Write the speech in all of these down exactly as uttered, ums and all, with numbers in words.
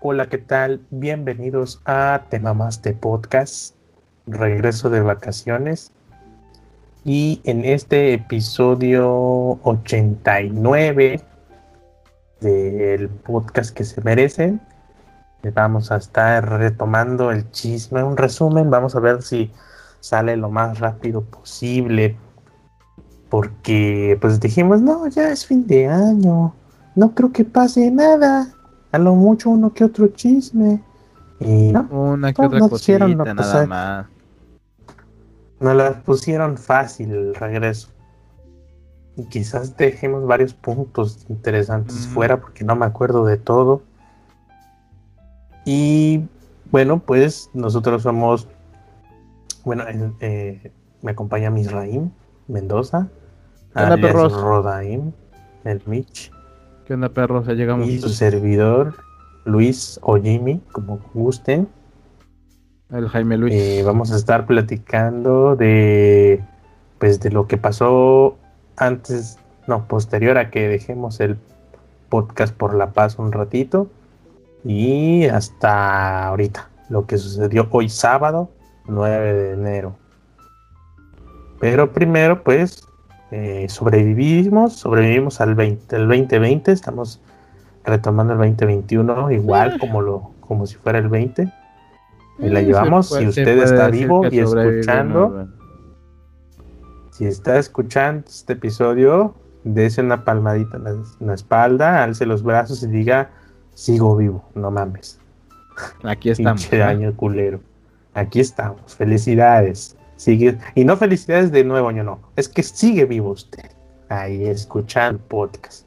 Hola, ¿qué tal? Bienvenidos a Te Mamaste Podcast, regreso de vacaciones. Y en este episodio ochenta y nueve del podcast que se merecen, vamos a estar retomando el chisme, un resumen. Vamos a ver si sale lo más rápido posible, porque pues dijimos, no, ya es fin de año, no creo que pase nada, a lo mucho uno que otro chisme. Y no, Una que no, otra no quisieron cosita, no nada pasar, más. nos la pusieron fácil el regreso. Y quizás dejemos varios puntos interesantes Mm, fuera porque no me acuerdo de todo. Y bueno, pues nosotros somos, bueno, eh, eh, me acompaña Misraim Mendoza, ¿Qué onda, alias perros? Rodaim, el Mitch, ¿Qué onda, perros? Ya llegamos. y su servidor, Luis o Jimmy, como gusten. El Jaime Eh, Luis. vamos a estar platicando de, pues, de lo que pasó antes, no, posterior a que dejemos el podcast por la paz un ratito y hasta ahorita, lo que sucedió hoy sábado nueve de enero. Pero primero, pues, eh, sobrevivimos, sobrevivimos al veinte, el veinte veinte, estamos retomando el veinte veintiuno igual Eh, como, lo, como si fuera el veinte. Y la eh, se llevamos. Si puede, se usted puede está decir vivo que y sobrevivimos, escuchando, güey. si está escuchando este episodio, dése una palmadita en la, en la espalda, alce los brazos y diga, sigo vivo, no mames. Aquí estamos, Pinche ¿va? año culero. Aquí estamos, felicidades. Sigue, y no felicidades de nuevo año, no. Es que sigue vivo usted. Ahí escuchando el podcast.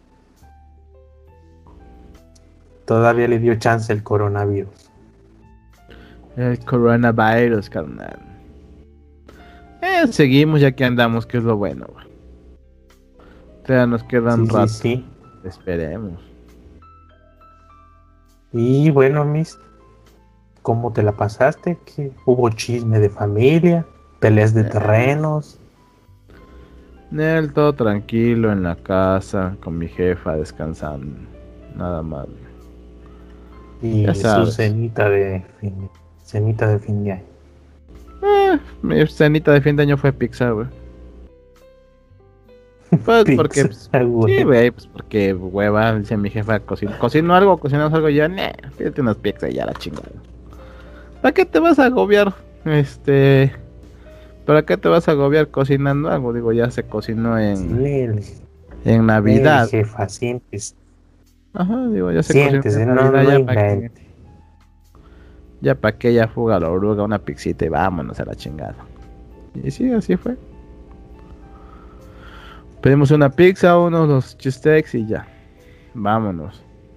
Todavía le dio chance el coronavirus. El coronavirus, carnal. Eh, seguimos ya que andamos, que es lo bueno, güey. O sea, nos queda un Sí, sí, rato. sí. Esperemos. Y bueno, mis, ¿cómo te la pasaste? ¿Qué? ¿Hubo chisme de familia? ¿Peleas de Eh, terrenos? Nel, todo tranquilo en la casa, con mi jefa descansando. Nada más. Y Ya su sabes. cenita de fin, cenita de fin de año. Eh, mi cenita de fin de año fue pizza, güey. Pues porque, Pizza, pues, güey. sí, güey, pues porque hueva, dice mi jefa, cocino, cocino algo, cocinamos algo, y yo, nah, pídete unas pizzas y ya la chingada. ¿Para qué te vas a agobiar? Este, ¿para qué te vas a agobiar cocinando algo? Digo, ya se cocinó en, Lele, en lele, Navidad. jefa, siéntese. Ajá, digo, ya se cocinó Siéntese, en no, Navidad, no ya para qué, invente. ya para qué, ya fuga la oruga, una pixita y vámonos a la chingada. Y sí, así fue. Pedimos una pizza, unos dos cheesesteaks y ya. Vámonos.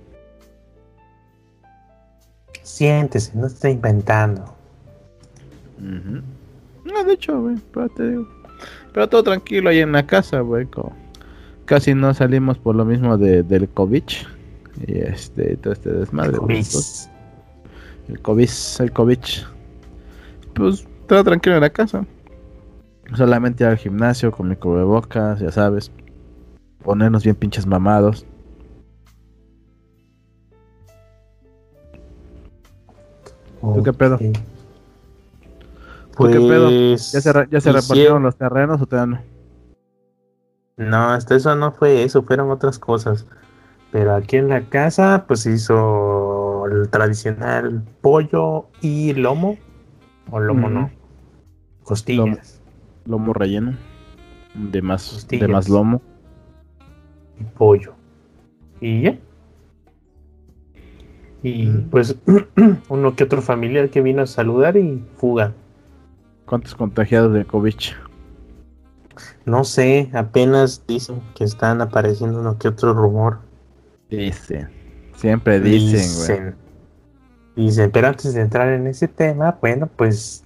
Siéntese, no está inventando. Uh-huh. No, de hecho, güey, pero te digo. Pero todo tranquilo ahí en la casa, güey. Casi no salimos por lo mismo de, del COVID. Y este, todo este desmadre, güey. Pues, el COVID, el COVID. Pues todo tranquilo en la casa. Solamente ir al gimnasio con mi cubrebocas, ya sabes. Ponernos bien pinches mamados. ¿Tú qué pedo? Okay. ¿Tú Pues, qué pedo? ¿Ya se, re- ya se repartieron los terrenos o todavía no? No, hasta eso no fue eso, fueron otras cosas. Pero aquí en la casa, pues se hizo el tradicional pollo y lomo. O lomo Uh-huh. no, costillas. Lomo, lomo relleno. De más, Costillas. de más lomo. Y pollo. Y ya. Y Mm. pues uno que otro familiar que vino a saludar y fuga. ¿Cuántos contagiados de COVID? No sé, apenas dicen que están apareciendo uno que otro rumor. Dicen. Siempre dicen, güey. Dicen. Dicen, pero antes de entrar en ese tema, bueno, pues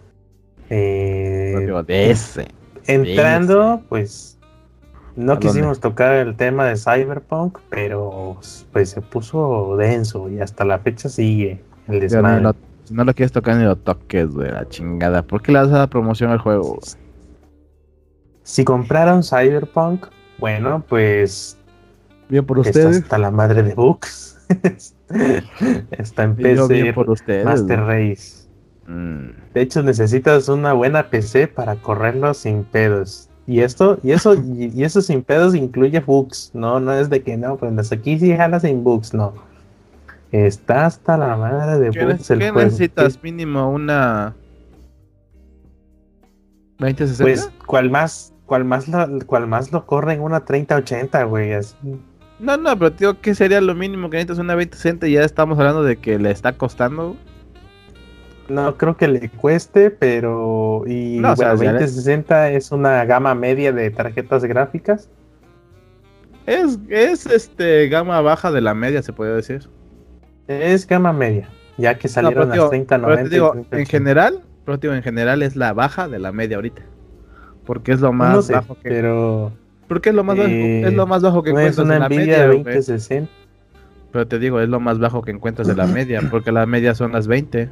eh, Digo, de ese. entrando, ese. pues no quisimos tocar el tema de Cyberpunk, pero pues se puso denso y hasta la fecha sigue el desmadre. Lo, si no lo quieres tocar ni lo toques, güey, la chingada. ¿Por qué le vas a dar promoción al juego? Si compraron Cyberpunk, bueno, pues bien por está ustedes. hasta la madre de bugs. Está en Y yo bien P C por ustedes, Master ¿no? Race. Mm. De hecho, necesitas una buena P C para correrlo sin pedos. Y esto, y eso, y, y eso sin pedos incluye bugs. No, no es de que no, pues aquí sí jala sin bugs, no. Está hasta la madre de ¿Qué, ne- bugs el qué juego. ¿Qué- necesitas? Mínimo una veinte sesenta. Pues, ¿cuál más, cuál más lo, cuál más lo corre en una treinta ochenta, güey? Así. No, no, pero tío, ¿qué sería lo mínimo que necesitas? Una veinte sesenta y ya estamos hablando de que le está costando. No creo que le cueste, pero. Y No, o sea, bueno, ya le- veinte sesenta es una gama media de tarjetas gráficas. es, es este gama baja de la media, se puede decir. Es gama media, ya que No, pero salieron las tío, treinta pero te noventa y digo, treinta en ochenta. general, pero tío, en general es la baja de la media ahorita. Porque es lo Pues no más sé, bajo que. pero Porque es lo más bajo, es lo eh, más bajo que no es encuentras una de la Nvidia media, güey. veinte sesenta. Pero te digo, es lo más bajo que encuentras de la media, porque la media son las veinte.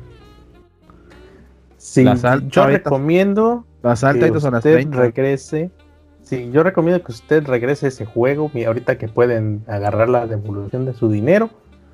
Sí, Las al- yo ahorita, recomiendo las altas que ahorita son las usted treinta. regrese. Sí, yo recomiendo que usted regrese a ese juego. mi- Ahorita que pueden agarrar la devolución de su dinero,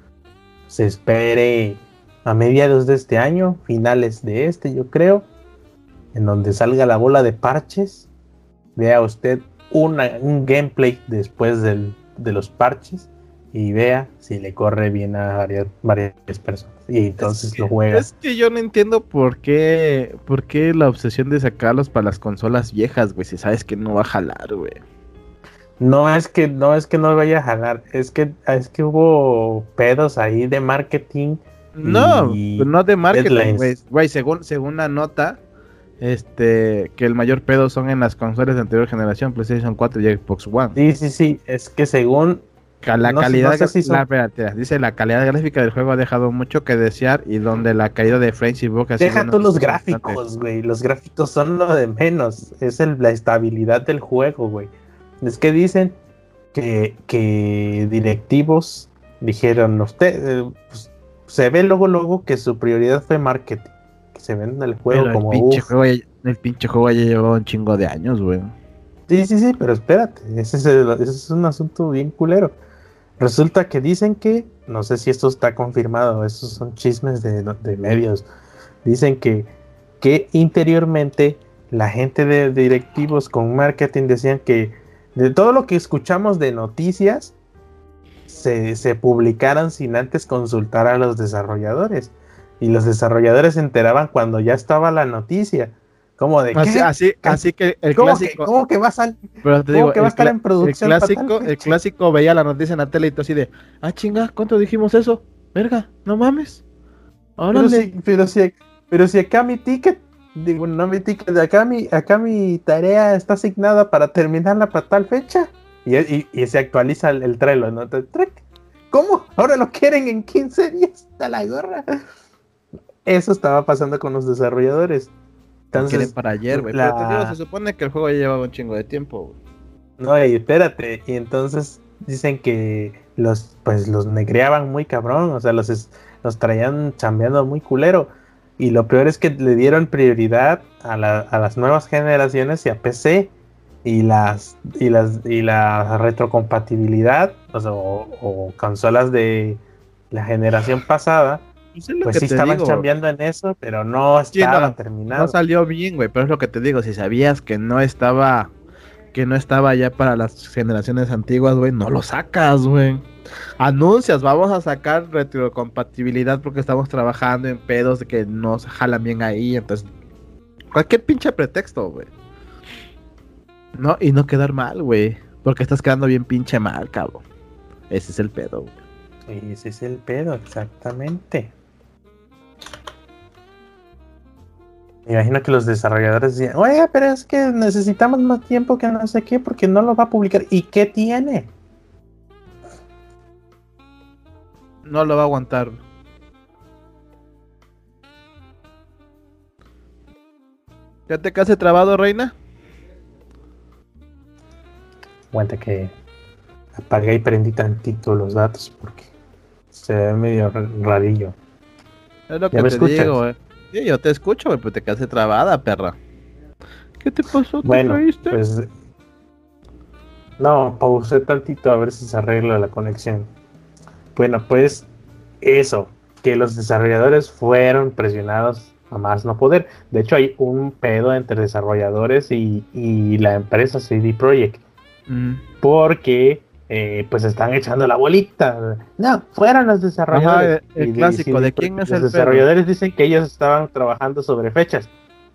se espere a mediados de este año, finales de este, yo creo, en donde salga la bola de parches. Vea usted una, un gameplay después del, de los parches y vea si le corre bien a varias, varias personas. Y entonces Es lo que, juega. es que yo no entiendo por qué, por qué la obsesión de sacarlos para las consolas viejas, güey, si sabes que no va a jalar, güey. No es que no es que no vaya a jalar, es que es que hubo pedos ahí de marketing No, y no de marketing, güey. deadlines. Güey, según, según la nota, este, que el mayor pedo son en las consolas de anterior generación, PlayStation cuatro y Xbox One. Sí, sí, sí, es que según Ca- La no sé, no calidad, sé gra- si la, son espérate, dice la calidad gráfica del juego ha dejado mucho que desear y donde la caída de frames y bug ha sido deja una tú los cuestión constante. gráficos, güey, los gráficos son lo de menos, es el, la estabilidad del juego, güey. Es que dicen que, que directivos dijeron, usted, eh, pues, se ve luego, luego que su prioridad fue marketing, que se venda el juego Pero el como, pinche uff, juego, ya- el pinche juego ya llevaba un chingo de años, güey. sí, sí, sí, pero espérate, ese es, el- ese es un asunto bien culero. Resulta que dicen que, no sé si esto está confirmado, estos son chismes de, de medios, dicen que, que interiormente la gente de directivos con marketing decían que de todo lo que escuchamos de noticias se, se publicaran sin antes consultar a los desarrolladores. Y los desarrolladores se enteraban cuando ya estaba la noticia. Como de Así, ¿qué? así, ¿Qué? así que el ¿Cómo que, clásico, cómo que va a sal- pero te cómo digo, que va a el, estar cla- en el producción para tal clásico, el fecha? clásico veía la noticia en la tele y todo así de, ah, chinga, ¿cuánto dijimos eso? Verga, no mames. Pero Órale. si, pero si, pero si acá mi ticket, digo, no mi ticket, acá mi, acá mi tarea está asignada para terminarla para tal fecha. Y, y, y se actualiza el, el Trello, ¿no? ¿Cómo? Ahora lo quieren en quince días, a la gorra. Eso estaba pasando con los desarrolladores. Lo quieren Entonces, para ayer, güey. la... Pero te digo, se supone que el juego ya llevaba un chingo de tiempo, güey. No, y espérate. Y entonces dicen que los, pues los negreaban muy cabrón. O sea, los, es, los traían chambeando muy culero. Y lo peor es que le dieron prioridad a, la, a las nuevas generaciones y a P C. Y las y las y la retrocompatibilidad, o, sea, o, o consolas de la generación pasada, Pues es lo pues que sí te estaban digo. chambeando en eso, pero no Sí, no, estaban no terminados. salió bien, güey, pero es lo que te digo, si sabías que no estaba, que no estaba ya para las generaciones antiguas, güey, no lo sacas, güey. Anuncias, vamos a sacar retrocompatibilidad porque estamos trabajando en pedos de que no se jalan bien ahí, entonces cualquier pinche pretexto, güey. No, y no quedar mal, güey, porque estás quedando bien pinche mal, cabrón. Ese es el pedo, güey. Ese es el pedo, exactamente. Me imagino que los desarrolladores decían, oye, pero es que necesitamos más tiempo que no sé qué, porque no lo va a publicar. ¿Y qué tiene? No lo va a aguantar. ¿Ya te quedaste trabado, reina? Aguanta que apagué y prendí tantito los datos porque se ve medio rarillo. Es lo ¿Ya que me te escuchas? digo, güey. Sí, yo te escucho, güey, pero te quedaste trabada, perra. ¿Qué te pasó? ¿Te Bueno, caíste? pues no, pausé tantito a ver si se arregla la conexión. Bueno, pues eso, que los desarrolladores fueron presionados a más no poder. De hecho, hay un pedo entre desarrolladores y, y la empresa C D Projekt. Mm. Porque eh, pues están echando la bolita. No, fueron los desarrolladores. Ajá, el, el clásico, ¿de quién es el pedo? Los desarrolladores dicen que ellos estaban trabajando sobre fechas.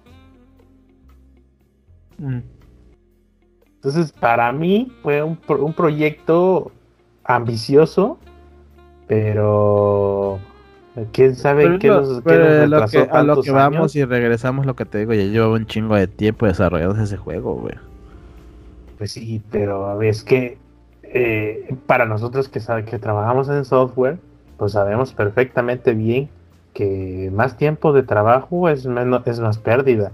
Mm. Entonces, para mí fue un, un proyecto ambicioso, pero quién sabe pero qué lo, los, qué los retrasó lo que, a lo que vamos años. Y regresamos lo que te digo, ya llevaba un chingo de tiempo desarrollando ese juego, güey. Pues sí, pero es que eh, para nosotros que, sabe, que trabajamos en software, pues sabemos perfectamente bien que más tiempo de trabajo es menos, es más pérdida.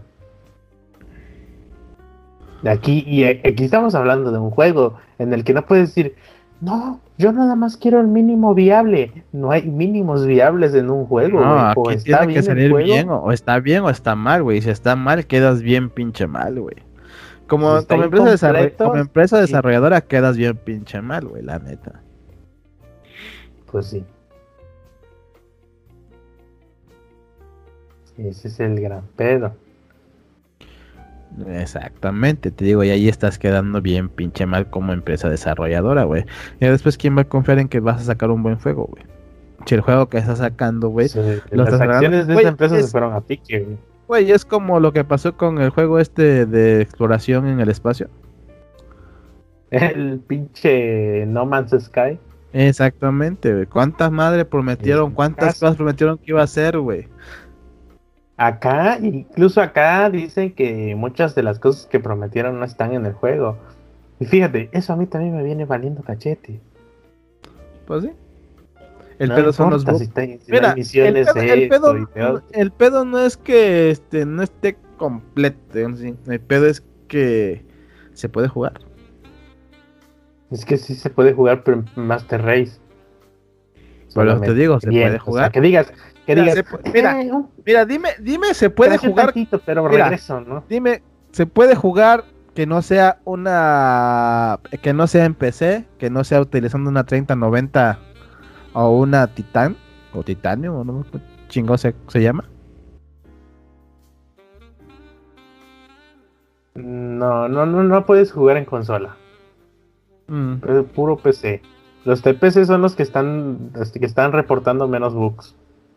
Aquí, y aquí estamos hablando de un juego en el que no puedes decir, no, yo nada más quiero el mínimo viable. No hay mínimos viables en un juego, no, güey. Aquí o tiene está que bien salir bien, o, o está bien o está mal, güey. Si está mal, quedas bien pinche mal, güey. Como, si como, empresa desarroll como empresa desarrolladora sí. Quedas bien pinche mal, güey, la neta. Pues sí. Ese es el gran pedo. Exactamente, te digo, y ahí estás quedando bien pinche mal como empresa desarrolladora, güey. Y después, ¿quién va a confiar en que vas a sacar un buen juego, güey? Si el juego que estás sacando, güey, sí, las acciones de esa empresa es, se fueron a pique, güey. Güey, es como lo que pasó con el juego este de exploración en el espacio. El pinche No Man's Sky. Exactamente, güey. ¿Cuántas madres prometieron? ¿Cuántas cosas prometieron que iba a hacer, güey? Acá, incluso acá dicen que muchas de las cosas que prometieron no están en el juego. Y fíjate, eso a mí también me viene valiendo cachete. Pues sí. El no pedo son los bugs. Si está, si Mira, el pedo, el, pedo, el pedo no es que este no esté completo, el pedo es que se puede jugar. Es que sí se puede jugar, pero en Master Race. Pero te digo, se Bien, puede jugar. O sea, que digas, que mira, digas, se, mira, eh, mira, dime, dime, se puede jugar. Tantito, pero mira, regreso, ¿no? Dime, se puede jugar que no sea una, que no sea en P C, que no sea utilizando una treinta noventa o una Titan o Titanio, o no chingo se, se llama. No, no, no, no puedes jugar en consola. Mm. Es puro P C. Los de P C son los que están, que están reportando menos bugs.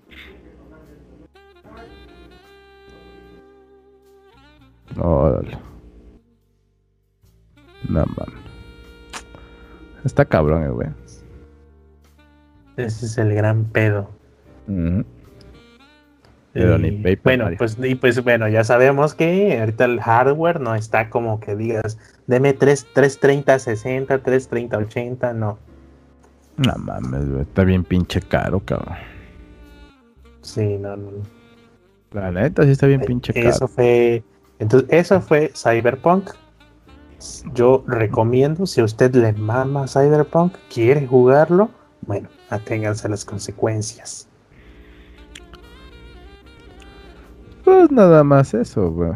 Órale. No mames. Está cabrón, güey. Ese es el gran pedo. Mm-hmm. Pero y, ni paper, bueno, Mario. pues, y pues bueno, ya sabemos que ahorita el hardware no está como que digas, deme tres treinta sesenta, tres treinta ochenta, no. No mames, güey, está bien pinche caro, cabrón. Sí, no, no. La neta sí está bien pinche caro. Eso fue, entonces, eso fue Cyberpunk. Yo recomiendo, si a usted le mama Cyberpunk, quiere jugarlo, bueno, aténganse a las consecuencias. Pues nada más eso, güey.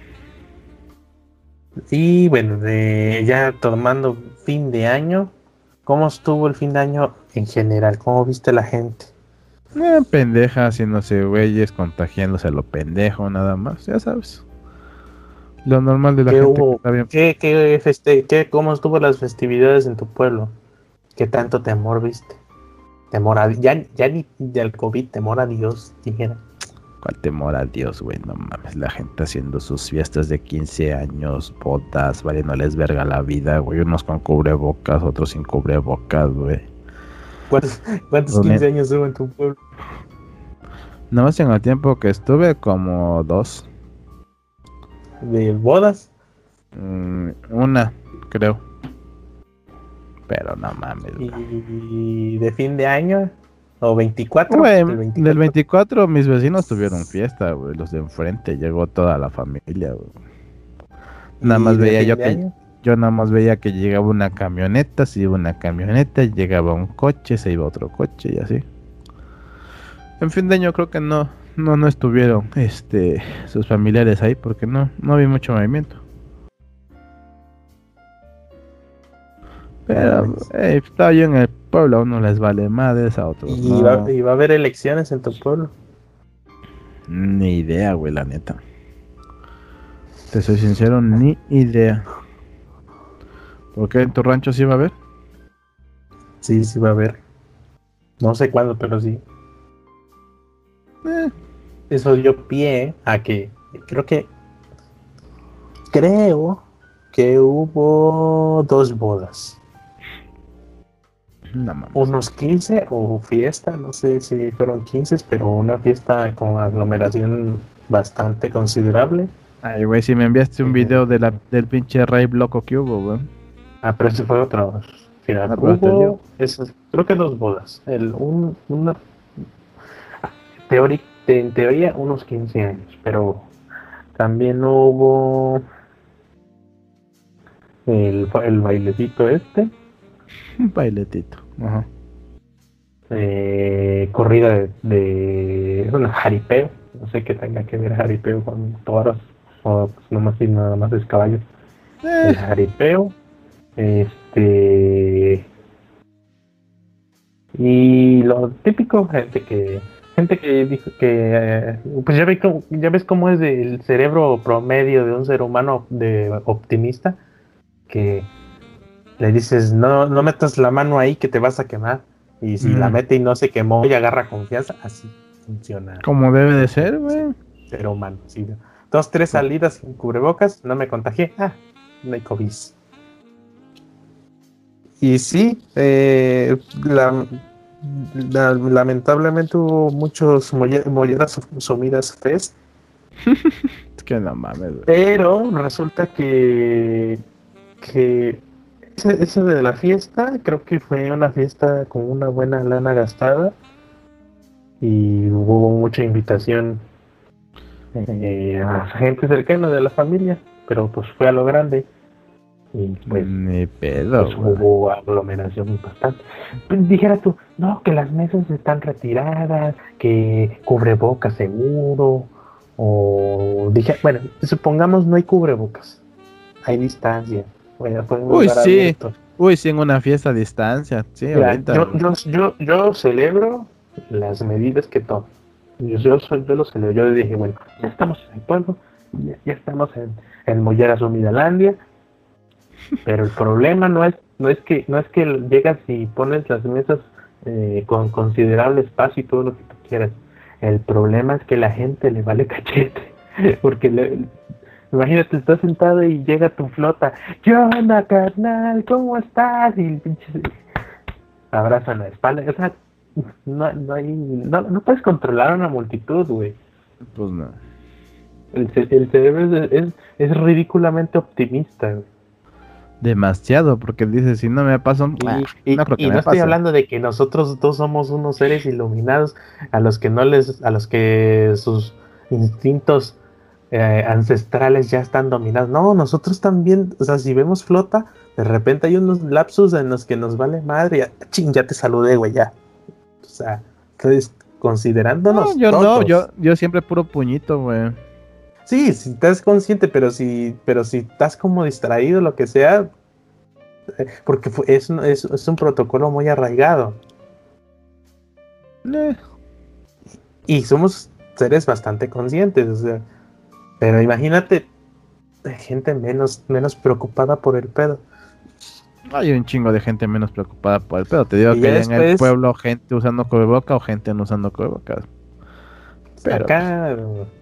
Y bueno, de, ya tomando fin de año, ¿cómo estuvo el fin de año en general? ¿Cómo viste la gente? Eh, pendeja, haciéndose güeyes, contagiándose a lo pendejo, nada más, ya sabes. Lo normal de la ¿Qué gente hubo? Que está bien. ¿Qué, qué feste qué, ¿Cómo estuvo las festividades en tu pueblo? ¿Qué tanto temor viste? Temor a, ya, ya ni del COVID, temor a Dios, dijera. ¿Cuál temor a Dios, güey? No mames, la gente haciendo sus fiestas de quince años, bodas, valiéndoles verga la vida, güey. Unos con cubrebocas, otros sin cubrebocas, güey. ¿Cuántos, cuántos quince años hubo en tu pueblo? Nada más en el tiempo que estuve, como dos. ¿De bodas? Mm, una, creo. Pero no mames. ¿Y de fin de año? ¿O veinticuatro? Güey, del veinticuatro. Del veinticuatro mis vecinos tuvieron fiesta, güey. Los de enfrente, llegó toda la familia, güey. Nada más veía yo que... Año? Yo nada más veía que llegaba una camioneta, se iba una camioneta, llegaba un coche, se iba otro coche y así. En fin de año creo que no, no, no estuvieron este, sus familiares ahí porque no, no había mucho movimiento. Pero, eh, estaba yo en el pueblo, a unos les vale madres, a otros ¿Y, no. va, ¿Y va a haber elecciones en tu pueblo? Ni idea, güey, la neta. Te soy sincero, ni idea. ¿Por qué en tu rancho sí va a haber? Sí, sí va a haber. No sé cuándo, pero sí. Eh, Eso dio pie a que creo que creo que hubo dos bodas. no mames. Unos quince o fiesta, no sé si fueron quince, pero una fiesta con aglomeración bastante considerable. Ay, güey, si me enviaste un Eh, video de la, del pinche rave loco que hubo, güey. ah, pero ese fue otro final. Ah, pero hasta el lío. Hubo, esas, creo que dos bodas. El, un, una, teori- en teoría, unos quince años, pero también hubo el, el bailecito este, Un bailetito. Ajá. eh, corrida de, de bueno, jaripeo, no sé qué tenga que ver jaripeo con toros, o pues nomás y nada más es caballo. Eh, El jaripeo, este, y lo típico, gente que, gente que dijo que, eh, pues ya, ve cómo- ya ves cómo es el cerebro promedio de un ser humano de optimista, que le dices, no, no metas la mano ahí que te vas a quemar. Y si la mm, mete y no se quemó y agarra confianza, así funciona como debe de el ser, güey. ser humano. ¿Sí? Dos, tres salidas sin cubrebocas, no me contagié. Ah, no hay COVID. Y sí, eh, la, la- lamentablemente hubo muchos molle- molleras sumidas fest, Es que no mames, güey. pero resulta que, que ese- eso de la fiesta, creo que fue una fiesta con una buena lana gastada y hubo mucha invitación eh, a gente cercana de la familia, pero pues fue a lo grande y pues, Ni pedo, pues güey. hubo aglomeración bastante. Pues dijera tú, no, que las mesas están retiradas, que cubrebocas seguro, o dije, bueno, supongamos no hay cubrebocas, hay distancia, bueno, fue un Uy, lugar sí. abierto. Uy, sí, en una fiesta a distancia. Sí, Mira, ahorita. yo, güey. yo, yo, yo celebro las medidas que tomo. Yo, yo, soy- yo lo celebro. Yo le dije, bueno, ya estamos en el pueblo, ya, ya estamos en, en Mollera Sumidalandia, pero el problema no es, no es que, no es que llegas y pones las mesas eh, con considerable espacio y todo lo que tú quieras. El problema es que la gente le vale cachete, porque le, imagínate, estás sentado y llega tu flota. ¿Qué onda, carnal? ¿Cómo estás? Y el pinche abrazan la espalda. O sea, no, no hay, no, no puedes controlar a una multitud, güey. Pues no. El, ce- el cerebro es, es, es ridículamente optimista, güey. Demasiado, porque dice, si no me paso, ah, Y, y, no creo que y no me estoy pase. hablando de que nosotros dos somos unos seres iluminados a los que no les, a los que sus instintos eh, ancestrales ya están dominados. No, nosotros también, o sea, si vemos flota, de repente hay unos lapsus en los que nos vale madre. Ya, ching, ya te saludé, güey, ya. O sea, entonces, No, considerándonos yo no, todos. yo, yo siempre puro puñito, güey. Sí, si estás consciente, pero si, pero si estás como distraído, lo que sea, eh, porque fue- es, un- es, es un protocolo muy arraigado. Eh, Y somos seres bastante conscientes, o sea, pero imagínate eh, gente menos, menos preocupada por el pedo. hay un chingo de gente menos preocupada por el pedo. Te digo Y que ya hay en el después, pueblo gente usando cubreboca o gente no usando cubreboca. Pero acá,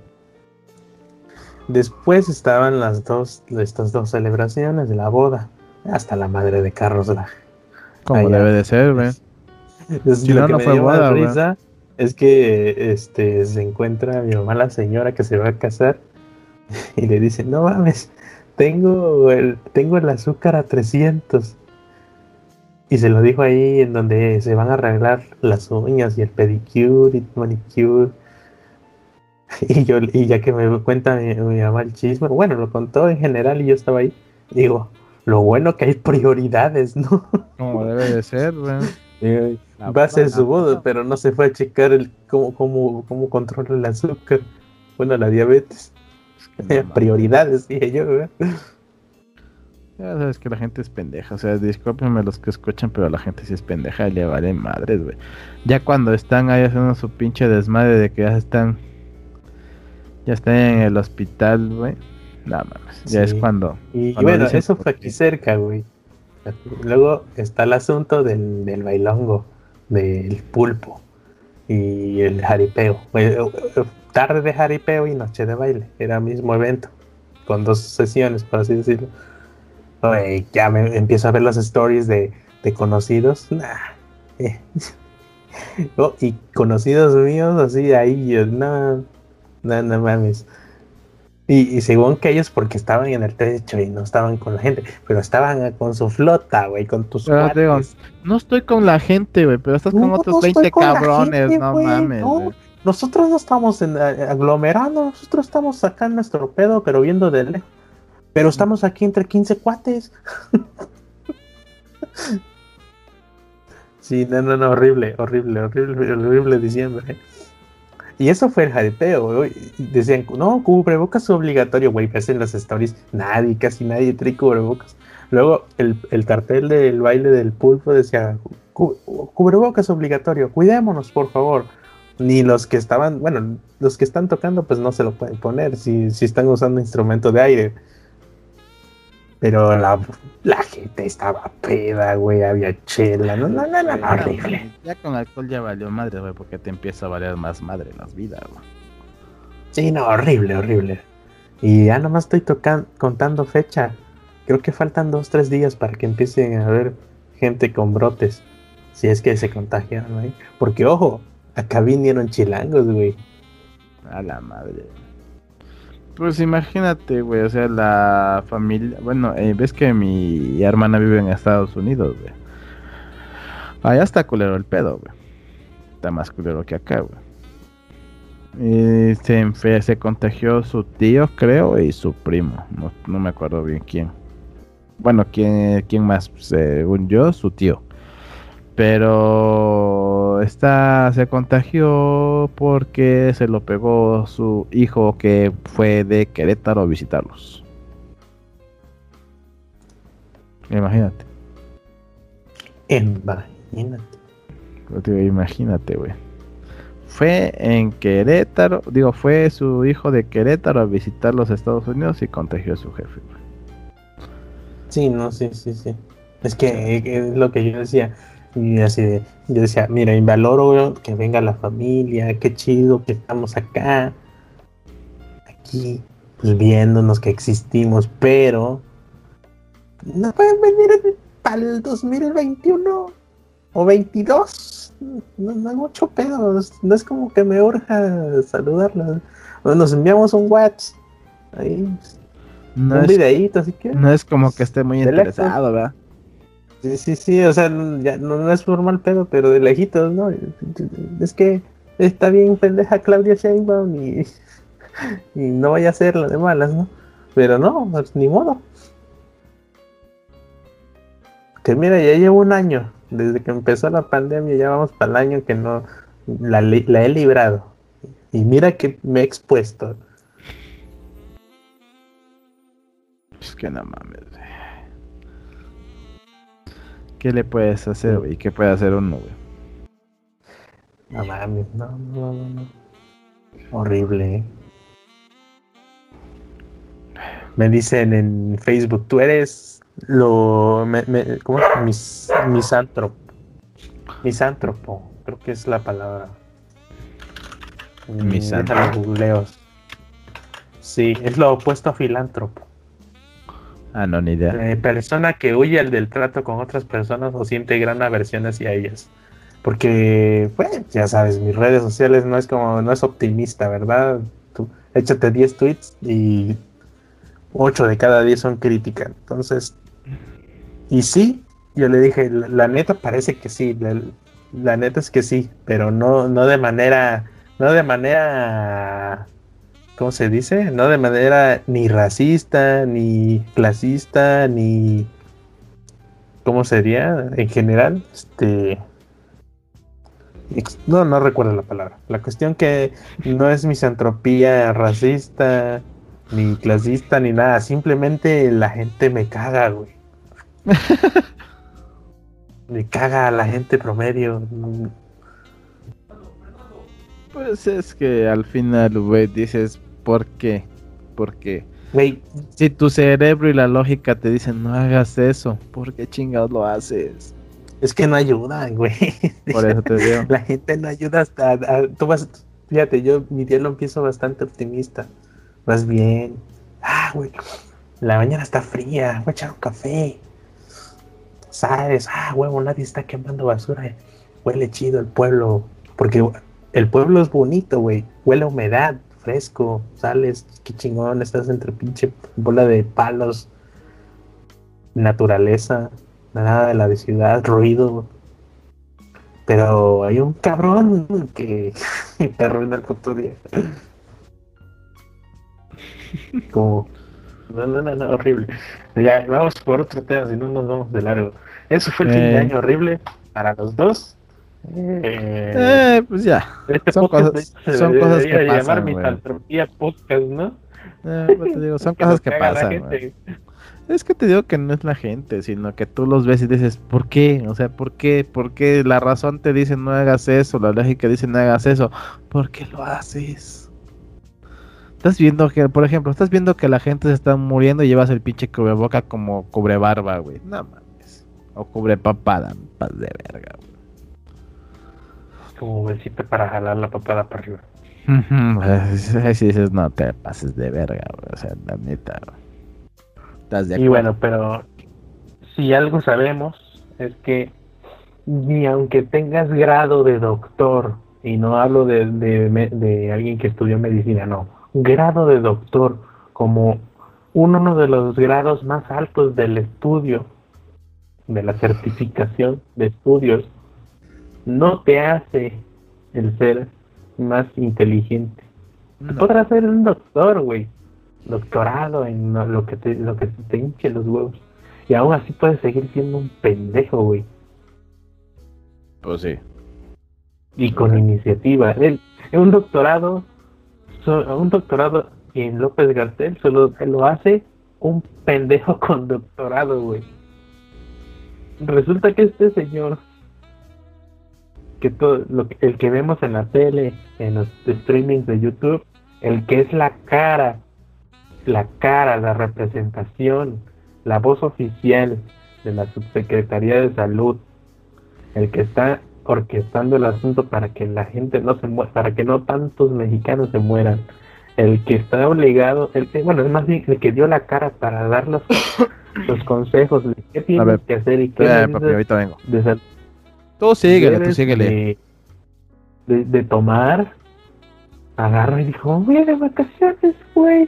después estaban las dos, estas dos celebraciones de la boda. Hasta la madre de Carlos la como allá. debe de ser, güey. Es Si lo no, que no me fue dio más boda, güey. risa es que este se encuentra mi mamá, la señora que se va a casar, y le dice, no mames, tengo el, tengo el azúcar a trescientos. Y se lo dijo ahí en donde se van a arreglar las uñas y el pedicure y manicure. Y yo, y ya que me cuenta mi, mi mamá el chisme, bueno, lo contó en general y yo estaba ahí, digo, lo bueno que hay prioridades, ¿no? Como debe de ser, güey. Eh, La Va a ser boda, su la boda, boda. pero no se fue a checar el cómo, cómo, cómo controla el azúcar. Bueno, la diabetes. No mames. Prioridades, dije yo, ¿verdad? Ya sabes que la gente es pendeja, o sea, discúlpenme los que escuchan, pero la gente sí es pendeja y le vale madres, güey. Ya cuando están ahí haciendo su pinche desmadre de que ya están, ya están en el hospital, güey. No mames, ya es Sí. cuando, Y, y cuando bueno, dicen eso por fue aquí qué. cerca, güey. Luego está el asunto del, del bailongo, del pulpo y el jaripeo. Pues, eh, eh, tarde de jaripeo y noche de baile. Era el mismo evento, con dos sesiones, por así decirlo. Güey, ya me empiezo a ver las stories de, de conocidos. Nah. eh, oh, y conocidos míos, así ahí, yo, no, no, no mames. Y, y según que ellos, porque estaban en el techo y no estaban con la gente, pero estaban con su flota, güey, con tus Pero te digo, cuates. no estoy con la gente, güey, pero estás No, con otros no estoy veinte con la cabrones, gente, no güey, mames, no. güey. Nosotros no estamos en, a- aglomerando, nosotros estamos acá en nuestro pedo, pero viendo de lejos. Pero estamos aquí entre quince cuates. Sí, no, no, no, horrible, horrible, horrible, horrible diciembre. Y eso fue el jaripeo, güey. Decían, no, cubrebocas obligatorio, güey. Ves en las stories, nadie, casi nadie trae cubrebocas. Luego el, el cartel del baile del pulpo decía, "Cu- cubrebocas obligatorio, cuidémonos, por favor". Ni los que estaban, bueno, los que están tocando, pues no se lo pueden poner si, si están usando instrumento de aire. Pero la, la gente estaba peda, güey, había chela, no, no, no, no, no, Güey, no horrible. mames, ya con alcohol ya valió madre, güey, porque te empieza a valer más madre las vidas, güey. Sí, no, horrible, horrible. Y ya nomás estoy tocan- contando fecha. Creo que faltan dos, tres días para que empiecen a haber gente con brotes. Si es que se contagiaron ahí. Porque, ojo, acá vinieron chilangos, güey. A la madre. Pues imagínate, güey, o sea, la familia, bueno, eh, ves que mi hermana vive en Estados Unidos, güey. Allá está culero el pedo, güey. Está más culero que acá, güey. Y se, enfe- se contagió su tío, creo, y su primo. No, no me acuerdo bien quién. Bueno, quién, quién más, según yo, su tío. Pero esta se contagió porque se lo pegó su hijo que fue de Querétaro a visitarlos. Imagínate. Imagínate. Digo, imagínate, güey. Fue en Querétaro, digo, fue su hijo de Querétaro a visitar los Estados Unidos y contagió a su jefe, güey. Sí, no, sí, sí, sí. Es que eh, es lo que yo decía. Y así de, yo decía, mira, y valoro que venga la familia, qué chido que estamos acá, aquí, pues viéndonos que existimos, pero no pueden venir para el dos mil veintiuno o veintidós. No, no hay mucho pedo, no es como que me urja saludarlos. Nos enviamos un WhatsApp, ahí, No un es, videíto, así que no es como que esté muy de lejos. interesado, ¿verdad? Sí, sí, sí, o sea, ya no, no es normal pedo, pero de lejitos, ¿no? Es que está bien pendeja Claudia Sheinbaum y, y no vaya a ser la de malas, ¿no? Pero no, pues, ni modo. Que mira, ya llevo un año, desde que empezó la pandemia, ya vamos para el año que no la, li- la he librado. Y mira que me he expuesto. Es que no mames, güey. ¿Qué le puedes hacer, güey? ¿Qué puede hacer uno, güey? No mames, no, no, no, no. Horrible, ¿eh? Me dicen en Facebook, tú eres lo... Me, me, ¿cómo? Mis, misántropo. Misántropo, creo que es la palabra. Mm, Misántropo. déjalo googleo. Sí, es lo opuesto a filántropo. Ah, no, ni idea. Eh, persona que huye del trato con otras personas o siente gran aversión hacia ellas. Porque, pues, ya sabes, mis redes sociales no es como, no es optimista, ¿verdad? Tú échate diez tweets y ocho de cada diez son críticas. Entonces, y sí, yo le dije, la, la neta parece que sí, la, la neta es que sí, pero no, no de manera, no de manera, ¿cómo se dice? No de manera ni racista, ni clasista, ni, ¿cómo sería? En general, este, ex- no, no recuerdo la palabra. La cuestión que no es misantropía racista, ni clasista, ni nada. Simplemente la gente me caga, güey. Me caga a la gente promedio. Pues es que al final, güey, dices, ¿por qué? ¿Por qué? Güey, si tu cerebro y la lógica te dicen, no hagas eso, ¿por qué chingados lo haces? Es que no ayudan, güey. Por eso te digo. La gente no ayuda hasta... A, a, tú vas, fíjate, yo mi día lo empiezo bastante optimista. Vas bien. Ah, güey, la mañana está fría, voy a echar un café. ¿Sabes? Ah, huevo, nadie está quemando basura. Huele chido el pueblo. Porque el pueblo es bonito, güey. Huele a humedad, fresco. Sales, qué chingón, estás entre pinche bola de palos. Naturaleza, nada de la de ciudad, ruido. Pero hay un cabrón que te arruina el puto día. Como... No, no, no, no, horrible. Ya, vamos por otro tema, si no nos vamos de largo. Eso fue el eh. fin de año horrible para los dos. Eh, eh pues ya. Este son cosas, de, son cosas que pasan. Llamar Misantropía Podcast, ¿no? Eh, pues te digo, son cosas que pasan. Es que te digo que no es la gente, sino que tú los ves y dices, ¿por qué? O sea, ¿por qué? ¿Por qué la razón te dice no hagas eso? La lógica dice no hagas eso. ¿Por qué lo haces? Estás viendo que, por ejemplo, estás viendo que la gente se está muriendo y llevas el pinche cubreboca como cubre barba, güey. No mames. O cubre papada, paz de verga, güey. Como besito para jalar la papada para arriba. Si dices, no te pases de verga, güey. O sea, la neta, güey. ¿Estás de acuerdo? Y bueno, pero si algo sabemos es que ni aunque tengas grado de doctor, y no hablo de, de, de alguien que estudió medicina, no, grado de doctor, como uno de los grados más altos del estudio, de la certificación de estudios, no te hace el ser más inteligente. No. Podrás ser un doctor, güey, doctorado en lo que te, lo que te hinche los huevos, y aún así puedes seguir siendo un pendejo, güey. Pues sí. Y con okay. iniciativa. El, un doctorado, so, un doctorado en López Gatell solo lo hace un pendejo con doctorado, güey. Resulta que este señor, que todo lo que, el que vemos en la tele, en los streamings de YouTube, el que es la cara, la cara, la representación, la voz oficial de la Subsecretaría de Salud, el que está orquestando el asunto para que la gente no se muera, para que no tantos mexicanos se mueran, el que está obligado, el que, bueno, es más bien el que dio la cara para dar los, los consejos de qué tienes que hacer y qué eh, papi, ahorita vengo. De, tú síguele, tú síguele. De, de, de tomar, agarra y dijo, voy de vacaciones, güey.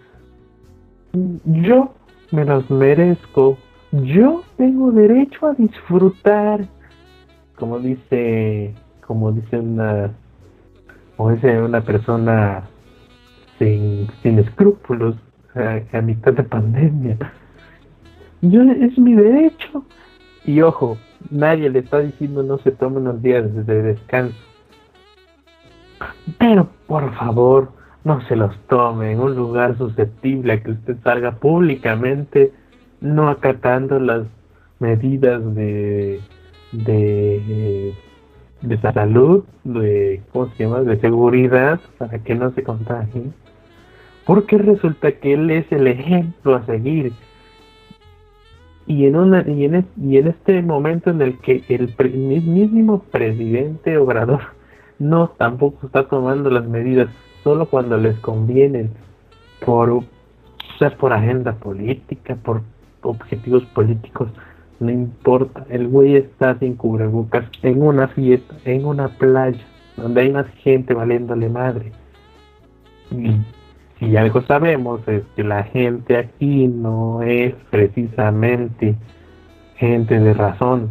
Yo me los merezco. Yo tengo derecho a disfrutar. Como dice, como dice una, como dice una persona sin, sin escrúpulos a, a mitad de pandemia. Yo, es mi derecho. Y ojo, nadie le está diciendo no se tome unos días de descanso. Pero por favor, no se los tome en un lugar susceptible a que usted salga públicamente, no acatando las medidas de de de salud, de ¿cómo se llama? De seguridad, para que no se contagien. Porque resulta que él es el ejemplo a seguir. Y en una y en, es, y en este momento en el que el, pre, el mismo presidente Obrador no tampoco está tomando las medidas solo cuando les conviene, por o sea, por agenda política, por objetivos políticos, no importa, el güey está sin cubrebocas en una fiesta, en una playa donde hay más gente valiéndole madre. Y si algo sabemos es que la gente aquí no es precisamente gente de razón.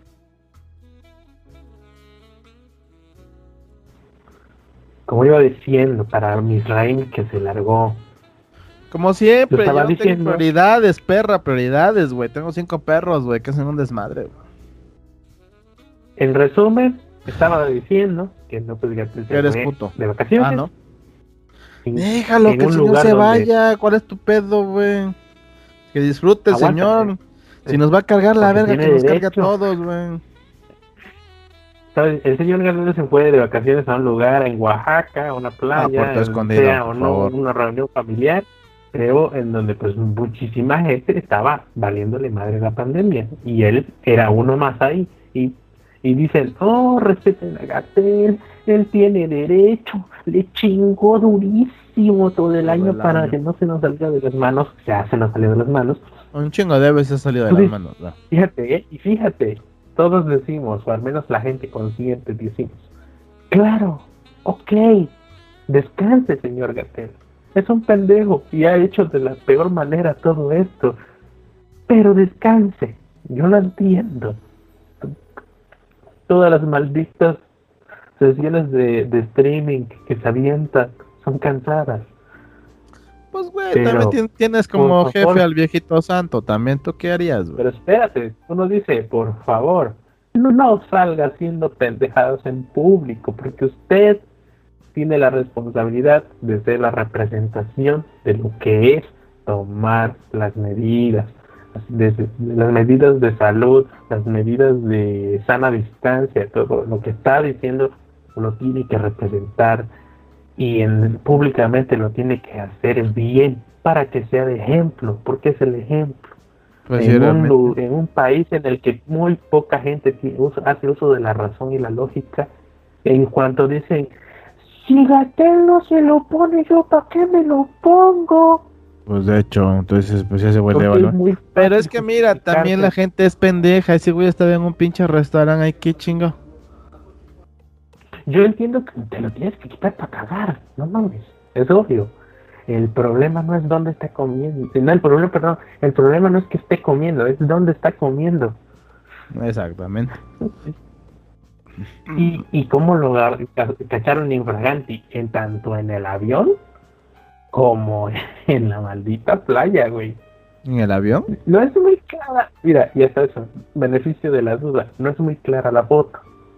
Como iba diciendo, para Misraim que se largó. Como siempre, yo, yo diciendo... tengo prioridades, perra, prioridades, güey. Tengo cinco perros, güey, que hacen un desmadre, güey. En resumen, estaba diciendo que no pues ya te eres puto. De vacaciones. Ah, ¿no? en, Déjalo en que el un señor lugar se donde vaya. ¿Cuál es tu pedo, güey? Que disfrute el aguanta, señor. eh, Si nos va a cargar la porque verga, tiene que nos cargue a derecho. todos, güey. ¿Sabes? El señor García se fue de vacaciones a un lugar en Oaxaca, a una Ah, por playa, todo eh, escondido, sea o por no, favor. una reunión familiar, pero en donde pues muchísima gente estaba valiéndole madre la pandemia y él era uno más ahí y, y dicen, oh, respeten a Gatel, él tiene derecho, le chingó durísimo todo el Todo año el para año. que no se nos salga de las manos, ya se nos salió de las manos. Un chingo de veces ha salido de Tú las dices, manos, ¿no? fíjate, ¿eh? Y fíjate, todos decimos, o al menos la gente consciente decimos, claro, ok, descanse, señor Gatell. Es un pendejo y ha hecho de la peor manera todo esto. Pero descanse. Yo lo entiendo. Todas las malditas sesiones de, de streaming que se avientan son cansadas. Pues, güey, también Pero, tien- tienes por como jefe favor, al viejito santo. También, ¿tú qué harías, güey? pero espérate, uno dice, por favor, no, no salga haciendo pendejadas en público, porque usted tiene la responsabilidad de ser la representación de lo que es tomar las medidas, desde las medidas de salud, las medidas de sana distancia, todo lo que está diciendo lo tiene que representar y en, públicamente lo tiene que hacer bien para que sea de ejemplo, porque es el ejemplo. Pues sí, En realmente. un, en un país en el que muy poca gente tiene, uso, hace uso de la razón y la lógica, en cuanto dicen, si Gatell no se lo pone, yo ¿para qué me lo pongo? Pues de hecho, entonces, pues ya se vuelve a Porque es evaluar. muy Pero fácil es que mira, también la justificarse. gente es pendeja. Ese güey estaba en un pinche restaurante, ay, qué chingo. Yo entiendo que te lo tienes que quitar para cagar, no mames, es obvio. El problema no es dónde está comiendo, no, el problema, perdón, el problema no es que esté comiendo, es dónde está comiendo. Exactamente. Y, y cómo lo gar- ca- cacharon infraganti, en tanto en el avión como en la maldita playa, güey. ¿En el avión? No es muy clara, mira, y hasta eso, beneficio de la duda, no es muy clara la foto,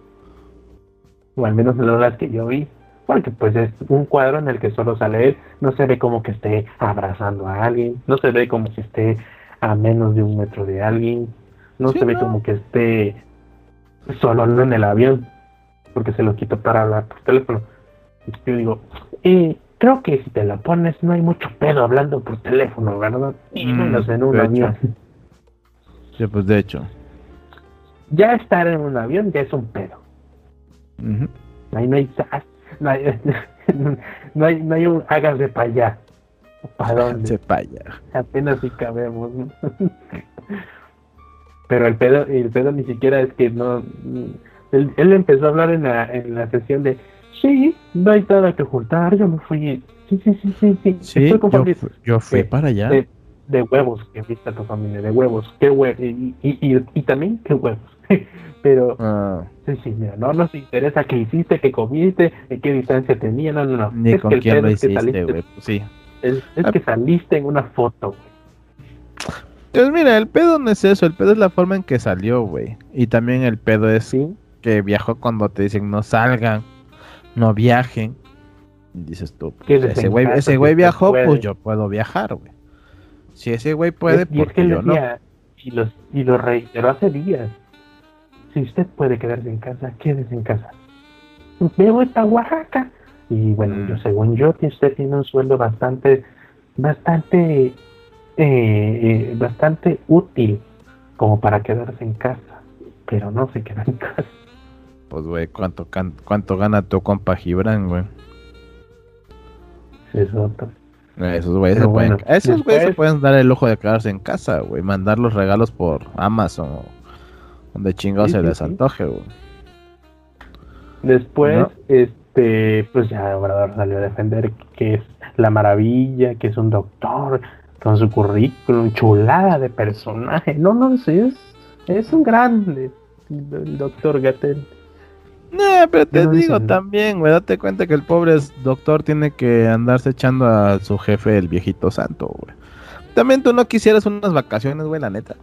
o al menos no las que yo vi, porque pues es un cuadro en el que solo sale él, no se ve como que esté abrazando a alguien, no se ve como que esté a menos de un metro de alguien, no Sí, se ve no. como que esté solo no en el avión, porque se lo quito para hablar por teléfono. Yo digo, eh, creo que si te la pones no hay mucho pedo hablando por teléfono, ¿verdad? Y Mm, menos en un de avión. hecho. Sí, pues de hecho. Ya estar en un avión ya es un pedo. Ujú. Ahí no hay, no hay, no hay, no hay un hágase para allá. ¿Para dónde? Sepa ya. Apenas si cabemos, ¿no? Pero el pedo, el pedo ni siquiera es que no. Él, él empezó a hablar en la, en la sesión de sí, no hay nada que ocultar, yo me fui. Sí, sí, sí, sí, sí. Sí, Estoy con yo, familia. fu- yo fui De- para allá. De, de huevos que viste a tu familia, de huevos, qué huevos. Y, y, y, y también qué huevos. Pero Ah, sí, sí, mira, no nos interesa qué hiciste, qué comiste, en qué distancia tenía, no, no, no. ni es con que el quién pedo lo es que hiciste, saliste, güey. Pues sí. es, es Ah, que saliste en una foto, güey. pues mira, el pedo no es eso, el pedo es la forma en que salió, güey. Y también el pedo es Sí, que viajó cuando te dicen no salgan, no viajen. Y dices tú, pues, Quédese ese en güey, casa ese si güey usted viajó, puede. pues yo puedo viajar, güey. Si ese güey Y puede, es, y es que porque él yo no. decía, y, los, y lo reiteró hace días, si usted puede quedarse en casa, quédese en casa. Me voy a Oaxaca. Y bueno, Mm. yo según yo, que usted tiene un sueldo bastante, bastante, eh, eh, bastante útil como para quedarse en casa. Pero no se queda en casa. Pues güey, ¿cuánto, can- cuánto gana tu compa Gibran, güey? Es otro. Esos güeyes se Pero pueden, bueno, esos güeyes se después, pueden dar el lujo de quedarse en casa, güey. Mandar los regalos por Amazon o donde chingados sí, se sí, les sí. antoje, güey. Después, ¿No? este, pues ya Obrador salió a defender que es la maravilla, que es un doctor con su currículum, chulada de personaje. No, no, sí, es, es un grande, el doctor Gatell. No, pero te no digo dicen- también, güey, date cuenta que el pobre es- doctor tiene que andarse echando a su jefe, el viejito santo, güey. También tú no quisieras unas vacaciones, güey, la neta.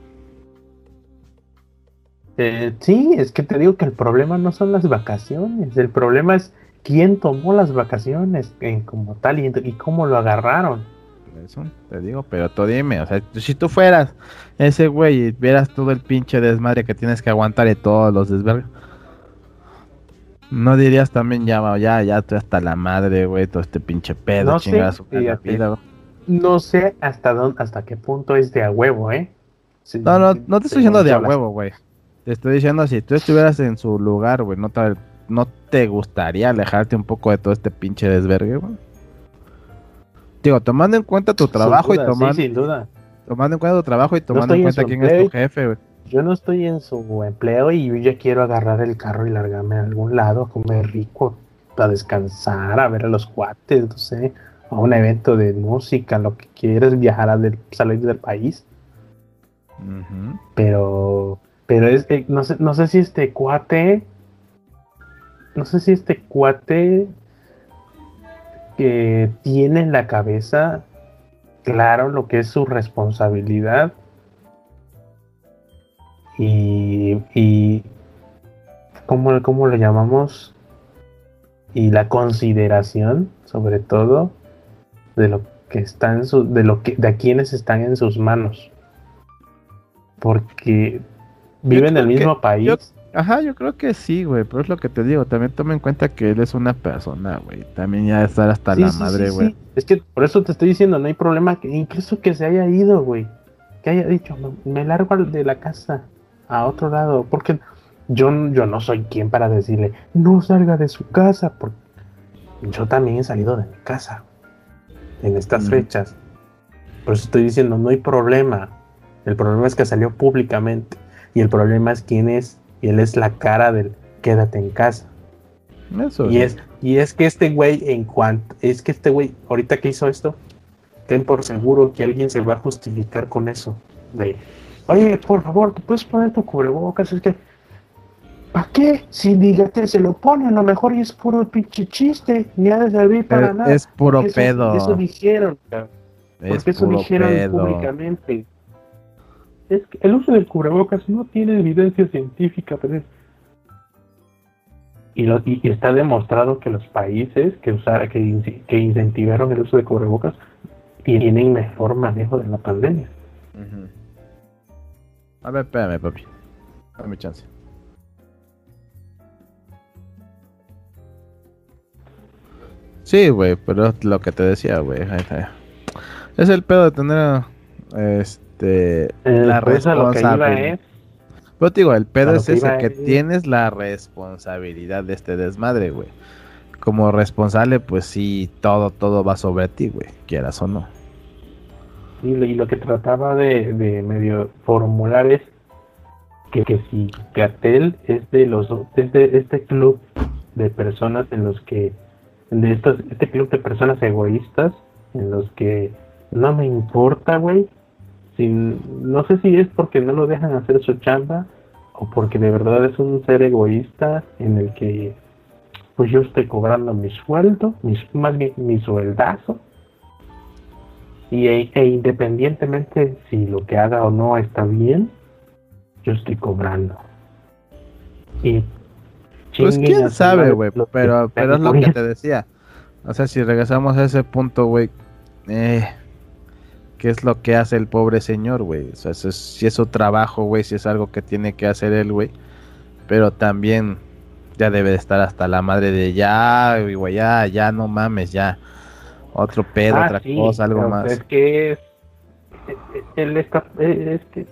Eh, sí, es que te digo que el problema no son las vacaciones, el problema es quién tomó las vacaciones en como tal y, y cómo lo agarraron. Eso te digo, pero tú dime, o sea, si tú fueras ese güey y vieras todo el pinche desmadre que tienes que aguantar y todos los desvergos, ¿no dirías también ya, ya, ya estoy hasta la madre, güey, todo este pinche pedo, No chingada sé, su la fíjate, vida, güey? no sé hasta dónde, hasta qué punto es de a huevo, ¿eh? Sí, No, no, no te estoy diciendo según de a yo las... huevo, güey. Te estoy diciendo si tú estuvieras en su lugar, güey, ¿no te, no te gustaría alejarte un poco de todo este pinche desvergue, güey? Digo, tomando en cuenta tu Sin trabajo y duda, sí, tomando, sin duda. tomando en cuenta tu trabajo y No tomando en estoy en su cuenta quién es tu empleo, jefe, güey. yo no estoy en su empleo y yo ya quiero agarrar el carro y largarme a algún lado, a comer rico, a descansar, a ver a los cuates, no sé, a un evento de música, lo que quieres, viajar a del, salir del país. Uh-huh. Pero, pero es, eh, no sé, no sé si este cuate, no sé si este cuate que tiene en la cabeza claro lo que es su responsabilidad y, y ¿cómo, cómo lo llamamos? Y la consideración, sobre todo, de lo que está en su, de lo que, de a quienes están en sus manos. Porque Yo viven en el creo que, mismo yo, país. ajá, yo creo que sí, güey, pero es lo que te digo, también toma en cuenta que él es una persona, güey, también ya estar hasta Sí, la sí, sí, madre, güey. sí. Es que por eso te estoy diciendo, no hay problema que incluso que se haya ido, güey. Que haya dicho, me, me largo de la casa a otro lado. Porque yo, yo no soy quien para decirle, no salga de su casa. Porque yo también he salido de mi casa en estas Ujú. fechas. Por eso estoy diciendo, no hay problema. El problema es que salió públicamente. Y el problema es quién es. Y él es la cara del quédate en casa. Eso Y sí. es, y es que este güey, en cuanto, es que este güey, ahorita que hizo esto, ten por seguro que alguien se va a justificar con eso. De, oye, por favor, ¿te puedes poner tu cubrebocas? Es que, ¿para qué? Si dígate, se lo pone, a lo mejor y es puro pinche chiste, ni ha de servir Es, para nada. es puro Porque eso, eso pedo, dijeron, cabrón. es Porque eso puro dijeron pedo. públicamente. Es que el uso del cubrebocas no tiene evidencia científica, pero es... Y, lo, y, y está demostrado que los países que, usar, que, que incentivaron el uso de cubrebocas tienen mejor manejo de la pandemia. Uh-huh. A ver, espérame, papi. Dame chance. Sí, güey, pero es lo que te decía, güey. Es el pedo de tener este Eh, la pues a lo que iba responsabilidad. es, Pero te digo, el pedo a lo es que ese, iba que es, tienes la responsabilidad de este desmadre, güey. Como responsable, pues sí, todo, todo va sobre ti, güey, quieras o no. y lo, y lo que trataba de, de medio formular es que, que si Gatel es de los es de este club de personas en los que de estos este club de personas egoístas en los que no me importa, güey, sin, no sé si es porque no lo dejan hacer su chamba o porque de verdad es un ser egoísta en el que pues yo estoy cobrando mi sueldo, mi, más bien mi sueldazo, y e, e independientemente si lo que haga o no está bien, yo estoy cobrando. Y Pues quién a sabe, güey, pero, pero es lo que morir. te decía. O sea, si regresamos a ese punto, güey, eh, ¿qué es lo que hace el pobre señor, güey? O sea, si es, si es su trabajo, güey, si es algo que tiene que hacer él, güey, pero también ya debe de estar hasta la madre de ya, güey, ya, ya, no mames, ya. Otro pedo, Ah, otra sí, cosa, algo pero más. es que es, él está, es que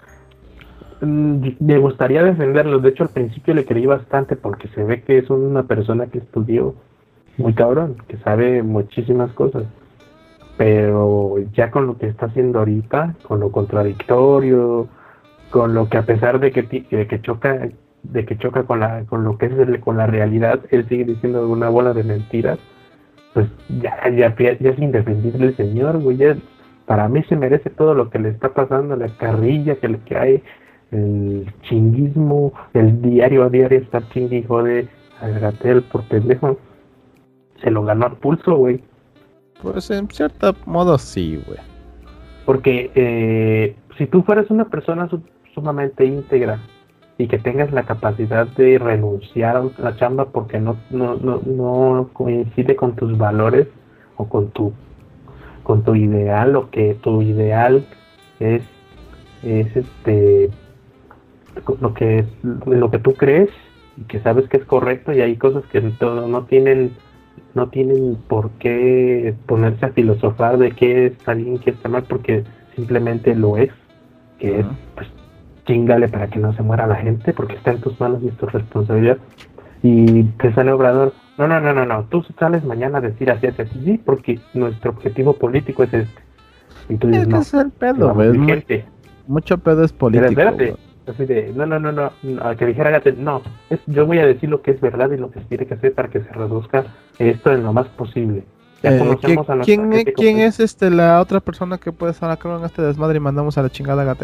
me gustaría defenderlo. De hecho, al principio le creí bastante porque se ve que es una persona que estudió muy cabrón, que sabe muchísimas cosas. Pero ya con lo que está haciendo ahorita, con lo contradictorio, con lo que a pesar de que, de que choca de que choca con la con lo que es el, con la realidad, él sigue diciendo una bola de mentiras, pues ya ya, ya es indefendible el señor, güey. Ya, para mí se merece todo lo que le está pasando, la carrilla que le cae, el chinguismo, el diario a diario estar chingue y jode al Gatel por pendejo. Se lo ganó a pulso, güey. Pues en cierto modo sí, güey. Porque eh, si tú fueras una persona sumamente íntegra y que tengas la capacidad de renunciar a la chamba porque no, no, no, no coincide con tus valores o con tu con tu ideal, o que tu ideal es es este lo que es lo que tú crees y que sabes que es correcto, y hay cosas que no, no tienen no tienen por qué ponerse a filosofar de qué está bien y qué está mal, porque simplemente lo es, que uh-huh. es pues chíngale para que no se muera la gente, porque está en tus manos y es tu responsabilidad. Y te sale Obrador, no, no, no, no, no, tú sales mañana a decir así, así, así, sí, porque nuestro objetivo político es este. Y tú dices, es no, que es el pedo, güey, mucho, mucho pedo es político. Pero espérate, así de, no, no, no, no, no, que dijera Gatel, no, es, yo voy a decir lo que es verdad y lo que se tiene que hacer para que se reduzca esto en lo más posible. Ya eh, conocemos ¿quién, a ¿quién, gente ¿quién es este la otra persona que puede estar acá en este desmadre y mandamos a la chingada a Gatel?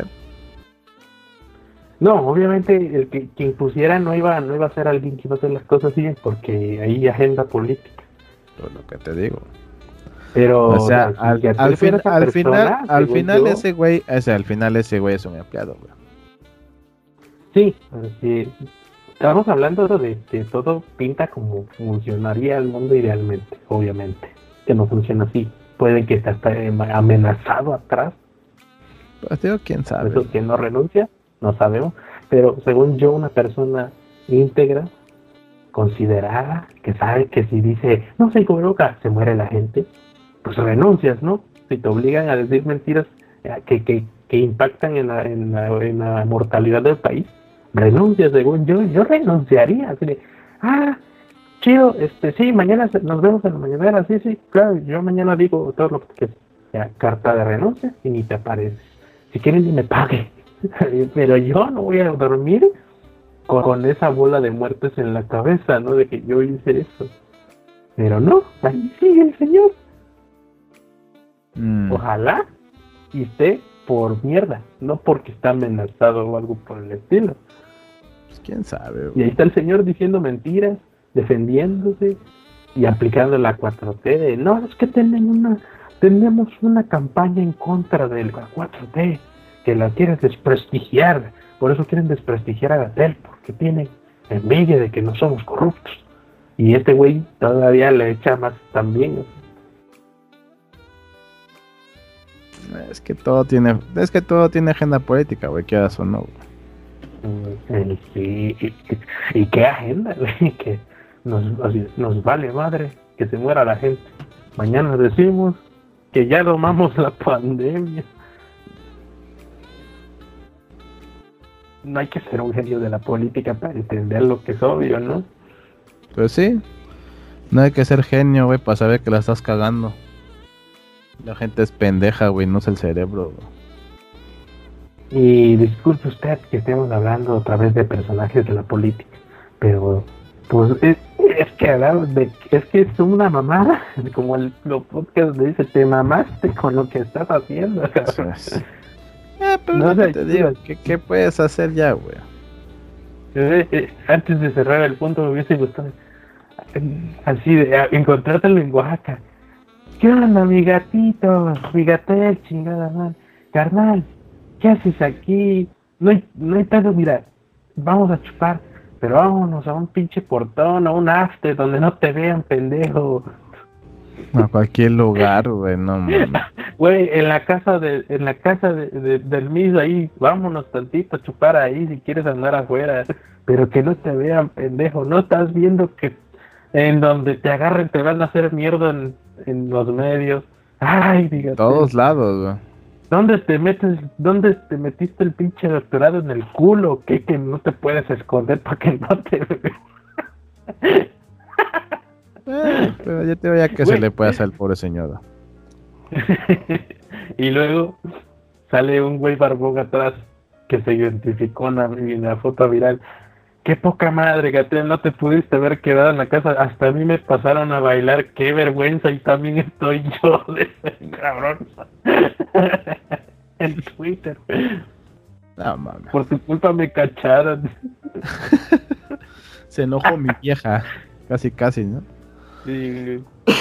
No, obviamente el que quien pusiera no iba, no iba a ser alguien que iba a hacer las cosas bien, porque hay agenda política. Todo lo que te digo. Pero o sea, no, al, si al, fin, persona, al final, al final yo, ese güey, ese, al final ese güey es un empleado, güey. Sí, sí, estamos hablando de que todo pinta como funcionaría el mundo idealmente, obviamente, que no funciona así. Puede que esté hasta amenazado atrás. Pues digo, quién sabe. Eso que no renuncia, no sabemos. Pero según yo, una persona íntegra, considerada, que sabe que si dice, no se cubrebocas, se muere la gente, pues renuncias, ¿no? Si te obligan a decir mentiras que, que, que impactan en la, en, la, en la mortalidad del país, renuncias, según yo, yo renunciaría. Así de, ah, chido, este, sí, mañana nos vemos en la mañanera, sí, sí, claro, yo mañana digo todo lo que quieras. Ya, carta de renuncia y ni te apareces. Si quieren ni me pague. Pero yo no voy a dormir con, con esa bola de muertes en la cabeza, ¿no? De que yo hice eso. Pero no, ahí sigue el señor. Mm. Ojalá y esté por mierda, no porque está amenazado o algo por el estilo. Pues quién sabe. Y ahí está el señor diciendo mentiras, defendiéndose y aplicando la cuatro T de, no, es que tienen una, tenemos una campaña en contra de la cuatro T, que la quieren desprestigiar, por eso quieren desprestigiar a Gatel, porque tienen envidia de que no somos corruptos. Y este güey todavía le echa más también. Es que todo tiene, es que todo tiene agenda política, güey, quieras o no, güey. Sí, y, y, y qué agenda, güey, que nos, nos vale madre que se muera la gente. Mañana decimos que ya domamos la pandemia. No hay que ser un genio de la política para entender lo que es obvio, ¿no? Pues sí, no hay que ser genio, güey, para saber que la estás cagando. La gente es pendeja, güey, no es el cerebro, güey. Y disculpe usted que estemos hablando otra vez de personajes de la política, pero pues es, es que de, es que es una mamada, como el lo podcast dice, te mamaste con lo que estás haciendo. Sí. Eh, pero no sé, te digo, ¿qué, ¿qué puedes hacer ya, güey? Eh, eh, antes de cerrar el punto me hubiese gustado así de a, encontrártelo en Oaxaca. ¿Qué onda, mi gatito? Mi Gatel, chingada man. Carnal, ¿qué haces aquí? No hay, no hay tanto, mira, vamos a chupar, pero vámonos a un pinche portón, a un after donde no te vean, pendejo. A cualquier lugar, güey, no mames. Güey, en la casa de, en la casa de, de, del mismo ahí, vámonos tantito a chupar ahí si quieres andar afuera, pero que no te vean, pendejo. No estás viendo que en donde te agarren te van a hacer mierda en, en los medios. Ay, dígate. Todos lados, güey. ¿Dónde te metes, dónde te metiste el pinche doctorado en el culo? ¿Qué que no te puedes esconder para que no te vean? Eh, pero ya te veía que güey, se le puede hacer al pobre señor. Y luego sale un güey barbón atrás que se identificó en la, en la foto viral. Qué poca madre, Gatel, no te pudiste haber quedado en la casa. Hasta a mí me pasaron a bailar, qué vergüenza, y también estoy yo de ese cabrón. En Twitter. No mames. Por tu culpa me cacharon. Se enojó mi vieja. Casi, casi, ¿no? Sí.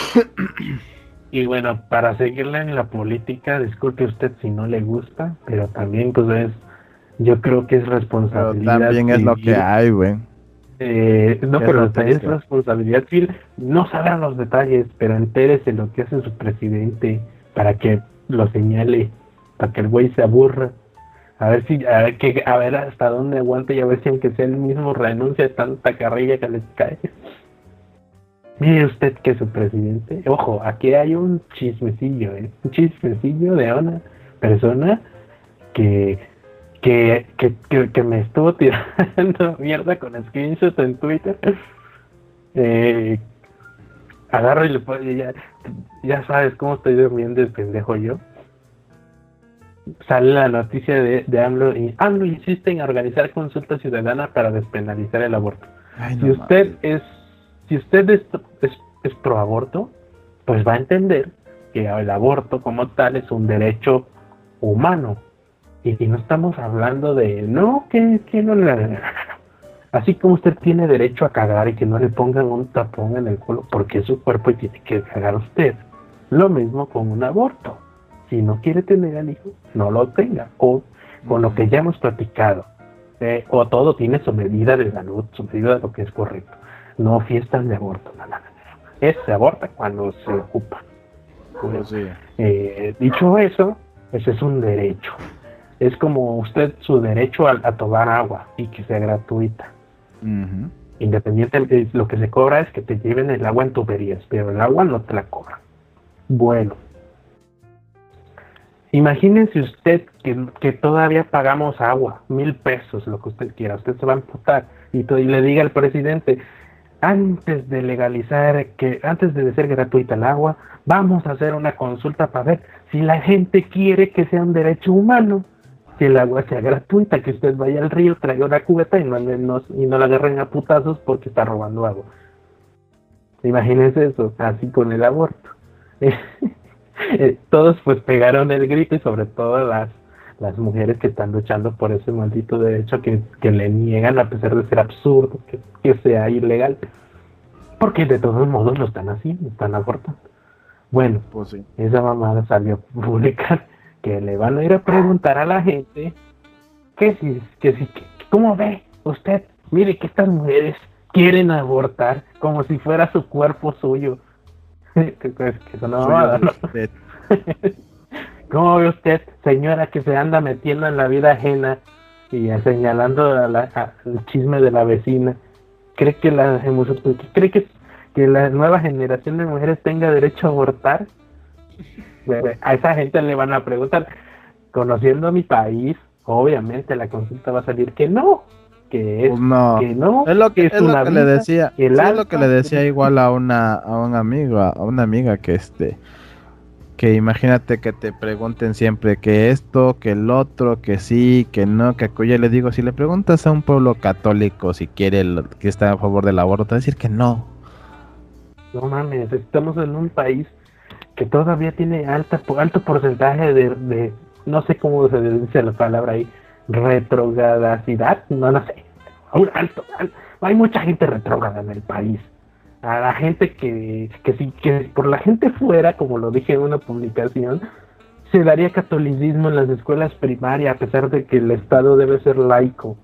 Y bueno, para seguirle en la política, disculpe usted si no le gusta, pero también pues es Yo creo que es Pero responsabilidad también es lo que civil. hay, güey. Eh, no, Es pero lo también es triste. responsabilidad civil no saber los detalles, pero entérese lo que hace su presidente para que lo señale, para que el güey se aburra. A ver si, a ver, que, a ver hasta dónde aguanta y a ver si aunque sea el mismo renuncia a tanta carrilla que les cae. Mire usted que su presidente, ojo, aquí hay un chismecillo, ¿eh? Un chismecillo de una persona que, que, que, que, que me estuvo tirando mierda con screenshots en Twitter. Eh, agarro y le pongo, ya, ya sabes cómo estoy durmiendo el pendejo yo. Sale la noticia de, de AMLO y AMLO insiste en organizar consulta ciudadana para despenalizar el aborto. Ay, Si no usted mames. es, si usted es, es, es pro aborto, pues va a entender que el aborto como tal es un derecho humano. Y, y no estamos hablando de, no, que, que no le... Así como usted tiene derecho a cagar y que no le pongan un tapón en el culo porque es su cuerpo y tiene que cagar usted. Lo mismo con un aborto. Si no quiere tener al hijo, no lo tenga. O con lo que ya hemos platicado. Eh, o todo tiene su medida de salud, su medida de lo que es correcto. No fiestas de aborto, no, no, no. Es se aborta cuando se ocupa. Pues sí. Eh, dicho eso, ese es un derecho. Es como usted su derecho a, a tomar agua y que sea gratuita. Ujú. Independiente, lo que se cobra es que te lleven el agua en tuberías, pero el agua no te la cobran. Bueno, imagínense usted que, que todavía pagamos agua, mil pesos, lo que usted quiera, usted se va a emputar y, to- y le diga al presidente, antes de legalizar, que antes de ser gratuita el agua, vamos a hacer una consulta para ver si la gente quiere que sea un derecho humano, que el agua sea gratuita, que usted vaya al río, traiga una cubeta y no, no, y no la agarren a putazos porque está robando agua. Imagínense eso, así con el aborto. Todos pues pegaron el grito y sobre todo las, las mujeres que están luchando por ese maldito derecho que, que le niegan a pesar de ser absurdo, que, que sea ilegal. Porque de todos modos lo están haciendo, están abortando. Bueno, Pues sí. esa mamada salió a publicar que le van a ir a preguntar a la gente que si, que si, que, ¿cómo ve usted? Mire que estas mujeres quieren abortar como si fuera su cuerpo suyo. que, que, que es una mamada, ¿no? ¿Cómo ve usted, señora, que se anda metiendo en la vida ajena y señalando a la, a, el chisme de la vecina? ¿Cree que la cree que, que la nueva generación de mujeres tenga derecho a abortar? A esa gente le van a preguntar, conociendo mi país, obviamente la consulta va a salir que no, que es Pues no. que no, Es lo que, que es es lo una que le vida, decía, que el sí, es alfa, lo que le decía igual a una, a un amigo, a una amiga que este, que imagínate que te pregunten siempre que esto, que el otro, que sí, que no, que acuya. Le digo, si le preguntas a un pueblo católico si quiere, el, que está a favor del aborto, te va a decir que no. No mames, estamos en un país que todavía tiene alta, alto porcentaje de, de, no sé cómo se dice la palabra ahí, retrogradacidad, no, no sé, un alto, alto, hay mucha gente retrógrada en el país. A la gente que, que si que por la gente fuera, como lo dije en una publicación, se daría catolicismo en las escuelas primarias, a pesar de que el Estado debe ser laico.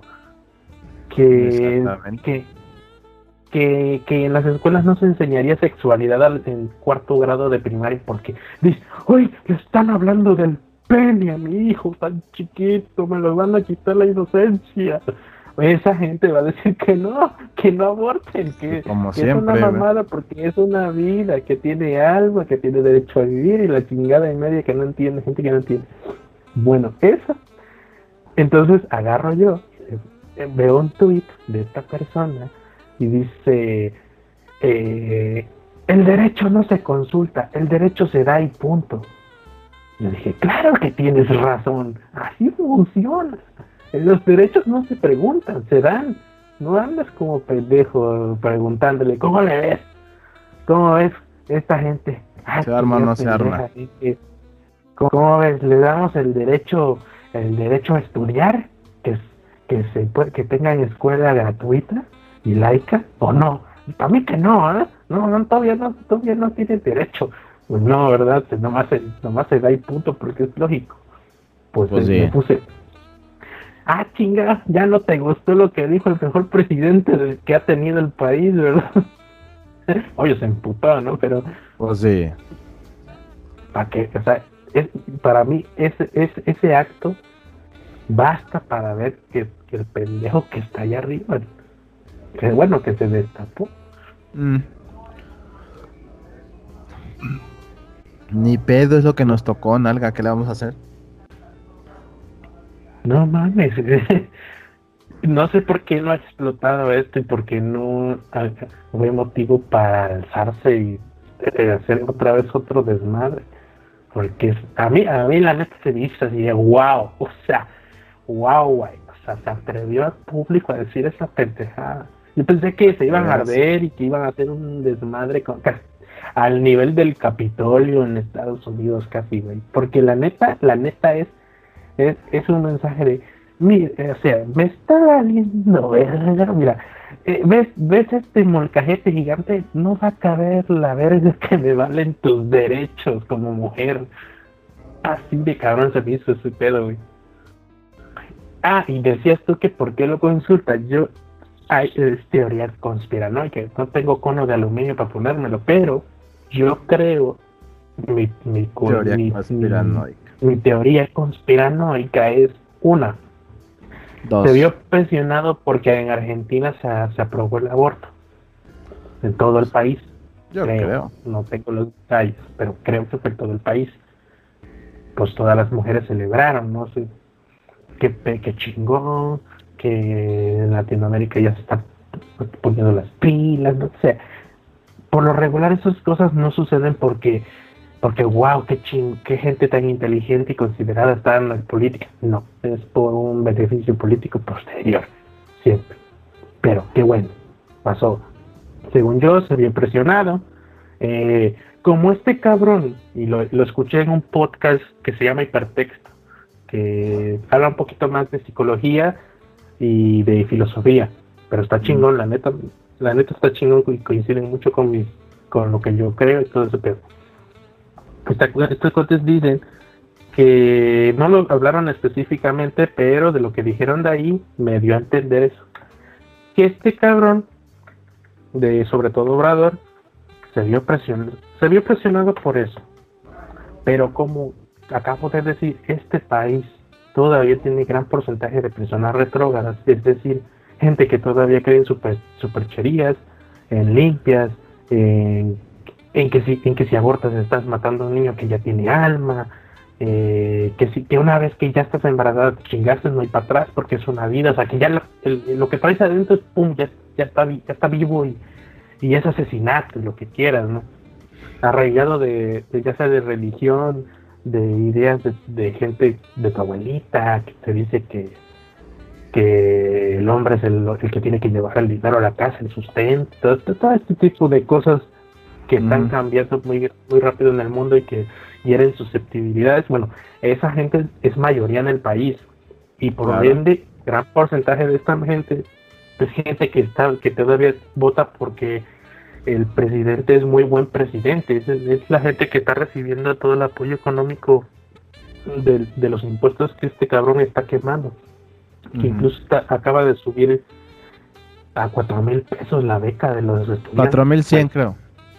Que, que, que, que en las escuelas no se enseñaría sexualidad al, en cuarto grado de primaria, porque dice, uy, le están hablando del pene a mi hijo tan chiquito, me lo van a quitar la inocencia. Esa gente va a decir que no, que no aborten, que, Como que siempre, es una mamada, ¿ve? Porque es una vida, que tiene alma, que tiene derecho a vivir, y la chingada y media que no entiende, gente que no entiende. Bueno, eso. Entonces agarro yo, eh, veo un tweet de esta persona y dice, eh, el derecho no se consulta, el derecho se da y punto. Y dije, claro que tienes razón, así funciona. Los derechos no se preguntan, se dan. No andas como pendejo preguntándole, ¿cómo le ves? ¿Cómo ves esta gente? Ay, se arma o no se arma. ¿Cómo ves? Le damos el derecho, el derecho a estudiar, que, que se puede, que tengan escuela gratuita y laica, o no. Para mí que no, ¿eh? No, no, todavía no, todavía no tiene derecho. Pues no, ¿verdad? Nomás se, nomás se da y punto, porque es lógico. Pues, pues sí. Me puse. ah, chinga, ya no te gustó lo que dijo el mejor presidente del que ha tenido el país, ¿verdad? Oye, se emputó, ¿no? Pero... Pues sí. ¿Para qué? O sea, es, para mí ese, ese, ese acto basta para ver que, que el pendejo que está allá arriba, que bueno, que se destapó. Mm. Ni pedo es lo que nos tocó, nalga, ¿qué le vamos a hacer? No mames, no sé por qué no ha explotado esto y por qué no hay motivo para alzarse y eh, hacer otra vez otro desmadre. Porque es, a mí, a mí la neta se me hizo así de wow, o sea, wow, güey, o sea, se atrevió al público a decir esa pendejada. Yo pensé que se iban a arder y que iban a hacer un desmadre con, casi, al nivel del Capitolio en Estados Unidos casi, güey. Porque la neta, la neta es, es, es un mensaje de, mira, o sea, me está valiendo verga, mira, eh, ves, ves este molcajete gigante, no va a caber la verga que me valen tus derechos como mujer. Así de cabrón se me hizo ese pedo, güey. Ah, y decías tú que por qué lo consultas. Yo, hay es teoría conspiranoica, no tengo cono de aluminio para ponérmelo, pero yo creo mi, mi, Teoría mi, conspiranoica. mi, mi teoría conspiranoica es una. Dos. Se vio presionado porque en Argentina se, se aprobó el aborto en todo el país. Yo creo. creo. No tengo los detalles, pero creo que fue en todo el país. Pues todas las mujeres celebraron, no sé, qué, qué chingón, que en Latinoamérica ya se están poniendo las pilas, no sé. Por lo regular esas cosas no suceden porque, porque wow, qué ching, qué gente tan inteligente y considerada está en la política. No, es por un beneficio político posterior, siempre. Pero qué bueno, pasó. Según yo, se vio presionado. Eh, como este cabrón, y lo, lo escuché en un podcast que se llama Hipertexto, que habla un poquito más de psicología y de filosofía, pero está chingón, la neta, la neta está chingón y coinciden mucho con mis, con lo que yo creo y todo ese pedo. Estos cotes dicen que no lo hablaron específicamente, pero de lo que dijeron de ahí me dio a entender eso, que este cabrón, de sobre todo Obrador, se vio presionado, se vio presionado por eso, pero como acabo de decir, este país todavía tiene gran porcentaje de personas retrógradas, es decir, gente que todavía cree en super, supercherías, en limpias, en, en, que si, en que si abortas estás matando a un niño que ya tiene alma, eh, que, si, que una vez que ya estás embarazada te chingaste, no hay para atrás porque es una vida, o sea que ya lo, el, lo que traes adentro es pum, ya, ya, está, ya está vivo y, y es asesinato, lo que quieras, ¿no? Arraigado de, de ya sea de religión, de ideas de, de gente de tu abuelita que te dice que que el hombre es el, el que tiene que llevar el dinero a la casa, el sustento, todo, todo este tipo de cosas que mm. están cambiando muy muy rápido en el mundo y que hieren susceptibilidades. Bueno, esa gente es mayoría en el país y por claro. ende gran porcentaje de esta gente es gente que está que todavía vota porque el presidente es muy buen presidente, es, es la gente que está recibiendo todo el apoyo económico de, de los impuestos que este cabrón está quemando, que uh-huh. incluso está, acaba de subir a cuatro mil pesos la beca de los estudiantes. Cuatro mil cien creo.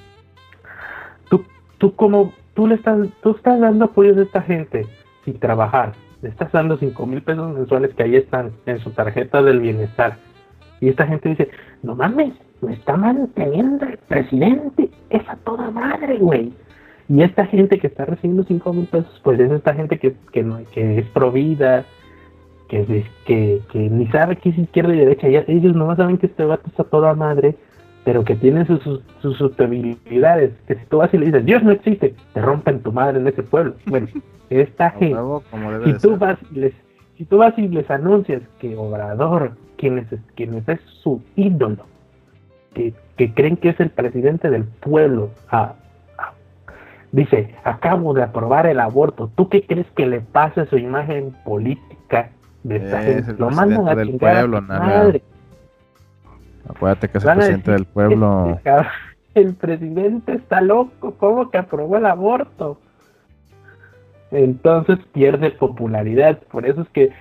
Tú, tú como, tú le estás, tú estás dando apoyo a esta gente sin trabajar, le estás dando cinco mil pesos mensuales que ahí están en su tarjeta del bienestar, y esta gente dice, no mames, me está manteniendo el presidente, es a toda madre, güey. Y esta gente que está recibiendo cinco mil pesos, pues es esta gente que, que, no, que es pro vida, que, que, que ni sabe qué es izquierda y derecha, ya, ellos no saben que este vato es a toda madre, pero que tiene sus, sus, sus susceptibilidades, que si tú vas y le dices, Dios no existe, te rompen tu madre en ese pueblo. Bueno, esta gente, si tú vas y les, si tú vas y les anuncias que Obrador, quien es, quien es su ídolo, Que, que creen que es el presidente del pueblo, ah, ah, dice, acabo de aprobar el aborto, ¿tú qué crees que le pasa a su imagen política de esta es gente? Lo mandan a del pueblo, madre. Acuérdate que es el presidente decir, del pueblo. El presidente está loco, ¿cómo que aprobó el aborto? Entonces pierde popularidad, por eso es que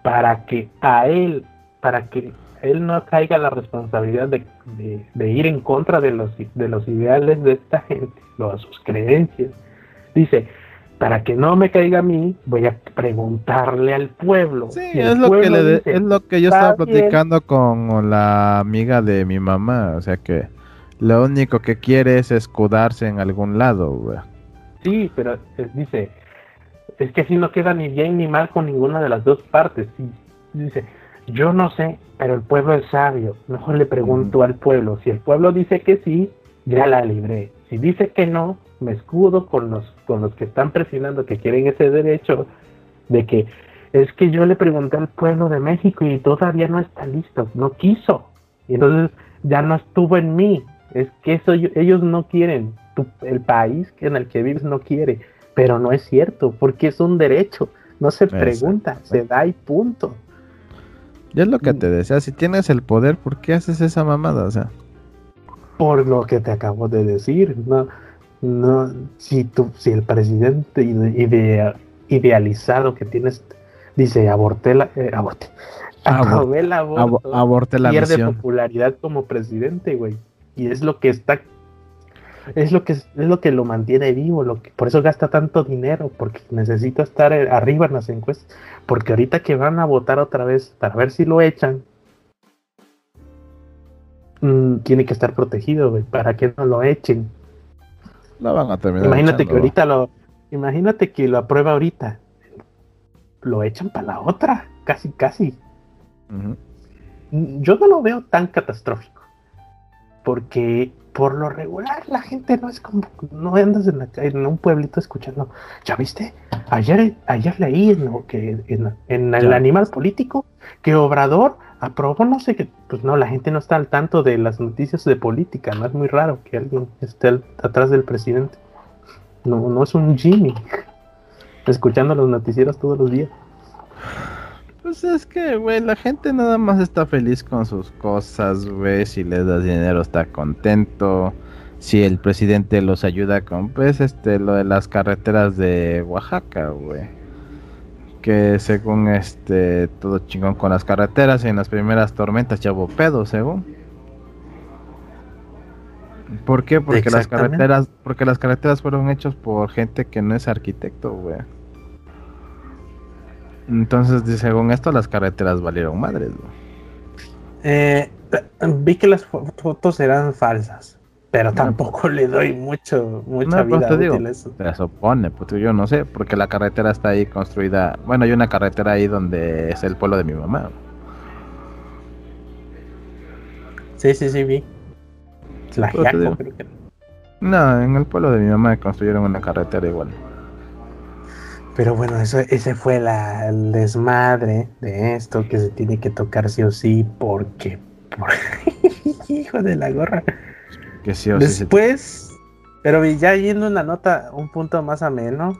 para que a él, para que él no caiga la responsabilidad de, de, de ir en contra de los, de los ideales de esta gente, o sus creencias. Dice, para que no me caiga a mí, voy a preguntarle al pueblo. Sí, es lo, que le de, dice, es lo que yo estaba platicando bien. Con la amiga de mi mamá, o sea que lo único que quiere es escudarse en algún lado, güey. Sí, pero es, dice, es que así no queda ni bien ni mal con ninguna de las dos partes. Sí, dice, yo no sé, pero el pueblo es sabio, mejor le pregunto mm. al pueblo. Si el pueblo dice que sí, ya la libré. Si dice que no, me escudo con los con los que están presionando, que quieren ese derecho, de que es que yo le pregunté al pueblo de México y todavía no está listo, no quiso, y entonces ya no estuvo en mí. Es que eso ellos no quieren, tu, el país en el que vives no quiere, pero no es cierto, porque es un derecho, no se Exacto. pregunta, se da y punto. Ya es lo que te decía, si tienes el poder, ¿por qué haces esa mamada? O sea, por lo que te acabo de decir, no, no, si tú, si el presidente ide, idealizado que tienes dice aborté la, eh, aborté, aprobé el aborto, Ab- aborté la pierde misión. popularidad como presidente, güey, y es lo que está, es lo que es lo que lo mantiene vivo, lo que, por eso gasta tanto dinero, porque necesita estar arriba en las encuestas, porque ahorita que van a votar otra vez para ver si lo echan, mmm, tiene que estar protegido, güey, para que no lo echen. Lo van a terminar imagínate echando. que ahorita lo imagínate que lo aprueba ahorita, lo echan para la otra, casi casi. Uh-huh. Yo no lo veo tan catastrófico, porque por lo regular la gente no es como, no andas en, la, en un pueblito escuchando, ¿ya viste? Ayer, ayer leí ¿no? que en, en el Animal Político que Obrador aprobó no sé qué. Pues no, la gente no está al tanto de las noticias de política, no es muy raro que alguien esté al, atrás del presidente. No, no es un Jimmy escuchando los noticieros todos los días. Pues es que, güey, la gente nada más está feliz con sus cosas, güey. Si les das dinero está contento. Si el presidente los ayuda con, pues, este, lo de las carreteras de Oaxaca, güey. Que según, este, todo chingón con las carreteras. Y en las primeras tormentas ya hubo pedo, según. ¿Por qué? Porque las carreteras, porque las carreteras fueron hechas por gente que no es arquitecto, güey. Entonces, según esto, las carreteras valieron madres, güey. Eh, vi que las fotos eran falsas, pero no, tampoco le doy mucho mucha no, vida útil digo, a eso. Se supone, pues yo no sé, porque la carretera está ahí construida. Bueno, hay una carretera ahí donde es el pueblo de mi mamá. Sí, sí, sí, vi. La Giaco, creo que no, en el pueblo de mi mamá construyeron una carretera igual. Pero bueno, eso, ese fue la, el desmadre de esto que se tiene que tocar sí o sí, porque... Por... Hijo de la gorra. Que sí o Después, sí se... pero ya yendo una nota, un punto más ameno,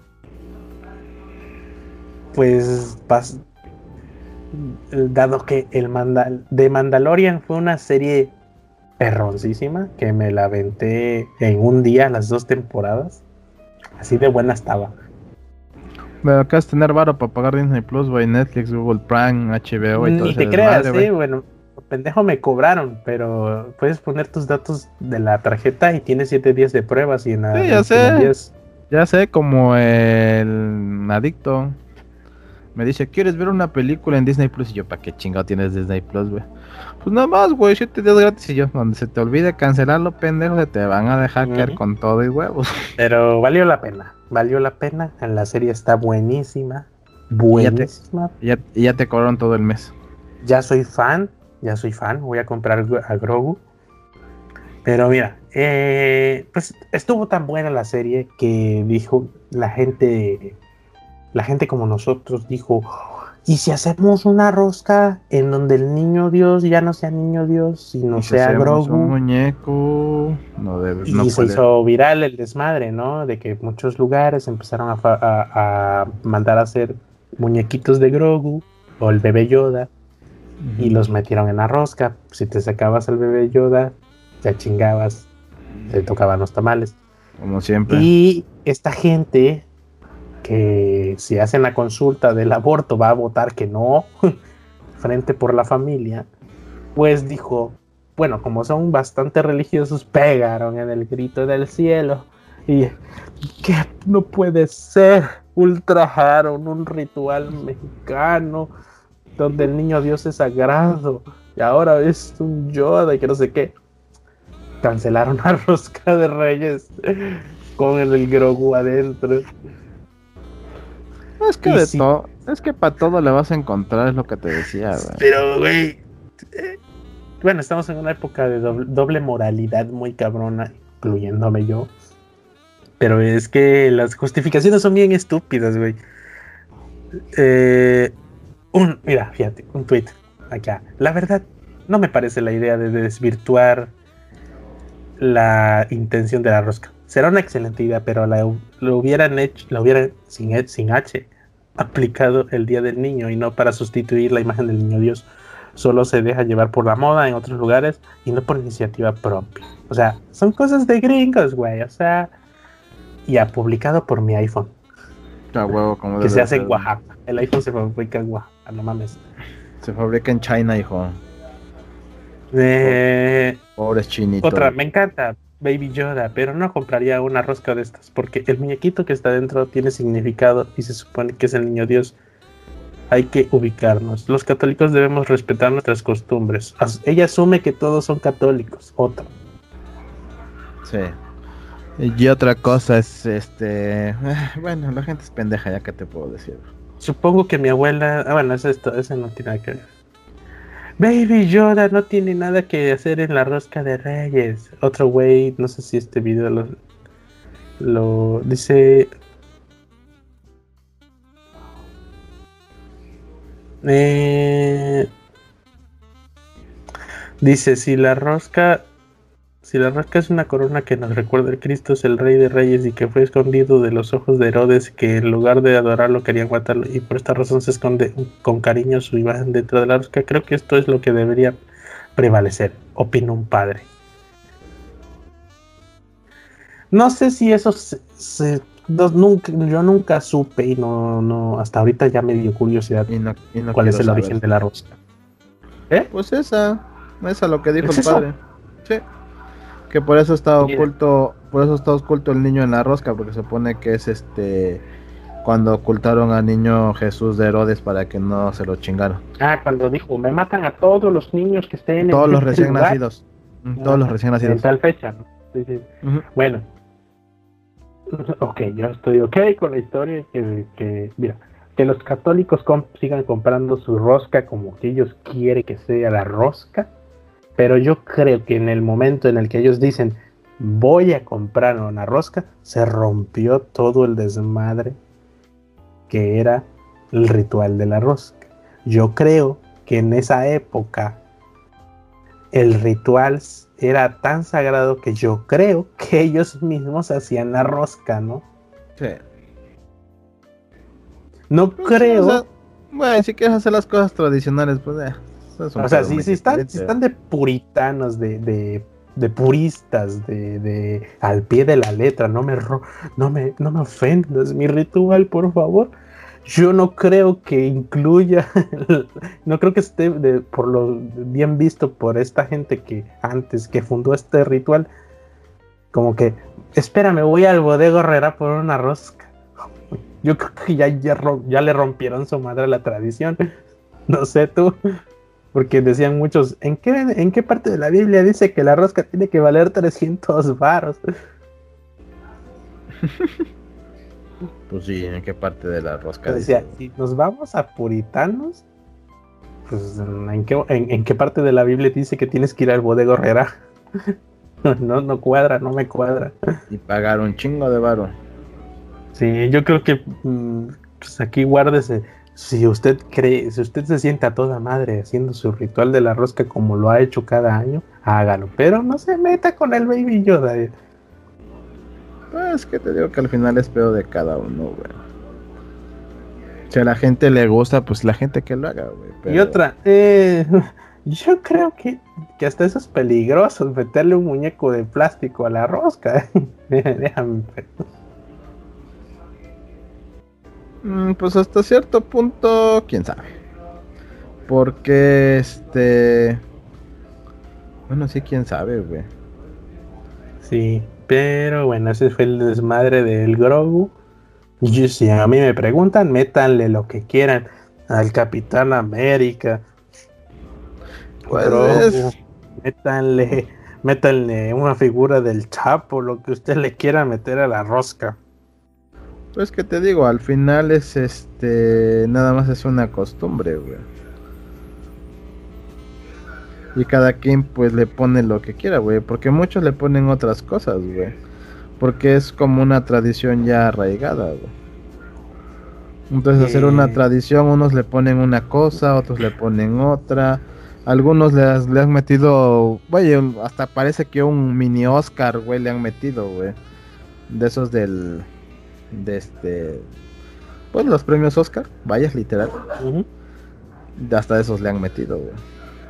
pues, pas... dado que el Mandal... de Mandalorian fue una serie perroncísima, que me la aventé en un día las dos temporadas, así de buena estaba. Pero acá es tener varo para pagar Disney Plus, güey, Netflix, Google Prime, H B O y Ni todo te ese creas, desmadre, sí, bueno, pendejo me cobraron, pero puedes poner tus datos de la tarjeta y tienes siete días de pruebas y en la, sí, ya sé, días... ya sé, como el adicto me dice, ¿quieres ver una película en Disney Plus? Y yo, ¿para qué chingado tienes Disney Plus, güey? Pues nada más, güey, siete días gratis y yo, donde se te olvide cancelarlo, pendejo, se te van a dejar uh-huh. caer con todo y huevos. Pero valió la pena, valió la pena, la serie está buenísima, buenísima. Y ya te, ya, ya te cobraron todo el mes. Ya soy fan, ya soy fan, voy a comprar a Grogu. Pero mira, eh, pues estuvo tan buena la serie que dijo la gente, la gente como nosotros dijo... ¿Y si hacemos una rosca en donde el niño Dios ya no sea niño Dios, sino si sea Grogu? Un muñeco. No debe, y no se puede. hizo viral el desmadre, ¿no? De que muchos lugares empezaron a, a, a mandar a hacer muñequitos de Grogu o el bebé Yoda uh-huh. y los metieron en la rosca. Si te sacabas al bebé Yoda, ya chingabas, te tocaban los tamales. Como siempre. Y esta gente... que si hacen la consulta del aborto va a votar que no, Frente por la Familia, pues dijo, bueno, como son bastante religiosos, pegaron en el grito del cielo y que no puede ser, ultrajaron un ritual mexicano donde el niño Dios es sagrado y ahora es un Yoda y que no sé qué. Cancelaron la rosca de Reyes con el, el Grogu adentro. Es que y de sí, todo, es que para todo le vas a encontrar, es lo que te decía, güey. Pero, güey, eh, bueno, estamos en una época de doble, doble moralidad muy cabrona, incluyéndome yo. Pero es que las justificaciones son bien estúpidas, güey. Eh, un, mira, fíjate, un tweet acá. La verdad, no me parece la idea de desvirtuar la intención de la rosca. Será una excelente idea, pero la, lo hubieran hecho, la hubieran sin, sin H aplicado el Día del Niño y no para sustituir la imagen del Niño Dios. Solo se deja llevar por la moda en otros lugares y no por iniciativa propia. O sea, son cosas de gringos, güey. O sea, y ha publicado por mi iPhone. Ah, huevo, como que se hace en Oaxaca. El iPhone se fabrica en Oaxaca, no mames. Se fabrica en China, hijo. Eh, Pobres chinitos. Otra, me encanta Baby Yoda, pero no compraría una rosca de estas porque el muñequito que está dentro tiene significado y se supone que es el niño Dios. Hay que ubicarnos. Los católicos debemos respetar nuestras costumbres. As- ella asume que todos son católicos. Otra. Sí. Y otra cosa es, este... Bueno, la gente es pendeja, ya que te puedo decir. Supongo que mi abuela... Ah, bueno, eso, esto, eso no tiene nada que ver. Baby Yoda no tiene nada que hacer en la rosca de Reyes. Otro güey, no sé si este video lo... Lo dice... Eh, dice, si la rosca... Si la rosca es una corona que nos recuerda el Cristo es el Rey de Reyes y que fue escondido de los ojos de Herodes, que en lugar de adorarlo querían matarlo y por esta razón se esconde con cariño su imagen dentro de la rosca, creo que esto es lo que debería prevalecer, opina un padre. No sé si eso se, se, no, nunca, yo nunca supe y no, no hasta ahorita ya me dio curiosidad y no, y no cuál es el saber. origen de la rosca. ¿Eh? Pues esa, esa lo que dijo ¿Es el eso? padre. Sí. Que por eso está oculto, por eso está oculto el niño en la rosca, porque se supone que es este cuando ocultaron al niño Jesús de Herodes para que no se lo chingaron. Ah, cuando dijo, me matan a todos los niños que estén todos en los este recién lugar. nacidos. Todos ah, los recién nacidos. En tal fecha, ¿no? Sí, sí. Uh-huh. Bueno. Ok, yo estoy ok con la historia que, que mira, que los católicos comp- sigan comprando su rosca como que ellos quieren que sea la rosca. Pero yo creo que en el momento en el que ellos dicen voy a comprar una rosca, se rompió todo el desmadre que era el ritual de la rosca. Yo creo que en esa época el ritual era tan sagrado que yo creo que ellos mismos hacían la rosca, ¿no? Sí. No pues creo... Sí, o sea, bueno, si quieres hacer las cosas tradicionales, pues... Eh. O sea, si, si, están, si están de puritanos, de, de, de puristas, de, de al pie de la letra, no me, ro, no, me, no me ofendas, mi ritual, por favor. Yo no creo que incluya, no creo que esté de, por lo bien visto por esta gente que antes que fundó este ritual, como que, espérame, voy al Bodega Herrera por una rosca. Yo creo que ya, ya, ya le rompieron su madre a la tradición. No sé tú. Porque decían muchos, ¿en qué, ¿en qué parte de la Biblia dice que la rosca tiene que valer trescientos varos? Pues sí, ¿en qué parte de la rosca dice? Decía, si nos vamos a puritanos, pues ¿en qué, en, ¿en qué parte de la Biblia dice que tienes que ir al Bodega Herrera? No, no cuadra, no me cuadra. Y pagar un chingo de varo. Sí, yo creo que pues aquí guárdese. Si usted cree, si usted se siente a toda madre haciendo su ritual de la rosca como lo ha hecho cada año, hágalo, pero no se meta con el Baby Yoda. Pues que te digo que al final es pedo de cada uno, güey. Si a la gente le gusta, pues la gente que lo haga, güey. Pero... Y otra, eh, yo creo que, que hasta eso es peligroso, meterle un muñeco de plástico a la rosca. Déjame. Mm, pues hasta cierto punto, quién sabe. Porque este... Bueno, sí, quién sabe, güey. Sí, pero bueno, ese fue el desmadre del Grogu. Y si a mí me preguntan, métanle lo que quieran al Capitán América, Pues Grogu, es... métanle, métanle una figura del Chapo, lo que usted le quiera meter a la rosca. Pues que te digo, al final es este... Nada más es una costumbre, güey. Y cada quien pues le pone lo que quiera, güey. Porque muchos le ponen otras cosas, güey. Porque es como una tradición ya arraigada, güey. Entonces hacer una Eh, tradición, unos le ponen una cosa, otros le ponen otra. Algunos le, le han metido, vaya, hasta parece que un mini Oscar, güey, le han metido, güey. De esos del, de este, pues los premios Oscar, vaya, literal. uh-huh. Hasta esos le han metido, güey.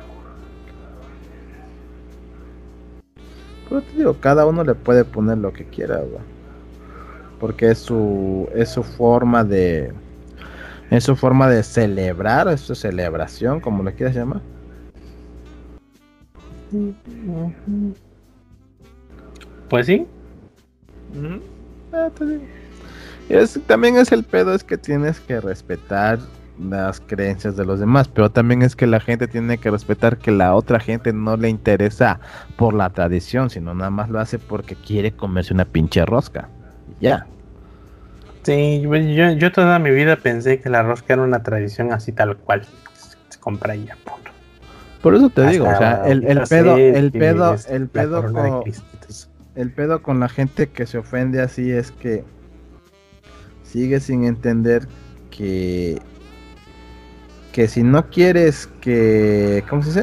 Pero te digo, cada uno le puede poner lo que quiera, güey. Porque es su, es su forma de, es su forma de celebrar, es su celebración, como lo quieras llamar. Pues sí. Uh-huh. Ah, te digo. Es, también es el pedo, es que tienes que respetar las creencias de los demás, pero también es que la gente tiene que respetar que la otra gente no le interesa por la tradición, sino nada más lo hace porque quiere comerse una pinche rosca. Ya. Sí, yo, yo toda mi vida pensé que la rosca era una tradición así tal cual. Se compra y ya, punto. Por eso te Hasta digo, o sea, el, el pedo, el pedo, el pedo con, el pedo con la gente que se ofende así es que sigue sin entender que que si no quieres que, ¿cómo se dice?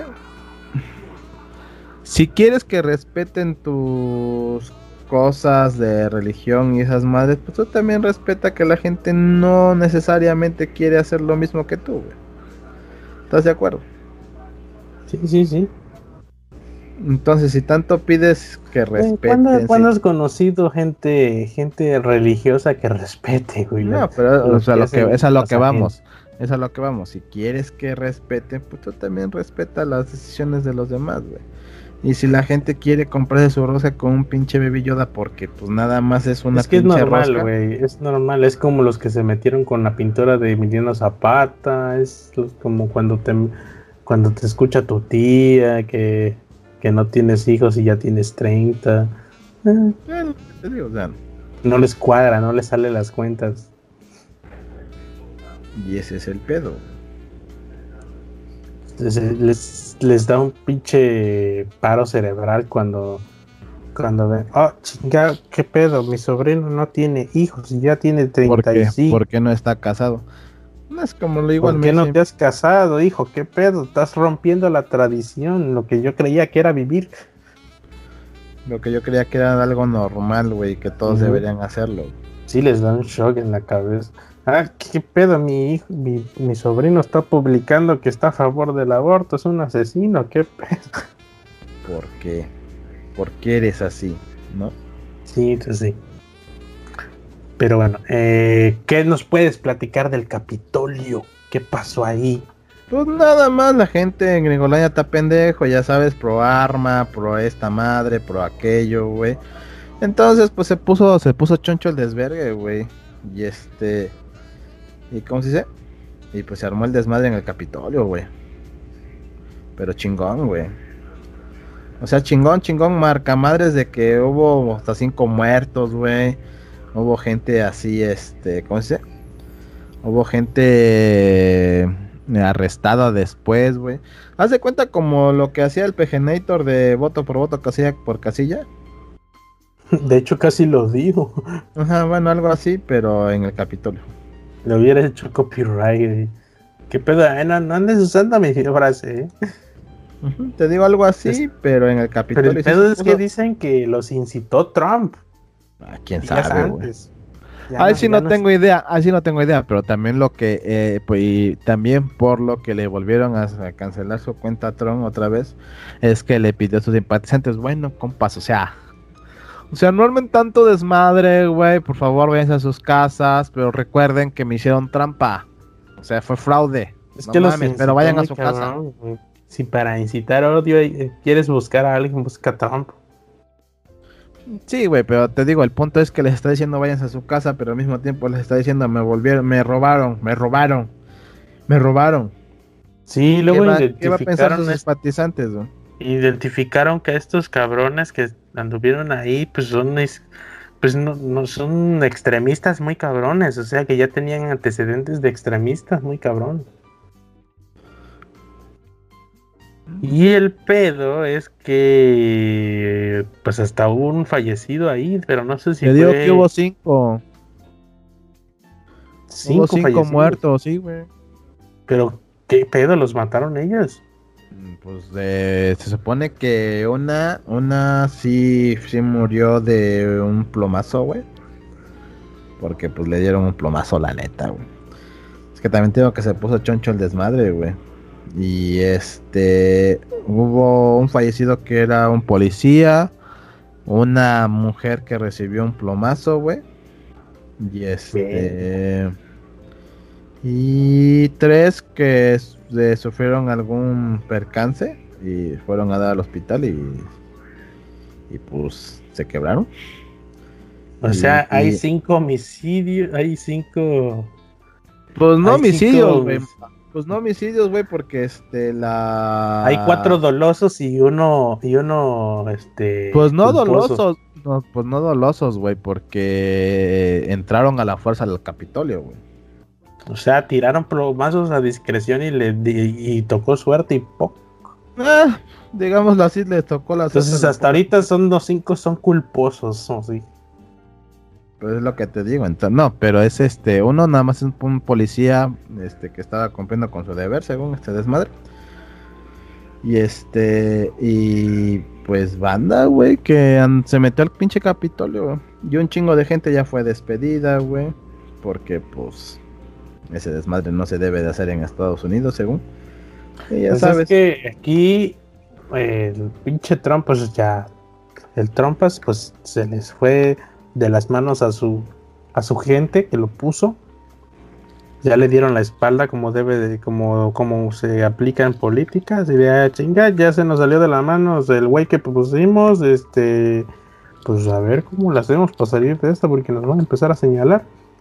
Si quieres que respeten tus cosas de religión y esas madres, pues tú también respeta que la gente no necesariamente quiere hacer lo mismo que tú, güey. ¿Estás de acuerdo? Sí, sí, sí. Entonces, si tanto pides que respeten... ¿Cuándo, ¿cuándo has conocido gente gente religiosa que respete, güey? No, pero o sea, lo que, es a lo que vamos. Es a lo que vamos. Si quieres que respeten, pues tú también respeta las decisiones de los demás, güey. Y si la gente quiere comprarse su rosca con un pinche Baby Yoda porque pues nada más es una es que pinche es normal, güey, es normal, es como los que se metieron con la pintura de Emiliano Zapata, es como cuando te cuando te escucha tu tía que, que no tienes hijos y ya tienes treinta. Eh, eh, te digo, o sea, no les cuadra, no les sale las cuentas. Y ese es el pedo. Les, les, les da un pinche paro cerebral cuando cuando ven, oh, chinga, qué pedo, mi sobrino no tiene hijos y ya tiene treinta y cinco. ¿Por qué no está casado? No es como lo igual. ¿Por qué no te has casado, hijo? ¿Qué pedo? Estás rompiendo la tradición, lo que yo creía que era vivir. Lo que yo creía que era algo normal, güey, que todos uh-huh. deberían hacerlo. Sí, les da un shock en la cabeza. Ah, qué pedo, mi hijo, mi, mi sobrino está publicando que está a favor del aborto, es un asesino, qué pedo. ¿Por qué? ¿Por qué eres así? ¿No? Sí, pues sí. Pero bueno, eh, ¿qué nos puedes platicar del Capitolio? ¿Qué pasó ahí? Pues nada más, la gente en Gringolandia está pendejo, ya sabes, pro arma, pro esta madre, pro aquello, güey. Entonces, pues se puso, se puso choncho el desvergue, güey. Y este... ¿Y cómo se dice? Y pues se armó el desmadre en el Capitolio, güey. Pero chingón, güey. O sea, chingón, chingón, marca madres de que hubo hasta cinco muertos, güey. Hubo gente así, este, ¿cómo se dice? Hubo gente arrestada después, güey. Haz de cuenta como lo que hacía el Pegenator de voto por voto, casilla por casilla. De hecho, casi lo dijo. Ajá, bueno, algo así, pero en el Capitolio. Le hubiera hecho copyright. Eh. ¿Qué pedo? Eh, no, no andes usando mi frase, ¿eh? Uh-huh, te digo algo así, es, pero en el Capitolio. Pero el pedo es puso... que dicen que los incitó Trump. Ah, quién sabe, güey. Ahí no, sí no, no tengo es... idea, ahí sí no tengo idea, pero también lo que, eh, pues, y también por lo que le volvieron a, a cancelar su cuenta a Trump otra vez, es que le pidió a sus simpatizantes, bueno, compas, o sea, O sea, no armen tanto desmadre, güey. Por favor, váyanse a sus casas. Pero recuerden que me hicieron trampa. O sea, fue fraude. Es No que los mames, incitó pero vayan a muy su cabrón, casa. güey. Si para incitar odio eh, quieres buscar a alguien, busca a Trump. Sí, güey, pero te digo, el punto es que les está diciendo váyanse a su casa, pero al mismo tiempo les está diciendo me volvieron, me robaron, me robaron, me robaron. Sí, ¿Qué luego va, qué va a pensar sus identificaron, es- simpatizantes, güey? identificaron que estos cabrones que anduvieron ahí, pues son, es- pues no, no son extremistas muy cabrones, o sea que ya tenían antecedentes de extremistas muy cabrón. Y el pedo es que pues hasta hubo un fallecido ahí, pero no sé si Te digo que fue hubo cinco, hubo cinco cinco fallecidos. muertos, sí, güey. Pero ¿qué pedo? ¿Los mataron ellos? Mm, Pues de- se supone que una, una sí, sí murió de un plomazo, güey. Porque pues le dieron un plomazo, la neta, güey. Es que también tengo que se puso choncho el desmadre, güey. Y este, hubo un fallecido que era un policía, una mujer que recibió un plomazo, güey. Y este, y tres que s- de- sufrieron algún percance y fueron a dar al hospital y, y pues se quebraron. O Y, sea, hay y, cinco homicidios, hay cinco, pues no hay homicidios, cinco, güey. Pues no homicidios, güey, porque este hay cuatro la dolosos y uno, y uno, este, Pues no culposo. dolosos, no, pues no dolosos, güey, porque entraron a la fuerza al Capitolio, güey. O sea, tiraron plomazos a discreción y le di- y tocó suerte y ¡pum! Ah, digámoslo así, les tocó la suerte. Entonces a la hasta pobre- ahorita son los cinco son culposos, ¿o sí? Pues es lo que te digo, entonces, no, pero es este, uno nada más es un policía, este, que estaba cumpliendo con su deber, según este desmadre. Y este, y pues banda, güey, que an- se metió al pinche Capitolio, güey. Y un chingo de gente ya fue despedida, güey, porque pues ese desmadre no se debe de hacer en Estados Unidos, según. Y ya Pues sabes. es que aquí eh, el pinche Trump, pues ya, el Trumpas, pues se les fue de las manos a su a su gente que lo puso. Ya le dieron la espalda como debe de, como, como se aplica en política. Así de, "Ah, chinga, ya se nos salió de las manos el güey que pusimos, este, pues a ver cómo lo hacemos para salir de esta, porque nos van a empezar a señalar.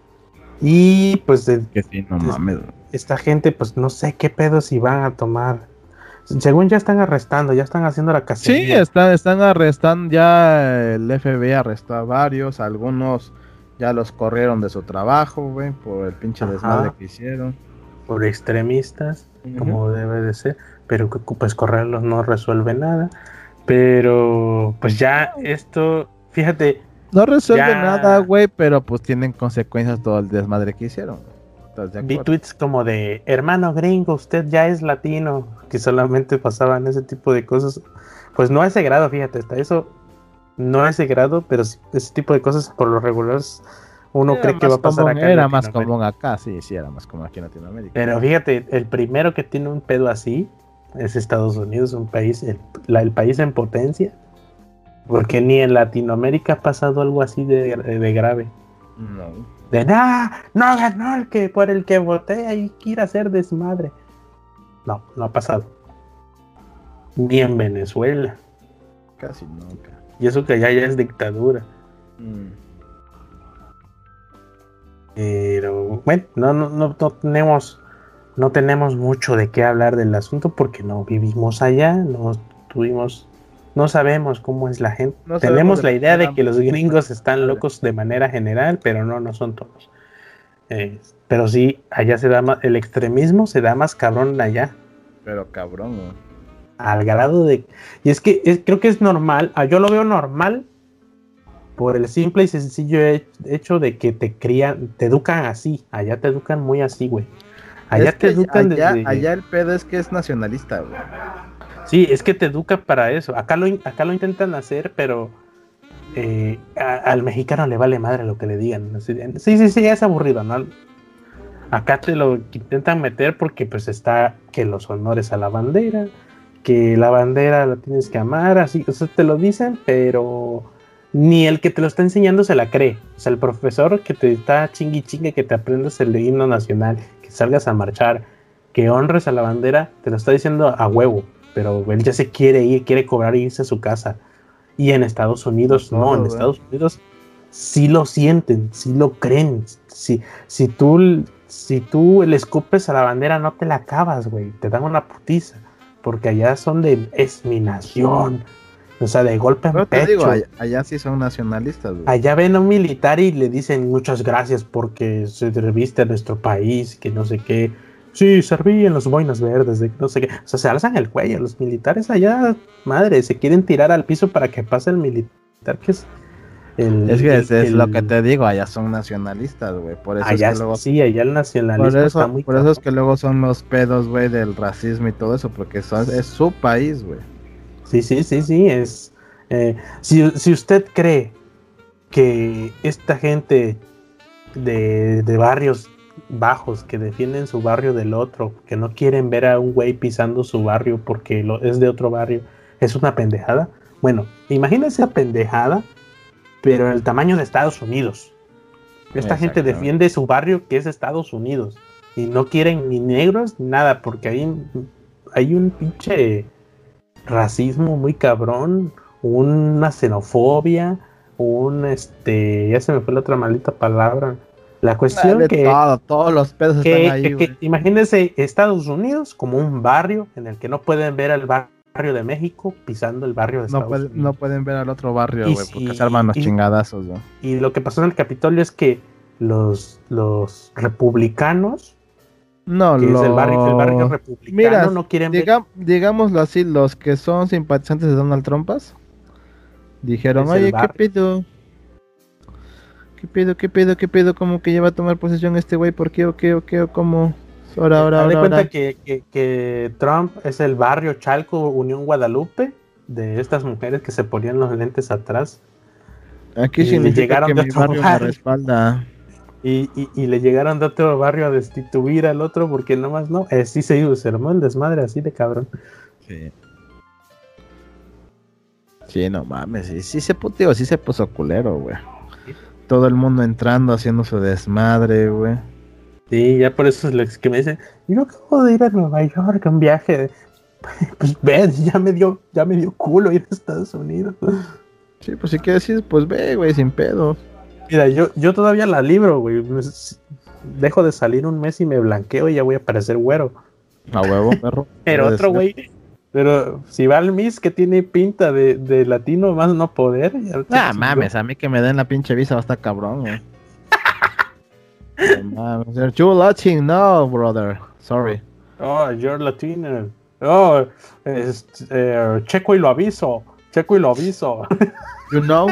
Y pues de, Que sí, no es- mames. esta gente, pues no sé qué pedo si van a tomar. Según ya están arrestando, ya están haciendo la Sí, cacería. están, están arrestando, ya el F B I arrestó a varios, algunos ya los corrieron de su trabajo, güey, por el pinche Ajá. desmadre que hicieron. Por extremistas, Ujú. como debe de ser, pero que pues correrlos no resuelve nada. Pero pues ya esto, fíjate, No resuelve ya nada, güey, pero pues tienen consecuencias todo el desmadre que hicieron. ¿Estás de vi acuerdo? tweets como de hermano gringo, usted ya es latino, que solamente pasaban ese tipo de cosas. Pues no a ese grado, fíjate, hasta eso no a ese grado, pero sí, ese tipo de cosas por lo regular uno Era cree que va más a pasar común, acá en era más Latinoamérica. común acá, sí, sí, era más común aquí en Latinoamérica. Pero fíjate, el primero que tiene un pedo así es Estados Unidos, un país, el, la- el país en potencia, porque ni en Latinoamérica ha pasado algo así de, de grave. No. De nah, no ganó el que por el que voté, ahí quiere hacer desmadre. No, no ha pasado. Ni en Venezuela. Casi nunca. Y eso que allá ya es dictadura. Mm. Pero bueno, no, no, no, no tenemos, no tenemos mucho de qué hablar del asunto porque no vivimos allá, no tuvimos, no sabemos cómo es la gente. No Tenemos sabemos la de idea de manera que los muy gringos están padre. locos de manera general, pero no, no son todos. Eh, pero sí, allá se da más, el extremismo se da más cabrón allá, Pero cabrón, güey. al grado de, y es que es- creo que es normal, ah, yo lo veo normal por el simple y sencillo he- hecho de que te crían, te educan así, allá te educan muy así, güey. Allá Es te que educan allá, desde... allá el pedo es que es nacionalista, güey. Sí, es que te educan para eso. Acá lo, in- acá lo intentan hacer, pero eh, a- al mexicano le vale madre lo que le digan. Así de, sí, sí, sí, es aburrido, ¿no? Acá te lo intentan meter porque pues está que los honores a la bandera, que la bandera la tienes que amar, así, o sea, te lo dicen, pero ni el que te lo está enseñando se la cree. O sea, el profesor que te está chingui chingue que te aprendas el himno nacional, que salgas a marchar, que honres a la bandera, te lo está diciendo a huevo, pero él ya se quiere ir, quiere cobrar e irse a su casa. Y en Estados Unidos no, no en Estados Unidos sí lo sienten, sí lo creen. Si, si, tú, si tú le escupes a la bandera, no te la acabas, güey, te dan una putiza, porque allá son de, es mi nación. O sea, de golpe en Pero te pecho. digo, allá, allá sí son nacionalistas, güey. Allá ven a un militar y le dicen muchas gracias porque se reviste a nuestro país, que no sé qué. Sí, serví en los boinas verdes, de no sé qué. O sea, se alzan el cuello. Los militares allá, madre, se quieren tirar al piso para que pase el militar, que es el... Es que el, es, es el, lo que te digo, allá son nacionalistas, güey. Por eso allá, es que luego... Sí, allá el nacionalismo por eso, está muy... Por eso es que luego son los pedos, güey, del racismo y todo eso, porque son, es su país, güey. Sí, sí, sí, sí, es... Eh, si, si usted cree que esta gente de, de barrios bajos que defienden su barrio del otro, que no quieren ver a un güey pisando su barrio porque lo, es de otro barrio, es una pendejada. Bueno, imagínense esa pendejada, pero el tamaño de Estados Unidos. Esta gente defiende su barrio, que es Estados Unidos, y no quieren ni negros ni nada, porque hay, hay un pinche racismo muy cabrón, una xenofobia, un este, ya se me fue la otra maldita palabra. La cuestión Dale, que todo, todos los pedos que, están ahí, que, que imagínense Estados Unidos como un barrio en el que no pueden ver al barrio de México pisando el barrio de no Estados puede, Unidos. No pueden ver al otro barrio, güey, si, porque se arman los y, chingadazos, güey. Y lo que pasó en el Capitolio es que los, los republicanos, no, que lo... es el barrio, el barrio republicano, Mira, no quieren diga, ver... digámoslo así, los que son simpatizantes de Donald Trumpas dijeron, oye, ¿qué pedo? ¿Qué pedo, qué pedo, qué pedo? ¿Cómo que ya va a tomar posesión este güey? ¿Por qué o qué o qué o cómo? Ahora, ahora, ahora. Haz de cuenta ahora. Que, que, que Trump es el barrio Chalco, Unión Guadalupe, de estas mujeres que se ponían los lentes atrás. Aquí y significa le llegaron que de mi otro barrio barrio. me respalda. Y, y, y le llegaron de otro barrio a destituir al otro porque nomás no. Eh, sí se hizo, se armó el desmadre así de cabrón. Sí. Sí, no mames, sí, sí se puteó, sí se puso culero, güey. Todo el mundo entrando, haciendo su desmadre, güey. Sí, ya por eso es lo que me dicen, yo acabo de ir a Nueva York, un viaje. Pues ven, ya me dio, ya me dio culo ir a Estados Unidos. Sí, pues si quieres ir, pues ve, güey, sin pedo. Mira, yo, yo todavía la libro, güey. Dejo de salir un mes y me blanqueo y ya voy a parecer güero. A huevo, perro. Pero otro güey, pero si va al Miss que tiene pinta de, de latino, más no poder. Ah, mames, a mí que me den la pinche visa va a estar cabrón, güey. No mames, you're Latin, no, brother. Sorry. Oh, you're Latino. Oh, es, eh, checo y lo aviso. Checo y lo aviso. You know?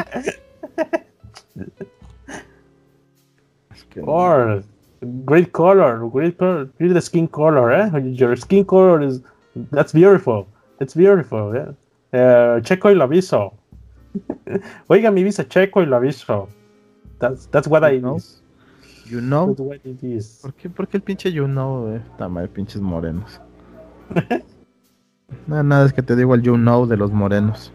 Or great color, great, great skin color, eh? Your skin color is that's beautiful. It's beautiful, yeah. Uh, checo y lo aviso. Oiga, mi visa, checo y lo aviso. That's that's what you I know? is. You know? That's what it is. ¿Por qué, ¿Por qué el pinche you know, güey? Está mal, pinches morenos. Nada, nada, es que te digo el you know de los morenos.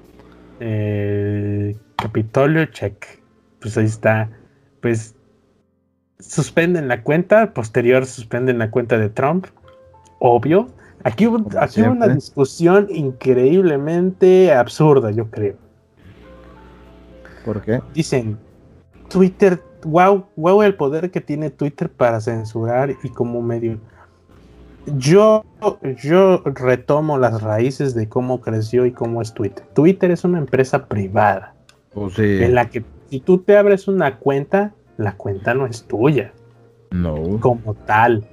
Eh, Capitolio, check. Pues ahí está. Pues suspenden la cuenta, posterior suspenden la cuenta de Trump. Obvio. Aquí hubo, aquí hubo una discusión increíblemente absurda, yo creo. ¿Por qué? Dicen, Twitter, wow, wow el poder que tiene Twitter para censurar y como medio. Yo, yo retomo las raíces de cómo creció y cómo es Twitter. Twitter es una empresa privada. Oh, sí. En la que si tú te abres una cuenta, la cuenta no es tuya. No. Como tal.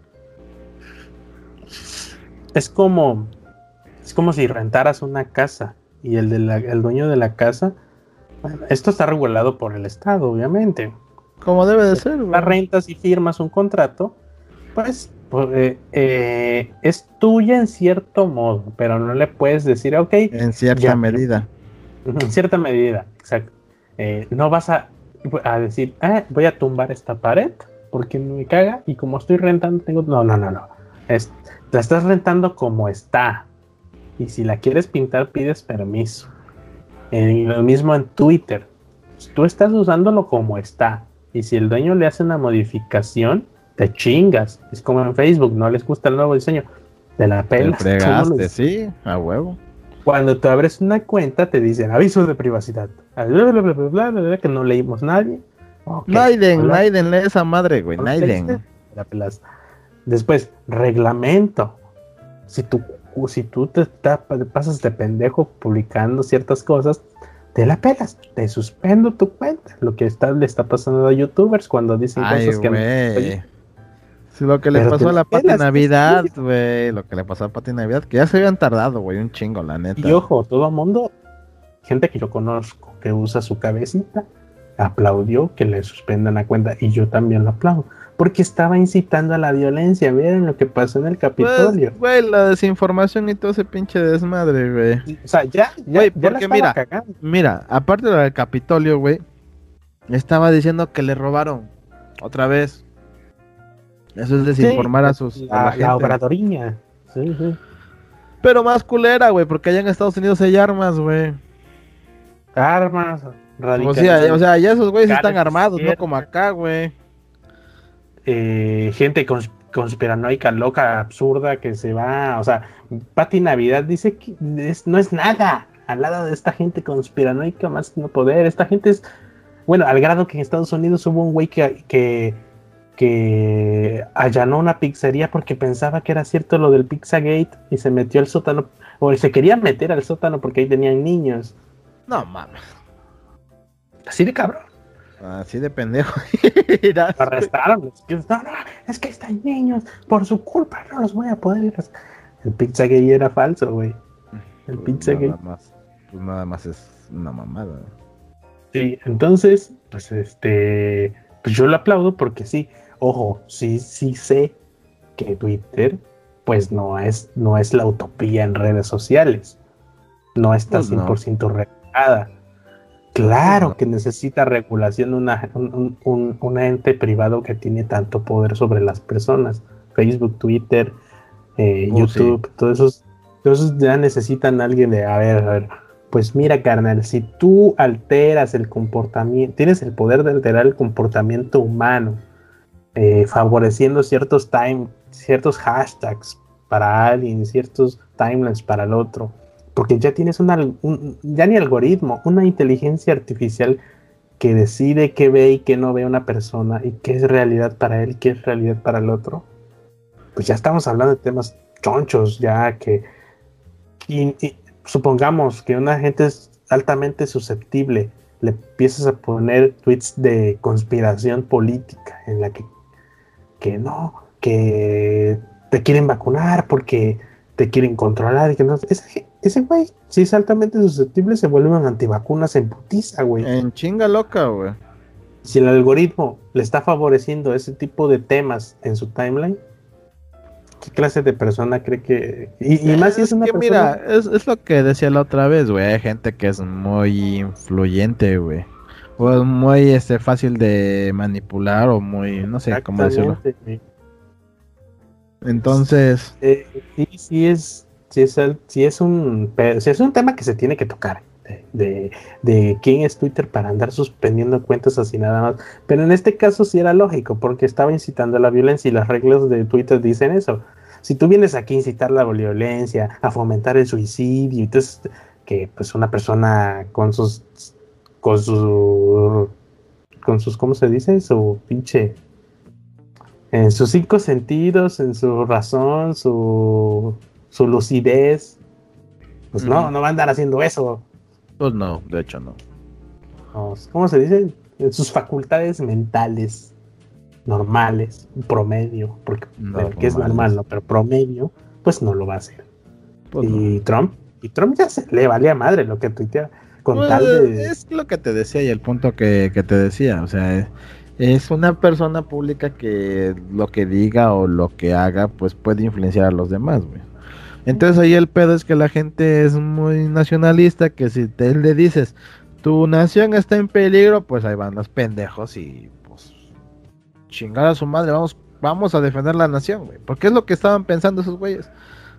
Es como, es como si rentaras una casa y el, de la, el dueño de la casa, bueno, esto está regulado por el Estado, obviamente. Como debe de ser, güey. La rentas y firmas un contrato, pues, pues eh, eh, es tuya en cierto modo, pero no le puedes decir, ok. En cierta ya, medida. En cierta medida, exacto. Eh, no vas a, a decir, ah, voy a tumbar esta pared porque me caga y como estoy rentando tengo... No, no, no, no. Es, la estás rentando como está. Y si la quieres pintar, pides permiso. En lo mismo en Twitter. Tú estás usándolo como está. Y si el dueño le hace una modificación, te chingas. Es como en Facebook, no les gusta el nuevo diseño. Te la pelas. Te fregaste, sí, a huevo. Cuando tú abres una cuenta, te dicen aviso de privacidad. Bla, bla, bla, bla, bla, bla, bla, que no leímos nadie. Okay. Naiden, Naiden, lee esa madre, güey. Naiden. Después, reglamento. Si tú, si tú te, te pasas de pendejo publicando ciertas cosas, te la pelas, te suspendo tu cuenta. Lo que está, le está pasando a youtubers cuando dicen Ay, cosas que wey. no. Sí, lo que le Pero pasó a la Pati pelas, Navidad, güey. Lo que le pasó a Pati Navidad, que ya se habían tardado, güey, un chingo, la neta. Y ojo, todo el mundo, gente que yo conozco que usa su cabecita, aplaudió que le suspendan la cuenta. Y yo también lo aplaudo. Porque estaba incitando a la violencia. Miren lo que pasó en el Capitolio. Pues, güey, la desinformación y todo ese pinche desmadre, güey. O sea, ya, ya, güey, ya porque mira, cagando. mira, aparte de lo del Capitolio, güey, estaba diciendo que le robaron otra vez. Eso es desinformar sí, a sus la, a la, la obradoriña. Sí, sí. Pero más culera, güey, porque allá en Estados Unidos hay armas, güey. Armas, o sea, o sea, ya esos güeyes están armados, no como acá, güey. Eh, gente cons conspiranoica, loca, absurda, que se va, o sea, Pati Navidad dice que es, no es nada al lado de esta gente conspiranoica más que no poder. Esta gente es, bueno, al grado que en Estados Unidos hubo un güey que, que, que allanó una pizzería porque pensaba que era cierto lo del Pizzagate y se metió al sótano, o se quería meter al sótano porque ahí tenían niños. No mames. Así de cabrón. Así de pendejo. Lo arrestaron. Es que, no, no, es que están niños. Por su culpa no los voy a poder. El Pizzagate era falso, güey. El pues Pizzagate. Nada más, pues nada más es una mamada. Sí, entonces, pues este. Pues yo lo aplaudo porque sí. Ojo, sí, sí sé que Twitter, pues no es, no es la utopía en redes sociales. No está pues cien por ciento no. regulada. Claro no. que necesita regulación una, un, un, un ente privado que tiene tanto poder sobre las personas. Facebook, Twitter, eh, oh, YouTube, sí. todos, esos, todos esos ya necesitan a alguien de, a ver, a ver, pues mira, carnal, si tú alteras el comportamiento, tienes el poder de alterar el comportamiento humano, eh, favoreciendo ciertos time, ciertos hashtags para alguien, ciertos timelines para el otro, porque ya tienes una, un, ya ni algoritmo, una inteligencia artificial que decide qué ve y qué no ve una persona y qué es realidad para él y qué es realidad para el otro. Pues ya estamos hablando de temas chonchos, ya que y, y, supongamos que una gente es altamente susceptible, le empiezas a poner tweets de conspiración política en la que, que no, que te quieren vacunar porque te quieren controlar y que no, ese, ese güey, si es altamente susceptible, se vuelven antivacunas en putiza, güey. En chinga loca, güey. Si el algoritmo le está favoreciendo ese tipo de temas en su timeline, ¿qué clase de persona cree que...? Y, y más si es, es una que persona... Mira, es, es lo que decía la otra vez, güey. Hay gente que es muy influyente, güey. O es muy este, fácil de manipular o muy... No sé cómo decirlo. Entonces... Eh, sí, sí es... Sí es, sí es un... Sí es un tema que se tiene que tocar. De, de, de quién es Twitter para andar suspendiendo cuentas así nada más. Pero en este caso sí era lógico, porque estaba incitando a la violencia y las reglas de Twitter dicen eso. Si tú vienes aquí a incitar la violencia, a fomentar el suicidio, entonces que pues una persona con sus con sus con sus ¿cómo se dice? Su pinche en sus cinco sentidos, en su razón, su su lucidez, pues uh-huh. no, no va a andar haciendo eso. Pues no, de hecho no. ¿Cómo se dice? En sus facultades mentales normales, promedio, porque no, que es normal, ¿no? Pero promedio, pues no lo va a hacer. Pues y no. Trump, y Trump ya se le valía madre lo que tuitea con pues tal de... Es lo que te decía y el punto que, que te decía, o sea, es, es una persona pública que lo que diga o lo que haga, pues puede influenciar a los demás, güey. Entonces ahí el pedo es que la gente es muy nacionalista, que si te le dices, tu nación está en peligro, pues ahí van los pendejos y pues chingar a su madre, vamos, vamos a defender la nación, güey. Porque es lo que estaban pensando esos güeyes.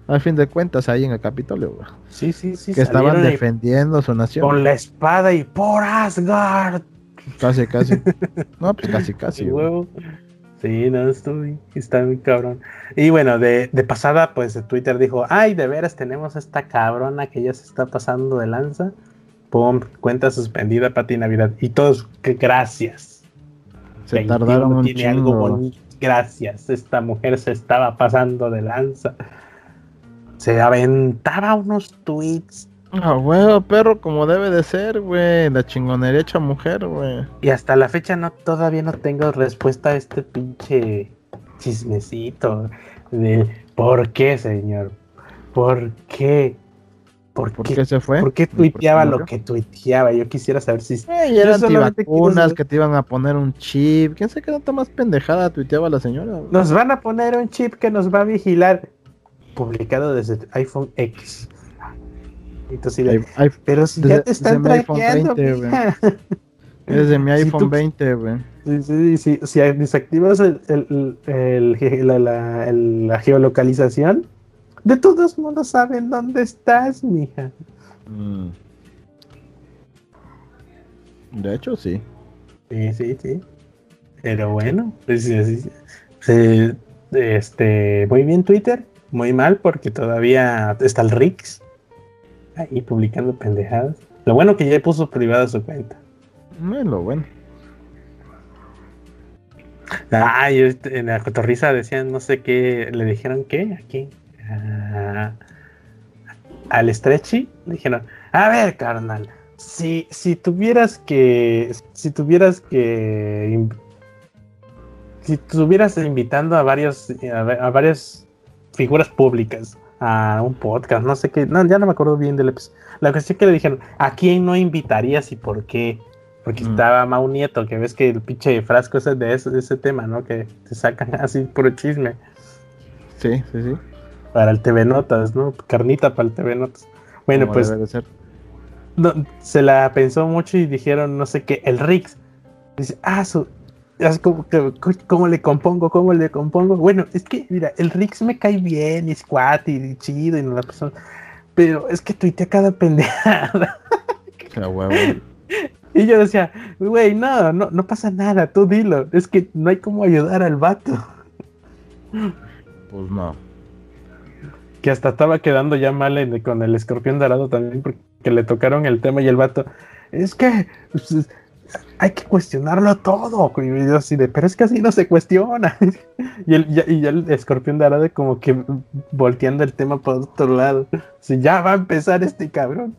al fin de cuentas ahí en el Capitolio, güey. Sí, sí, sí. Que estaban defendiendo su nación. Con la espada y por Asgard. Casi, casi. No, pues casi, casi. Huevo. Sí, no, estoy, está muy cabrón. Y bueno, de, de pasada, pues de Twitter dijo, ay, de veras tenemos esta cabrona que ya se está pasando de lanza. Pum, cuenta suspendida, Pati Navidad. Y todos, que gracias. Se tardaron un tiene chingo. Algo bonito. Gracias, esta mujer se estaba pasando de lanza. Se aventaba unos tweets. Ah, huevo, perro, como debe de ser, güey. La chingonería hecha mujer, güey. Y hasta la fecha no, todavía no tengo respuesta a este pinche chismecito de ¿por qué, señor? ¿Por qué? ¿Por, ¿Por qué? qué se fue? ¿Por qué tuiteaba ¿Por qué lo que tuiteaba? Yo quisiera saber si... Ey, eran antivacunas que te iban a poner un chip. ¿Quién sabe qué tanta más pendejada tuiteaba la señora? Güey? Nos van a poner un chip que nos va a vigilar. Publicado desde iPhone X. Entonces, Hay, hay, pero si desde, ya te están traqueando, desde mi iPhone si tú, veinte, güey. Sí, sí, sí, si desactivas el, el, el, el, la, la, el, la geolocalización, de todos modos saben dónde estás, mija. Mm. De hecho, sí. Sí, sí, sí. Pero bueno, pues, sí, sí, sí. Este, muy bien Twitter, muy mal porque todavía está el Rix ahí publicando pendejadas. Lo bueno que ya puso privada su cuenta. No es lo bueno. Ah, yo en la cotorriza decían no sé qué, le dijeron qué, aquí, ah, al Stretchy, le dijeron, a ver, carnal, si, si tuvieras que, si tuvieras que, si estuvieras invitando a varios, a, a varias figuras públicas a un podcast, no sé qué, no, ya no me acuerdo bien del episodio. La cuestión que le dijeron, ¿a quién no invitarías y por qué? Porque mm. estaba Mau Nieto, que ves que el pinche frasco ese de ese, de ese tema, ¿no? Que te sacan así puro chisme. Sí, sí, sí. Para el T V Notas, ¿no? Carnita para el T V Notas. Bueno, pues debe de ser. No, se la pensó mucho y dijeron, no sé qué, el Rix. Dice, ah, su, ¿cómo, ¿cómo le compongo? ¿Cómo le compongo? Bueno, es que, mira, el Rix me cae bien, y es cuate, y chido, y no la persona. Pero es que tuitea cada pendejada. Qué huevo. Y yo decía, güey, no, no, no pasa nada, tú dilo. Es que no hay cómo ayudar al vato. Pues no. Que hasta estaba quedando ya mal en, con el escorpión dorado también, porque le tocaron el tema y el vato, es que pues, hay que cuestionarlo todo. Y yo así de, pero es que así no se cuestiona. y, el, y, y el escorpión dorado como que volteando el tema por otro lado. Así, ya va a empezar este cabrón.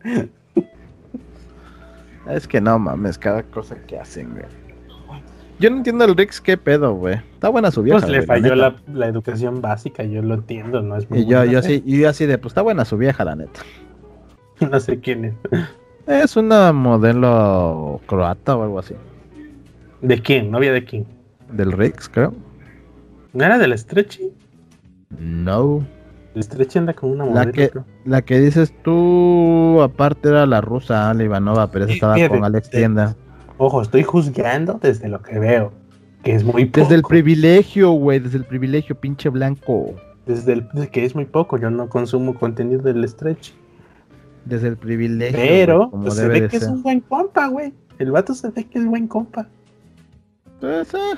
Es que no mames, cada cosa que hacen, güey. Yo no entiendo el Rix qué pedo, güey. Está buena su vieja. Pues le falló la, la, la educación básica, yo lo entiendo, no es muy Y yo, yo así, y yo así de, pues está buena su vieja, la neta. No sé quién es. Es una modelo croata o algo así. ¿De quién? ¿Novia de quién? Del Rix, creo. ¿No era del Stretchy? No. El Stretchy anda con una modelo. La que, la que dices tú, aparte era la rusa, Ale Ivanova, pero esa estaba sí, con Alex de, Tienda. Ojo, estoy juzgando desde lo que veo, que es muy poco. Desde el privilegio, güey, desde el privilegio, pinche blanco. Desde el desde que es muy poco, yo no consumo contenido del Stretch. Desde el privilegio. Pero güey, pues se ve que ser. Es un buen compa, güey. El vato se ve que es buen compa. Pues, eh.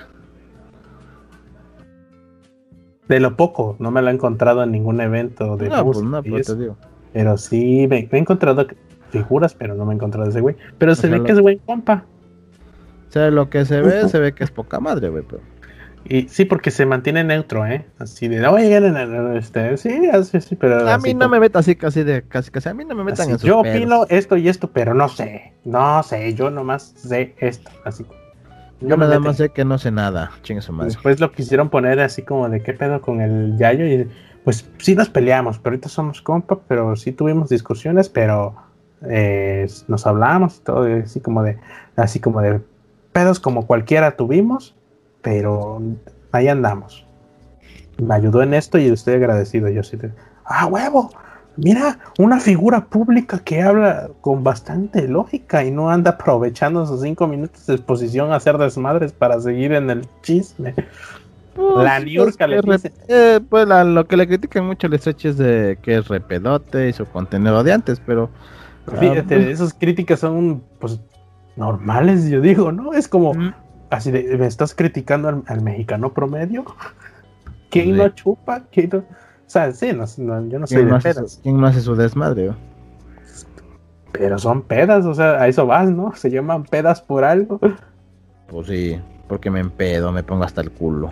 De lo poco, no me lo he encontrado en ningún evento de no, pues no, pues te digo. Pero sí, me, me he encontrado figuras, pero no me he encontrado ese güey. Pero o se ve lo... que es buen compa. O sea, lo que se ve, uh-huh. se ve que es poca madre, güey. Pero... Y sí, porque se mantiene neutro, ¿eh? Así de, oye, no, no, no, este, sí, así, sí, pero... A mí no como... me metan así, casi de, casi, casi, a mí no me metan así, en sus yo pedos. opino esto y esto, pero no sé, no sé, yo nomás sé esto, así. Yo nada meten. más sé que no sé nada, chingue su madre. Después lo quisieron poner así como de qué pedo con el Yayo y pues sí nos peleamos, pero ahorita somos compas, pero sí tuvimos discusiones, pero eh, nos hablamos y todo, así como de, así como de pedos como cualquiera tuvimos, pero ahí andamos. Me ayudó en esto y estoy agradecido. Yo sí te... ¡Ah, huevo! Mira, una figura pública que habla con bastante lógica y no anda aprovechando esos cinco minutos de exposición a hacer desmadres para seguir en el chisme. Pues, la niurca pues, le re- dice. eh, pues la- lo que le critican mucho al Stretch es de que es repedote y su contenido de antes, pero ah, Fíjate, pues, esas críticas son pues normales, yo digo, ¿no? Es como mm, así de, ¿me estás criticando al, al mexicano promedio? pues, ¿Quién sí. no chupa? ¿Quién no? O sea, sí, no, no, yo no soy ¿Quién no de hace su, pedas, quién no hace su desmadre? ¿No? pero son pedas, o sea, a eso vas, ¿no? Se llaman pedas por algo. Pues sí, porque me empedo, me pongo hasta el culo.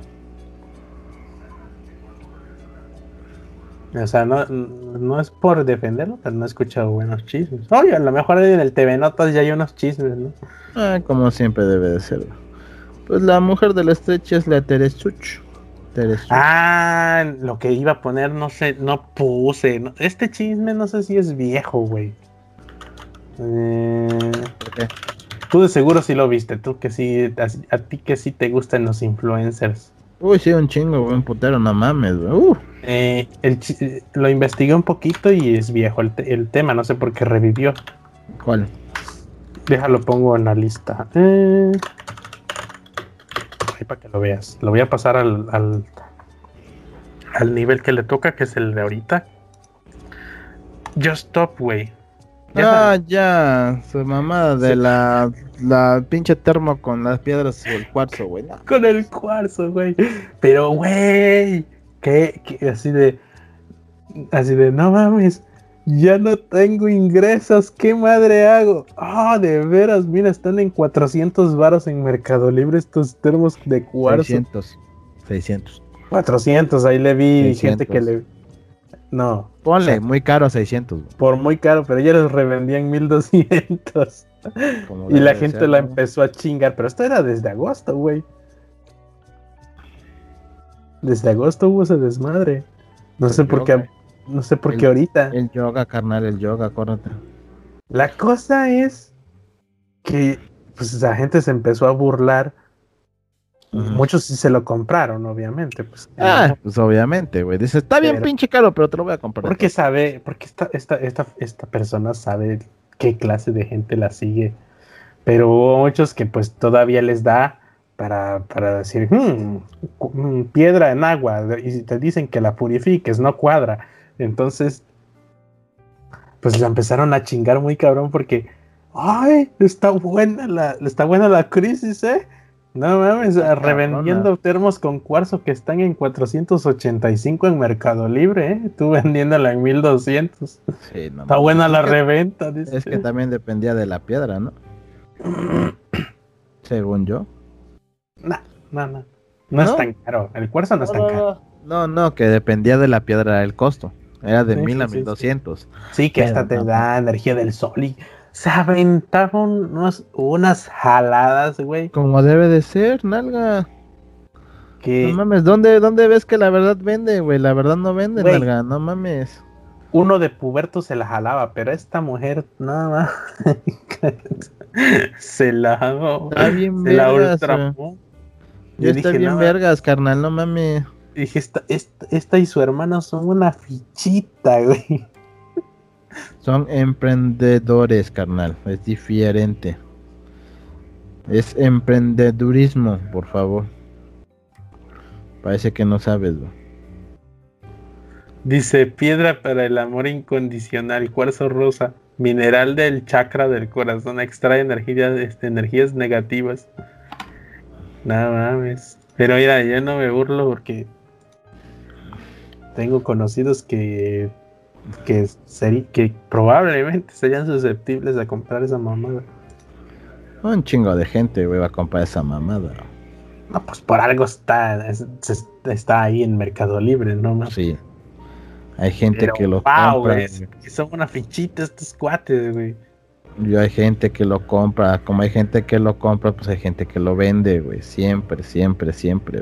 O sea, no, no es por defenderlo, pero no he escuchado buenos chismes. Oye, a lo mejor en el T V Notas ya hay unos chismes, ¿no? Ah, como siempre debe de ser. Pues la mujer del Stretch es la Teresuch. Teresuch. Ah, lo que iba a poner, no sé, no puse. no- Este chisme no sé si es viejo, güey. Eh, ¿Por qué? tú de seguro sí lo viste, tú que sí, a, a ti que sí te gustan los influencers. Uy, sí, un chingo, güey, un putero, no mames, güey. Uh, Eh, el chi- eh, lo investigué un poquito y es viejo el, te- el tema, no sé por qué revivió. ¿cuál? Déjalo, pongo en la lista. Eh, ahí para que lo veas. Lo voy a pasar al, al, al nivel que le toca, que es el de ahorita. Just Stop, güey. Ya Ah, ya, su mamada de Sí. la, la pinche termo con las piedras o el cuarzo, güey. No. Con el cuarzo, güey. Pero, güey, que, que así de, así de, no mames, ya no tengo ingresos, ¿qué madre hago? Ah, de veras, mira, están en cuatrocientos varos en Mercado Libre estos termos de cuarzo. seiscientos. seiscientos. cuatrocientos, ahí le vi gente que seiscientos. le, no, Ponle, o sea, muy caro, seiscientos, güey. por muy caro, pero ya los revendían mil doscientos. Como Y debe la de gente ser, la ¿no? empezó a chingar, pero esto era desde agosto, güey. Desde agosto hubo ese desmadre. No sé El por yoga. qué, no sé por El- qué ahorita. El yoga, carnal, el yoga, acuérdate. La cosa es que pues la gente se empezó a burlar. Y Ujú. muchos sí se lo compraron, obviamente. Pues, Ah, no, pues obviamente, güey. Dice, está bien Pero- pinche caro, pero te lo voy a comprar. porque sabe, porque esta, esta, esta, esta persona sabe qué clase de gente la sigue. Pero hubo muchos que pues todavía les da para, para decir, "Hmm, cu- mm, piedra en agua", y si te dicen que la purifiques, no cuadra. Entonces, pues la empezaron a chingar muy cabrón porque, ay, está buena la, está buena la crisis, ¿eh? No mames, Está revendiendo cabrona. termos con cuarzo que están en cuatrocientos ochenta y cinco en Mercado Libre, ¿eh? Tú vendiéndola en mil doscientos. Sí, no Está mames. buena Es la que- reventa, dice. Es que también dependía de la piedra, ¿no? Según yo. No, no, no. No es ¿No? tan caro. El cuarzo no es tan caro. No, no, que dependía de la piedra el costo. Era de Sí, mil sí, a sí, mil sí. doscientos. Sí, que Pero esta te no, da energía del sol y se aventaron unos, unas jaladas, güey. como debe de ser, nalga. No Que, mames, ¿dónde, dónde ves que la verdad vende, güey? La verdad no vende, Güey. nalga, no mames. uno de puberto se la jalaba, pero esta mujer, nada más. se la Está bien se la vergas, ultramó. güey. Yo Ya está dije, bien no, vergas, carnal, no mames. dije, esta, esta, esta y su hermano son una fichita, güey. Son emprendedores, carnal, es diferente. Es emprendedurismo, por favor. Parece que no sabes, güey. Dice, piedra para el amor incondicional, cuarzo rosa, mineral del chakra del corazón, extrae energía, este, energías negativas. Nada mames. Pero mira, yo no me burlo porque tengo conocidos que que, seri- que probablemente serían susceptibles a comprar esa mamada. Un chingo de gente, güey, va a comprar esa mamada. No, pues por algo está, es- es- está ahí en Mercado Libre, ¿no? mames? Sí. Hay gente Pero, que lo wow, compra. güey, es que son una fichita estos cuates, güey. Y hay gente que lo compra. Como hay gente que lo compra, pues hay gente que lo vende, güey. Siempre, siempre, siempre.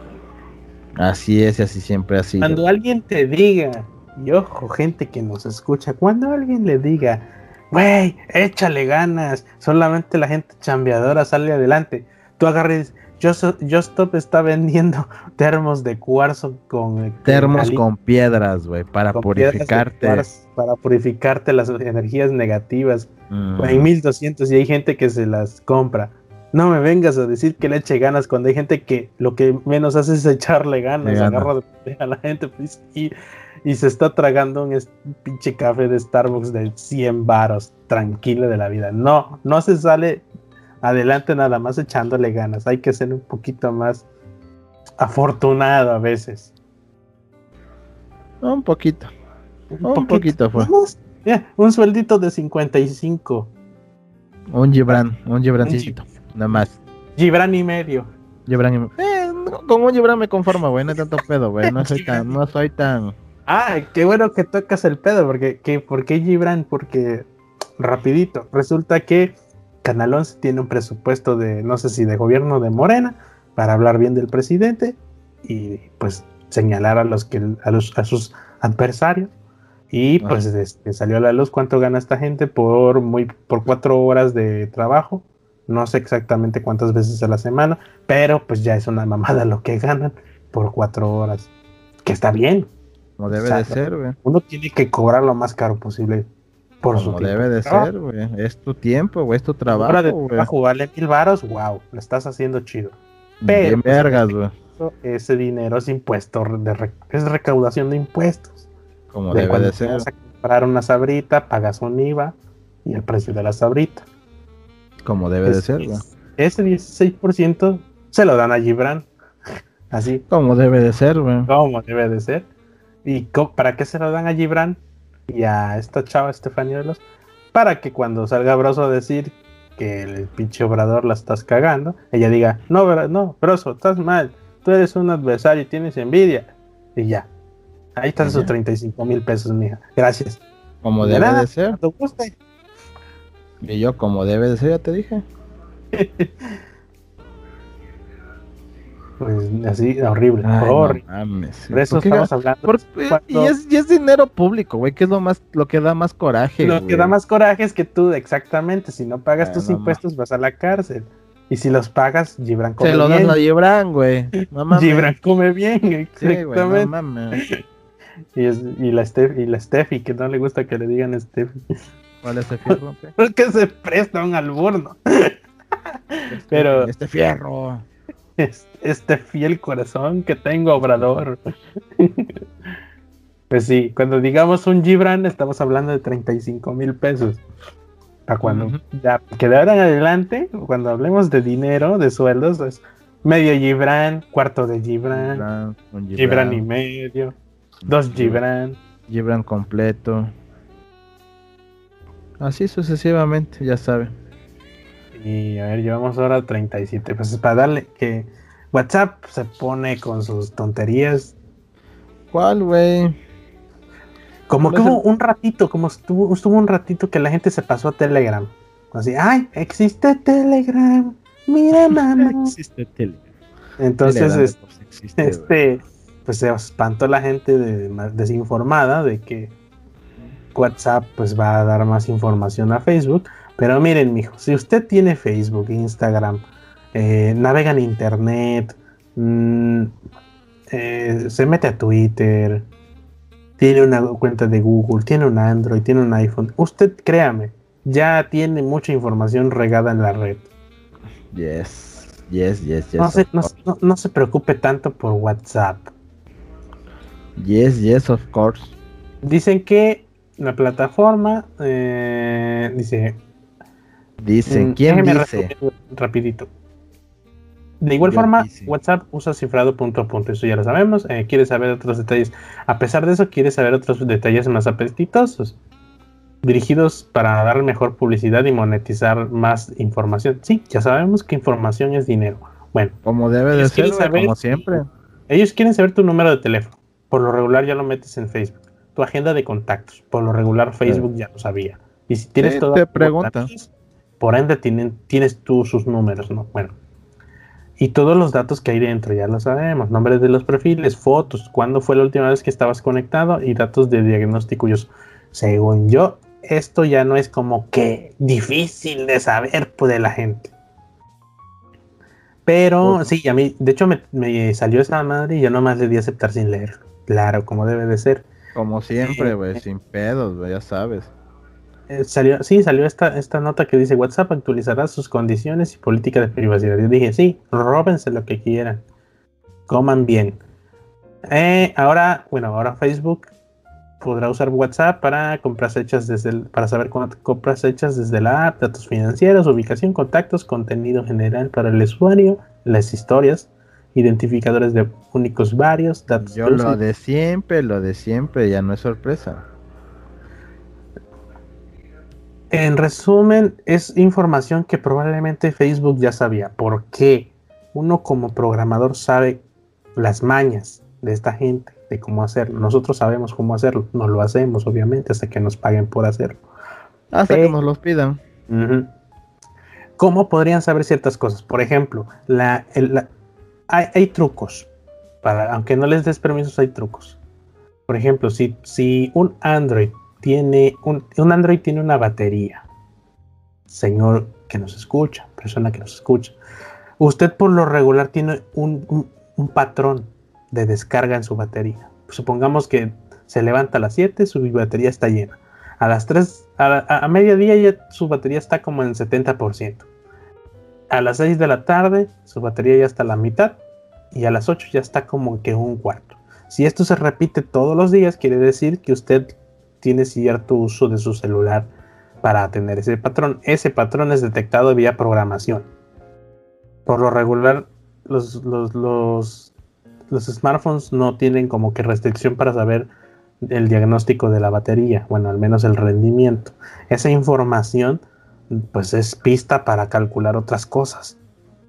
Así es y así siempre ha sido. Cuando alguien te diga, y ojo, gente que nos escucha, cuando alguien le diga, güey, échale ganas, solamente la gente chambeadora sale adelante, tú agarres, Just, Just Stop está vendiendo termos de cuarzo con Termos cali- con piedras, güey, para con piedras de purificarte. cuarzo, para purificarte las energías negativas, Mm. en mil doscientos, y hay gente que se las compra. No me vengas a decir que le eche ganas cuando hay gente que lo que menos hace es echarle ganas, gana. agarra de pendeja a la gente pues, y, y se está tragando un es- pinche café de Starbucks de cien varos, tranquilo de la vida. No, no se sale adelante nada más echándole ganas. Hay que ser un poquito más afortunado a veces. Un poquito. Un, Un poquito, poquito fue. Vamos, ya, un sueldito de cincuenta y cinco. Un Gibran, un Gibrancito. Nada más. Gibran y medio. Gibran y... Eh, no, con un Gibran me conformo, güey. No hay tanto pedo, güey. No soy tan, no soy tan. Ah, qué bueno que tocas el pedo, porque ¿qué, ¿por qué Gibran? Porque, rapidito, resulta que Canal once tiene un presupuesto de, no sé si de gobierno de Morena, para hablar bien del presidente y pues señalar a los que a, los, a sus adversarios. Y pues este, salió a la luz cuánto gana esta gente por, muy, por cuatro horas de trabajo. No sé exactamente cuántas veces a la semana, pero pues ya es una mamada lo que ganan por cuatro horas. Que está bien. Como debe O sea, de ser, güey. Uno tiene que cobrar lo más caro posible por su Como tiempo. debe de trabajo. ser, güey. Es tu tiempo, güey. Es tu trabajo, Hora de güey. trabajo vale mil varos, wow, lo estás haciendo chido. Bien Pero pues, vergas, güey. ese dinero es impuesto, de re- es recaudación de impuestos. Como De debe cuando de ser. vas a comprar una sabrita, pagas un I V A y el precio de la sabrita. Como debe de Es- ser, güey. Ese dieciséis por ciento se lo dan a Gibran. Así Como debe de ser, güey. como debe de ser. ¿Y co- para qué se lo dan a Gibran y a esta chava Estefanía Veloz? Para que cuando salga Broso a decir que el pinche Obrador la estás cagando, ella diga, no, Bra- no, Broso, estás mal, tú eres un adversario y tienes envidia. Y ya, ahí están Y sus ya. treinta y cinco mil pesos, mija. Gracias. Como De debe nada, de ser. cuando guste. Y yo, como debe de ser, ya te dije. Pues así, horrible, Ay, horrible. no mames. Por eso ¿Por qué estamos ga- hablando. por- cuando- Y, es, y es dinero público, güey, que es lo más, lo que da más coraje, Lo güey. que da más coraje es que tú, exactamente, si no pagas Ay, tus no impuestos, vas a la cárcel. Y si los pagas, Gibran come Se lo bien. das a Gibran, güey. No mames. Gibran come bien, Sí, güey, exactamente. no mames. y, es- y la Steph, y la Steffi, que no le gusta que le digan Steffi. ¿Cuál es ese fierro? pe? Porque se presta un alburno. Pero Este fierro. es- este fiel corazón que tengo, Obrador. Pues sí, cuando digamos un Gibran, estamos hablando de treinta y cinco mil pesos. Para cuando Ujú. ya, que de ahora en adelante, cuando hablemos de dinero, de sueldos, es medio Gibran, cuarto de Gibran, Gibran, un Gibran y medio, dos Gibran. Gibran completo. Así sucesivamente, ya saben. Y a ver, llevamos ahora treinta y siete. Pues para darle que WhatsApp se pone con sus tonterías. ¿Cuál, güey? Como que ¿Cuál es hubo un ratito, como estuvo, estuvo un ratito que la gente se pasó a Telegram. Así, ay, existe Telegram. Mira, mamá. Existe Telegram. Entonces, Telegram, es- pues, existe, güey. este, pues se espantó la gente de- más desinformada de que WhatsApp pues va a dar más información a Facebook. Pero miren, mijo, si usted tiene Facebook, Instagram, eh, navega en internet, mmm, eh, se mete a Twitter, tiene una cuenta de Google, tiene un Android, tiene un iPhone, usted créame, ya tiene mucha información regada en la red. Yes, yes, yes, yes. No se, of no, course. no- no se preocupe tanto por WhatsApp. Yes, yes, of course. Dicen que la plataforma eh, dice. Dicen, mm, ¿quién déjeme dice? resumir rapidito. De igual Yo forma, dice. WhatsApp usa cifrado punto a punto, eso ya lo sabemos. Eh, quiere saber otros detalles. A pesar de eso, quiere saber otros detalles más apetitosos, dirigidos para dar mejor publicidad y monetizar más información. Sí, ya sabemos que información es dinero. Bueno, Como debe de ellos ser, quieren güey, saber como si- siempre. ellos quieren saber tu número de teléfono. Por lo regular ya lo metes en Facebook. Tu agenda de contactos. Por lo regular Facebook ya lo sabía. Y si tienes Sí, todo te pregunta. por ende tienen, tienes tú sus números, ¿no? Bueno. Y todos los datos que hay dentro, ya lo sabemos. Nombres de los perfiles, fotos, cuándo fue la última vez que estabas conectado y datos de diagnóstico. Según yo, esto ya no es como que difícil de saber pues, de la gente. Pero Por- sí, a mí, de hecho me, me salió esa madre y yo nomás le di a aceptar sin leer. Claro, como debe de ser. Como siempre, Eh, güey, sin pedos, güey, ya sabes. eh, salió, sí, salió esta, esta nota que dice WhatsApp actualizará sus condiciones y política de privacidad. Yo dije, sí, róbense lo que quieran, coman bien. Eh, ahora, bueno, ahora Facebook podrá usar WhatsApp para compras hechas desde el, para saber compras hechas desde la app, datos financieros, ubicación, contactos, contenido general para el usuario, las historias, identificadores de únicos varios, datos Yo de uso. lo de siempre, lo de siempre, ya no es sorpresa. En resumen, es información que probablemente Facebook ya sabía. ¿Por qué? Uno como programador sabe las mañas de esta gente, de cómo hacerlo. Nosotros sabemos cómo hacerlo. No lo hacemos, obviamente, hasta que nos paguen por hacerlo. Hasta Pero, que nos los pidan. uh-huh. ¿Cómo podrían saber ciertas cosas? Por ejemplo, la, el, la, hay, hay trucos. Para, aunque no les des permisos, hay trucos. Por ejemplo, si, si un Android tiene un, un Android tiene una batería, señor que nos escucha, persona que nos escucha, usted por lo regular tiene un, un, un patrón de descarga en su batería. Supongamos que se levanta a las siete, su batería está llena. A las tres, a, a, a mediodía ya su batería está como en setenta por ciento. A las seis de la tarde su batería ya está a la mitad y a las ocho ya está como que un cuarto. Si esto se repite todos los días, quiere decir que usted tiene cierto uso de su celular para tener ese patrón. Ese patrón es detectado vía programación. Por lo regular, los, los, los, los smartphones no tienen como que restricción para saber el diagnóstico de la batería, bueno, al menos el rendimiento. Esa información pues es pista para calcular otras cosas.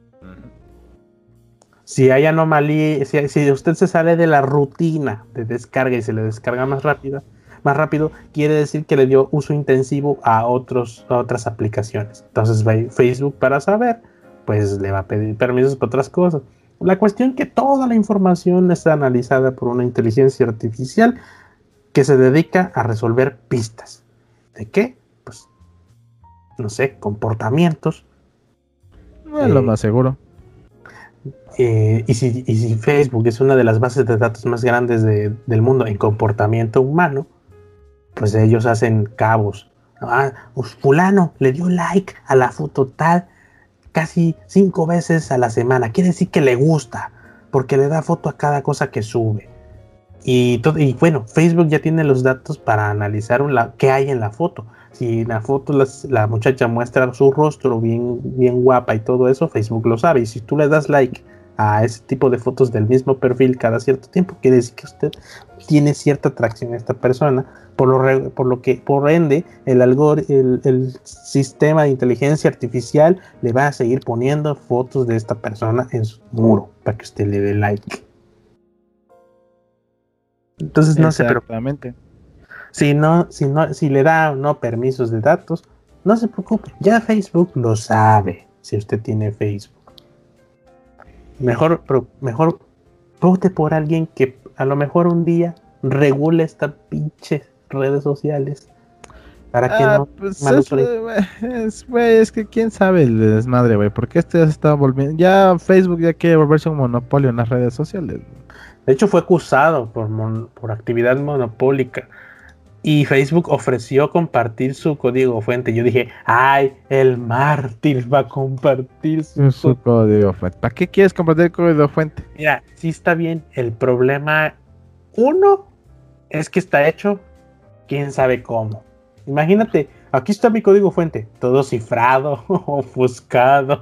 Si hay anomalía, si, si usted se sale de la rutina de descarga y se le descarga más rápido, más rápido, quiere decir que le dio uso intensivo a, otros, a otras aplicaciones. Entonces Facebook, para saber, pues le va a pedir permisos para otras cosas. La cuestión es que toda la información está analizada por una inteligencia artificial que se dedica a resolver pistas. ¿De qué? Pues, no sé, comportamientos. No es eh, lo más seguro. Eh, y, si, y si Facebook es una de las bases de datos más grandes de, del mundo en comportamiento humano, pues ellos hacen cabos. Ah, pues fulano le dio like a la foto tal casi cinco veces a la semana. Quiere decir que le gusta, porque le da foto a cada cosa que sube. Y, todo, y bueno, Facebook ya tiene los datos para analizar un, la, qué hay en la foto. Si en la foto las, la muchacha muestra su rostro bien, bien guapa y todo eso, Facebook lo sabe. Y si tú le das like a ese tipo de fotos del mismo perfil cada cierto tiempo, quiere decir que usted tiene cierta atracción a esta persona, por lo, re, por lo que, por ende, el, algor, el, el sistema de inteligencia artificial le va a seguir poniendo fotos de esta persona en su muro para que usted le dé like. Entonces no se preocupe. Si no, si no, si le da o no permisos de datos, no se preocupe. Ya Facebook lo sabe. Si usted tiene Facebook, mejor, pro, mejor vote por alguien que a lo mejor un día regule estas pinches redes sociales para que ah, no. Pues es, es, wey, es que quién sabe el desmadre, güey. Porque este ya se está volviendo. Ya Facebook ya quiere volverse un monopolio en las redes sociales. De hecho, fue acusado por, mon, por actividad monopólica. Y Facebook ofreció compartir su código fuente. Yo dije, ay, el mártir va a compartir su, su código fuente. ¿Para qué quieres compartir el código fuente? Mira, sí está bien. El problema, uno, es que está hecho, quién sabe cómo. Imagínate, aquí está mi código fuente, todo cifrado, ofuscado.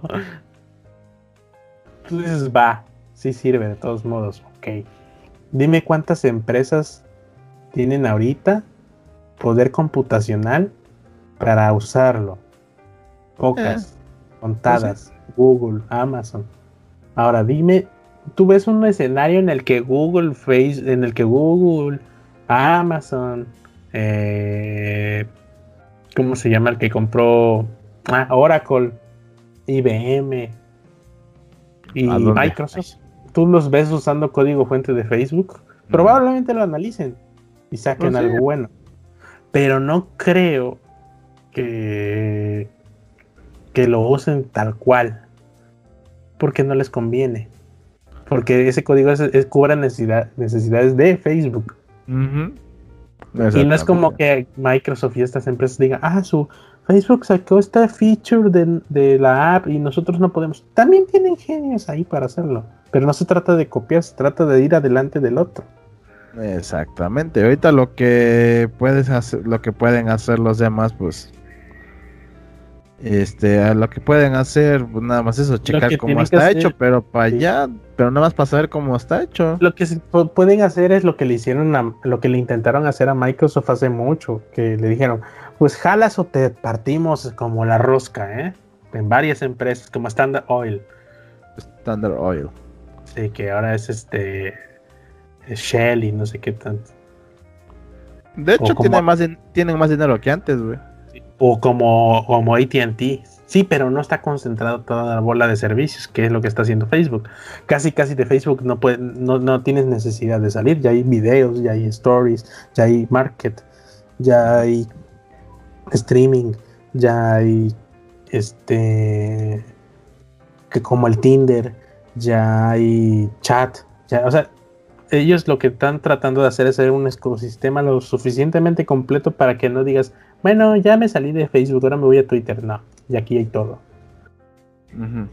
Tú dices, va, sí sirve de todos modos, ok. Dime cuántas empresas tienen ahorita poder computacional para usarlo. Pocas, eh, contadas. ¿Sí? Google, Amazon. Ahora dime, tú ves un escenario en el que Google, Face, en el que Google, Amazon, eh, ¿cómo se llama el que compró? Ah, Oracle, I B M y Microsoft. Tú los ves usando código fuente de Facebook. Mm. Probablemente lo analicen y saquen no sé. algo bueno. Pero no creo que, que lo usen tal cual. Porque no les conviene. Porque ese código es, es, cubre necesidad, necesidades de Facebook. Uh-huh. Y no es como que Microsoft y estas empresas digan, ah, su Facebook sacó esta feature de, de la app y nosotros no podemos. También tienen genios ahí para hacerlo. Pero no se trata de copiar, se trata de ir adelante del otro. Exactamente. Ahorita lo que puedes hacer, lo que pueden hacer los demás, pues, este, a lo que pueden hacer, pues, nada más eso, checar cómo está hecho, hacer, pero para sí. allá, pero nada más para saber cómo está hecho. Lo que se pueden hacer es lo que le hicieron, a, lo que le intentaron hacer a Microsoft hace mucho, que le dijeron, pues jalas o te partimos como la rosca, ¿eh? En varias empresas, como Standard Oil. Standard Oil. Sí, que ahora es este Shell y no sé qué tanto. De hecho, como, tiene más de, tienen más dinero que antes, güey. O como, como A T and T. Sí, pero no está concentrado toda la bola de servicios, que es lo que está haciendo Facebook. Casi, casi de Facebook no, puede, no, no tienes necesidad de salir. Ya hay videos, ya hay stories, ya hay market, ya hay streaming, ya hay este que como el Tinder, ya hay chat, ya, o sea, ellos lo que están tratando de hacer es hacer un ecosistema lo suficientemente completo para que no digas, bueno, ya me salí de Facebook, ahora me voy a Twitter. No, y aquí hay todo. Uh-huh.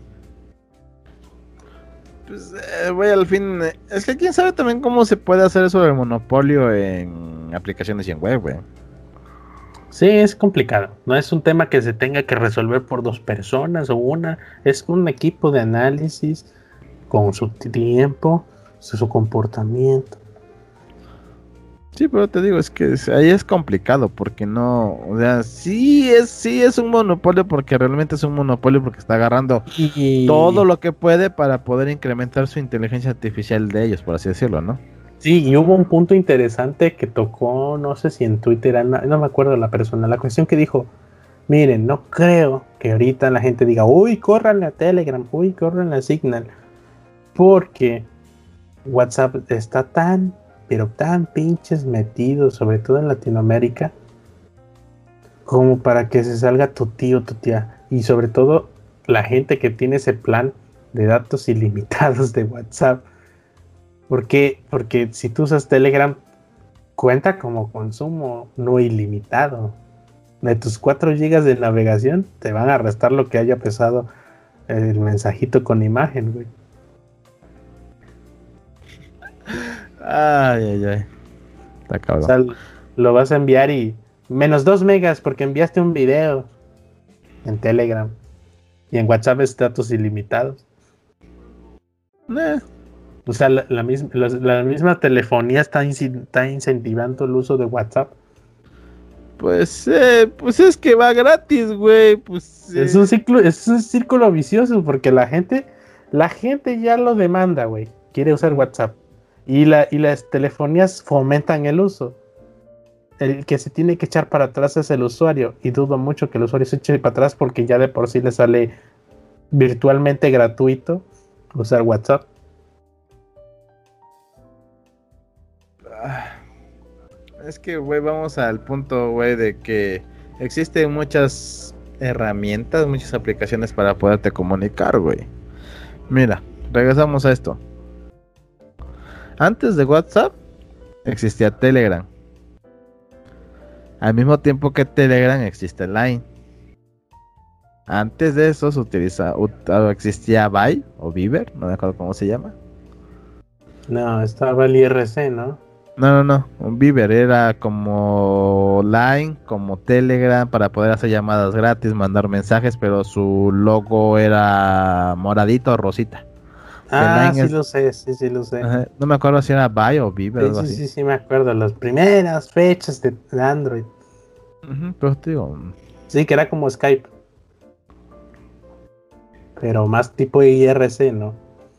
Pues, eh, voy al fin, eh, es que quién sabe también cómo se puede hacer eso del monopolio en aplicaciones y en web, güey. Sí, es complicado. No es un tema que se tenga que resolver por dos personas o una. Es un equipo de análisis con su tiempo, su comportamiento. Sí, pero te digo, es que ahí es complicado porque no, o sea, sí es, sí es un monopolio porque realmente es un monopolio porque está agarrando y... todo lo que puede para poder incrementar su inteligencia artificial de ellos, por así decirlo, ¿no? Sí, y hubo un punto interesante que tocó, no sé si en Twitter, no, no me acuerdo la persona, la cuestión que dijo, miren, no creo que ahorita la gente diga, uy, córranle a Telegram, uy, córranle a Signal, porque WhatsApp está tan, pero tan pinches metido, sobre todo en Latinoamérica, como para que se salga tu tío, tu tía, y sobre todo la gente que tiene ese plan de datos ilimitados de WhatsApp. ¿Por qué? Porque si tú usas Telegram, cuenta como consumo no ilimitado. De tus cuatro gigas de navegación, te van a restar lo que haya pesado el mensajito con imagen, güey. Ay, ay, ay. Está cabrón. O sea, lo vas a enviar y menos dos megas porque enviaste un video en Telegram. Y en WhatsApp es datos ilimitados. Eh. O sea, la, la, misma, la, la misma telefonía está, inci- está incentivando el uso de WhatsApp. Pues, eh, pues es que va gratis, güey. Pues, eh. es, un ciclo, es un círculo vicioso porque la gente, la gente ya lo demanda, güey. Quiere usar WhatsApp. Y, la, y las telefonías fomentan el uso. El que se tiene que echar para atrás es el usuario. Y dudo mucho que el usuario se eche para atrás porque ya de por sí le sale virtualmente gratuito usar WhatsApp. Es que, güey, vamos al punto, güey, de que existen muchas herramientas, muchas aplicaciones para poderte comunicar, güey. Mira, regresamos a esto. Antes de WhatsApp existía Telegram. Al mismo tiempo que Telegram existe Line. Antes de eso se utiliza, existía Vibe o Viber, no me acuerdo cómo se llama. No, estaba el I R C, ¿no? No, no, no. Un Viber era como Line, como Telegram, para poder hacer llamadas gratis, mandar mensajes, pero su logo era moradito o rosita. Ah, sí es... lo sé, sí, sí lo sé. Ajá. No me acuerdo si era Vibe o Viber. Sí, algo sí, así. sí, sí, me acuerdo. Las primeras fechas de Android. Uh-huh, pero digo... Sí, que era como Skype. Pero más tipo I R C, ¿no?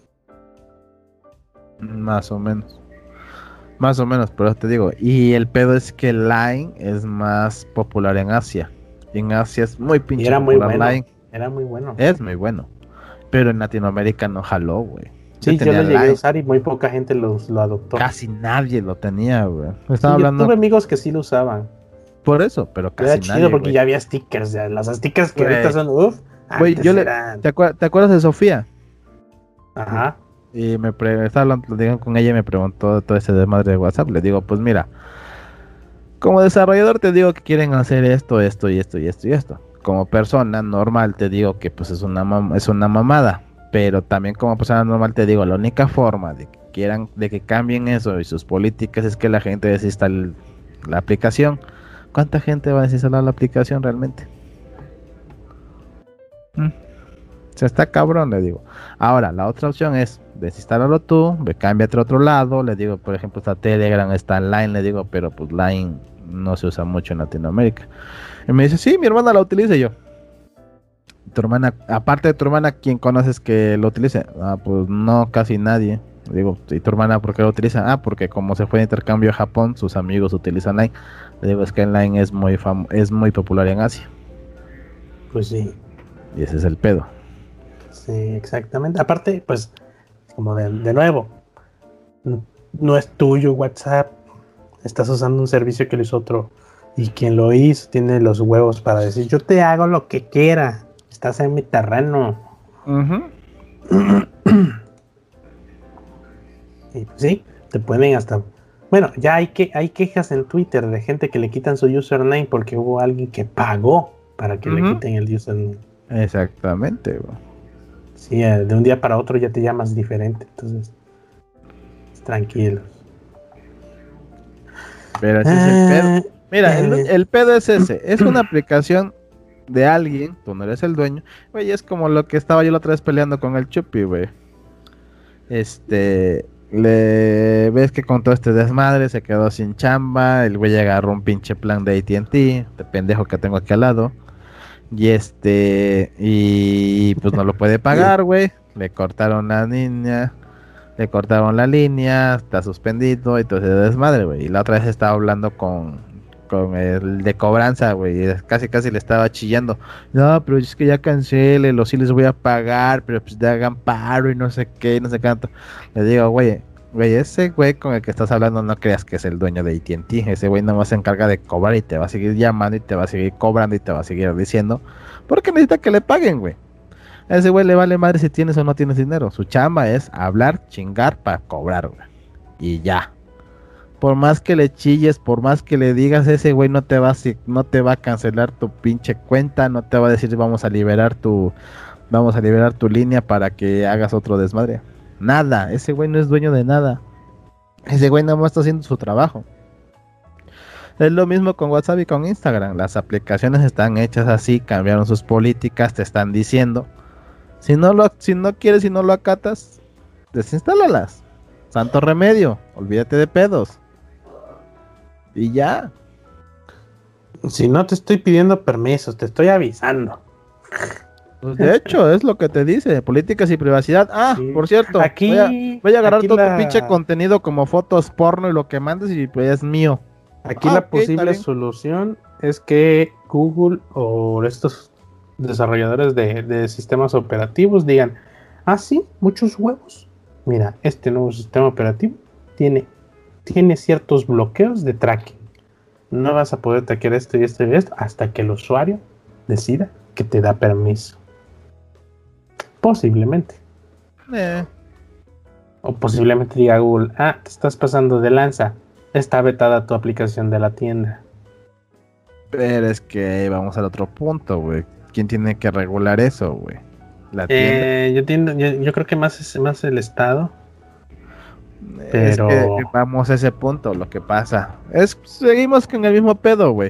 Más o menos. Más o menos, pero te digo. Y el pedo es que Line es más popular en Asia. En Asia es muy pinche era popular muy bueno. Line. Era muy bueno. Es muy bueno. Pero en Latinoamérica no jaló, güey. Sí, yo, yo lo llegué Line. a usar y muy poca gente lo, lo adoptó. Casi nadie lo tenía, güey. Estaba sí, hablando... Yo tuve amigos que sí lo usaban. Por eso, pero casi era chido nadie, porque wey. Ya había stickers. Ya. Las stickers que wey. ahorita son uff. Güey, yo eran... le... ¿Te, acuer... ¿Te acuerdas de Sofía? Ajá. Y me pre... estaba hablando con ella y me preguntó todo ese desmadre de WhatsApp. Le digo, pues mira, Como desarrollador te digo que quieren hacer esto, esto y esto y esto y esto. Como persona normal te digo que pues es una mam- es una mamada. Pero también como persona normal te digo, la única forma de que quieran, de que cambien eso y sus políticas es que la gente desinstale la aplicación. ¿Cuánta gente va a desinstalar la aplicación realmente? ¿Mm? Se está cabrón, le digo. Ahora, la otra opción es desinstalarlo tú, ve, cámbiate a otro lado. Le digo, por ejemplo, está Telegram, está Line, le digo, pero pues Line no se usa mucho en Latinoamérica. Y me dice, sí, mi hermana la utiliza. Y yo, tu hermana, aparte de tu hermana, ¿quién conoces que lo utilice? Ah, pues no, casi nadie. Le digo, ¿y tu hermana por qué lo utiliza? Ah, porque como se fue de intercambio a Japón, sus amigos utilizan Line. Le digo, es que Line es muy fam es muy popular en Asia. Pues sí. Y ese es el pedo. Sí, exactamente. Aparte, pues, como de, de nuevo, no es tuyo WhatsApp. Estás usando un servicio que lo hizo otro. Y quien lo hizo tiene los huevos para decir, yo te hago lo que quiera. Estás en mi terreno. Uh-huh. Y pues, sí, te pueden hasta... Bueno, ya hay, que, hay quejas en Twitter de gente que le quitan su username porque hubo alguien que pagó para que uh-huh. le quiten el username. Exactamente, bro. Sí, de un día para otro ya te llamas diferente. Entonces, tranquilos. Pero ese ah, es el pedo. Mira, eh, el, el pedo es ese. Es una aplicación de alguien, tú no eres el dueño. Güey, es como lo que estaba yo la otra vez peleando con el Chupi, güey. Este, le ves que con todo este desmadre se quedó sin chamba. El güey agarró un pinche plan de A T and T, de pendejo que tengo aquí al lado. Y este, y pues no lo puede pagar, güey. Le cortaron la línea, le cortaron la línea, está suspendido y todo ese desmadre, güey. Y la otra vez estaba hablando con, con el de cobranza, güey. Y casi casi le estaba chillando. No, pero es que ya cancele, los sí les voy a pagar, pero pues te hagan paro y no sé qué, no sé cuánto. Le digo, güey, güey, ese güey con el que estás hablando no creas que es el dueño de A T and T. Ese güey nomás se encarga de cobrar y te va a seguir llamando y te va a seguir cobrando y te va a seguir diciendo. Porque necesita que le paguen, güey. A ese güey le vale madre si tienes o no tienes dinero. Su chamba es hablar, chingar para cobrar, güey. Y ya. Por más que le chilles, por más que le digas, ese güey no te va a, no te va a cancelar tu pinche cuenta, no te va a decir vamos a liberar tu, vamos a liberar tu línea para que hagas otro desmadre. Nada, ese güey no es dueño de nada. Ese güey nada más está haciendo su trabajo. Es lo mismo con WhatsApp y con Instagram. Las aplicaciones están hechas así, cambiaron sus políticas, te están diciendo. Si no lo, si no quieres y no lo acatas, desinstálalas. Santo remedio, olvídate de pedos. Y ya. Si no te estoy pidiendo permisos, te estoy avisando. Pues de hecho, es lo que te dice, políticas y privacidad. Ah, sí. Por cierto, aquí, voy, a, voy a agarrar todo la... tu pinche contenido como fotos porno y lo que mandes y pues es mío. Aquí ah, la okay, posible solución es que Google o estos desarrolladores de, de sistemas operativos digan, ah sí, muchos huevos. Mira, este nuevo sistema operativo tiene, tiene ciertos bloqueos de tracking. No vas a poder traquear esto y esto y esto hasta que el usuario decida que te da permiso. Posiblemente. Eh. O posiblemente diga Google, ah, te estás pasando de lanza. Está vetada tu aplicación de la tienda. Pero es que vamos al otro punto, güey. ¿Quién tiene que regular eso, güey? La tienda. Eh, yo, tiendo, yo, yo creo que más es más el Estado. Pero es que vamos a ese punto. Lo que pasa es seguimos con el mismo pedo, güey.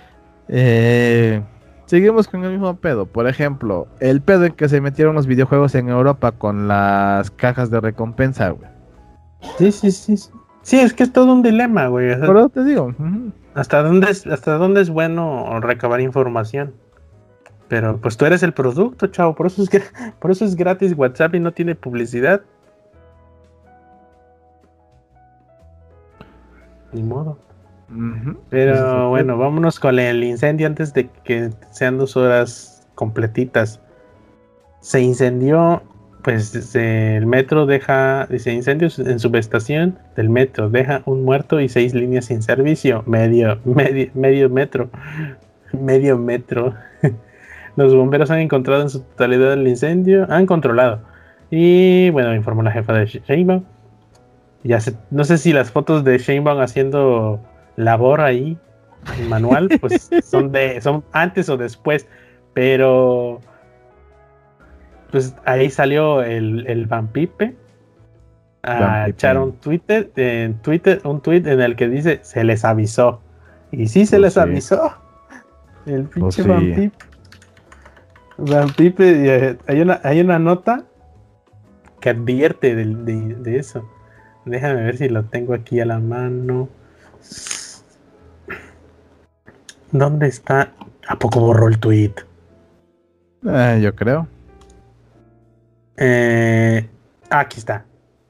Eh, seguimos con el mismo pedo. Por ejemplo, el pedo en que se metieron los videojuegos en Europa con las cajas de recompensa, güey. Sí, sí, sí, sí. Sí, es que es todo un dilema, güey. O sea, por eso te digo. Uh-huh. ¿Hasta dónde es, hasta dónde es bueno recabar información? Pero pues tú eres el producto, chavo. Por eso es que, por eso es gratis WhatsApp y no tiene publicidad. Ni modo. Uh-huh. Pero bueno, vámonos con el incendio antes de que sean dos horas completitas. Se incendió, pues el metro deja, dice incendios en subestación del metro, deja un muerto y seis líneas sin servicio. Medio, medio, medio metro. Medio metro. Los bomberos han encontrado en su totalidad el incendio, han controlado. Y bueno, informó la jefa de Sheinbaum. Ya se, no sé si las fotos de Sheinbaum haciendo labor ahí el manual, pues son de, son antes o después, pero pues ahí salió el, el Van Pipe a echar un Twitter, en Twitter, un tweet en el que dice se les avisó. Y sí se pues les sí. avisó. El pinche pues sí. Van Pipe. Van Pipe, hay una, hay una nota que advierte de, de, de eso. Déjame ver si lo tengo aquí a la mano. ¿Dónde está? ¿A poco borró el tweet? Eh, yo creo. Eh, aquí está.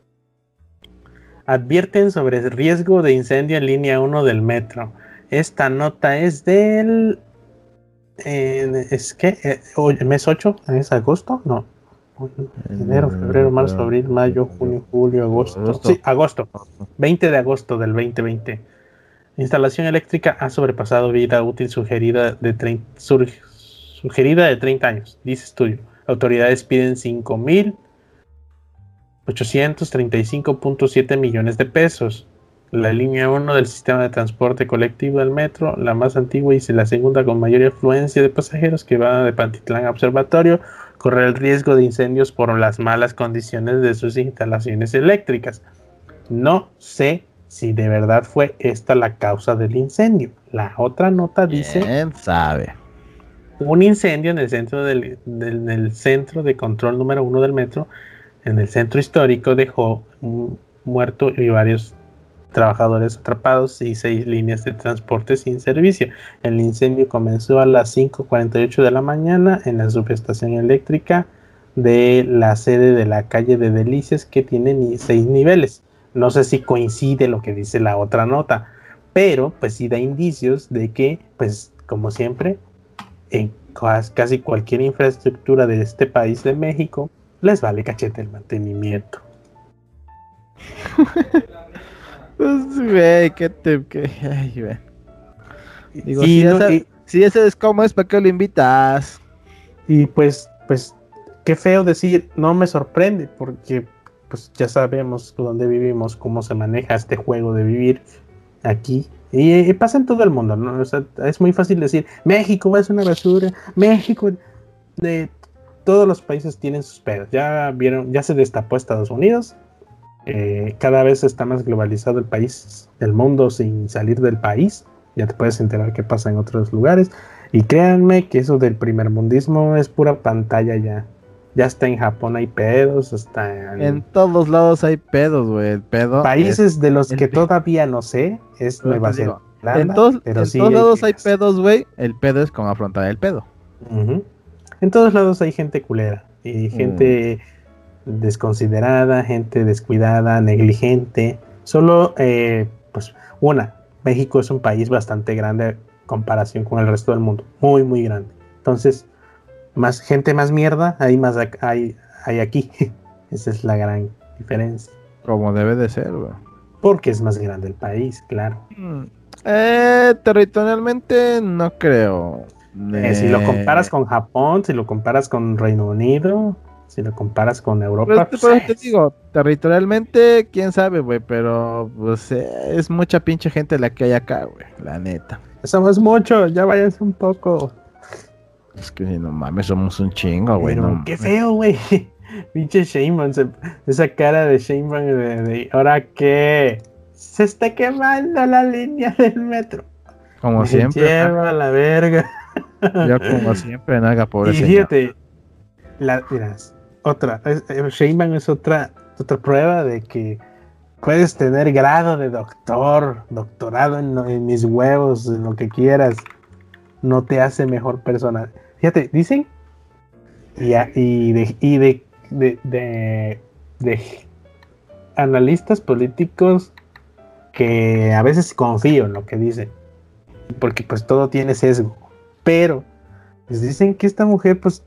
Advierten sobre el riesgo de incendio en línea uno del metro. Esta nota es del... Eh, ¿Es qué? Eh, ¿Mes ocho? ¿Es agosto? No. Enero, febrero, marzo, abril, mayo, junio, julio, agosto. Sí, agosto. veinte de agosto del veinte veinte. Instalación eléctrica ha sobrepasado vida útil sugerida de, treinta, sur, sugerida de treinta años, dice estudio. Autoridades piden cinco mil ochocientos treinta y cinco punto siete millones de pesos. La línea uno del sistema de transporte colectivo del metro, la más antigua y la segunda con mayor afluencia de pasajeros, que va de Pantitlán a Observatorio, corre el riesgo de incendios por las malas condiciones de sus instalaciones eléctricas. No sé si de verdad fue esta la causa del incendio. La otra nota dice... ¿Quién sabe? Un incendio en el centro del, del, del centro de control número uno del metro, en el centro histórico, dejó un muerto y varios trabajadores atrapados y seis líneas de transporte sin servicio. El incendio comenzó a las cinco cuarenta y ocho de la mañana en la subestación eléctrica de la sede de la calle de Delicias, que tiene ni seis niveles. No sé si coincide lo que dice la otra nota, pero pues sí da indicios de que, pues como siempre, en casi cualquier infraestructura de este país de México, les vale cachete el mantenimiento. Pues, güey, qué te... Qué, ay, güey. Digo, y si, no, esa, y, si ese es como es, ¿para qué lo invitas? Y pues, pues, qué feo decir, no me sorprende, porque pues ya sabemos dónde vivimos, cómo se maneja este juego de vivir aquí. Y, y pasa en todo el mundo, ¿no? O sea, es muy fácil decir, México es una basura, México... De, todos los países tienen sus pedos. Ya vieron, ya se destapó Estados Unidos. Eh, cada vez está más globalizado el país, el mundo sin salir del país. Ya te puedes enterar qué pasa en otros lugares. Y créanme que eso del primermundismo es pura pantalla ya. Ya está en Japón hay pedos, hasta en, en todos lados hay pedos, güey. El pedo países de los que todavía no sé es Nueva Zelanda. En todos, pero en sí todos hay lados hay pedos. pedos, güey. El pedo es como afrontar el pedo. Uh-huh. En todos lados hay gente culera y gente mm. desconsiderada, gente descuidada, negligente. Solo, eh, pues, una, México es un país bastante grande en comparación con el resto del mundo, muy, muy grande. Entonces, más gente, más mierda, hay más hay, hay aquí. Esa es la gran diferencia. Como debe de ser, güey. Porque es más grande el país, claro. Mm. Eh, territorialmente no creo. Eh, si lo comparas con Japón, si lo comparas con Reino Unido, si lo comparas con Europa, pues, pues, te digo, territorialmente, quién sabe, güey, pero pues eh, es mucha pinche gente la que hay acá, güey, la neta. Somos mucho, ya váyanse un poco. Es que no mames, somos un chingo, güey. No, qué feo, güey. Pinche Sheinbaum, esa cara de Sheinbaum de, de ¿ahora qué? Se está quemando la línea del metro. Como Me siempre. Lleva la verga. Ya como siempre, naga, pobre y señor. fíjate, la, miras, otra, es, Sheinbaum es otra, otra prueba de que puedes tener grado de doctor, doctorado en, en mis huevos, en lo que quieras, no te hace mejor persona. Fíjate, dicen, y, y, de, y de, de, de, de analistas políticos que a veces confío en lo que dicen, porque pues todo tiene sesgo, pero pues dicen que esta mujer pues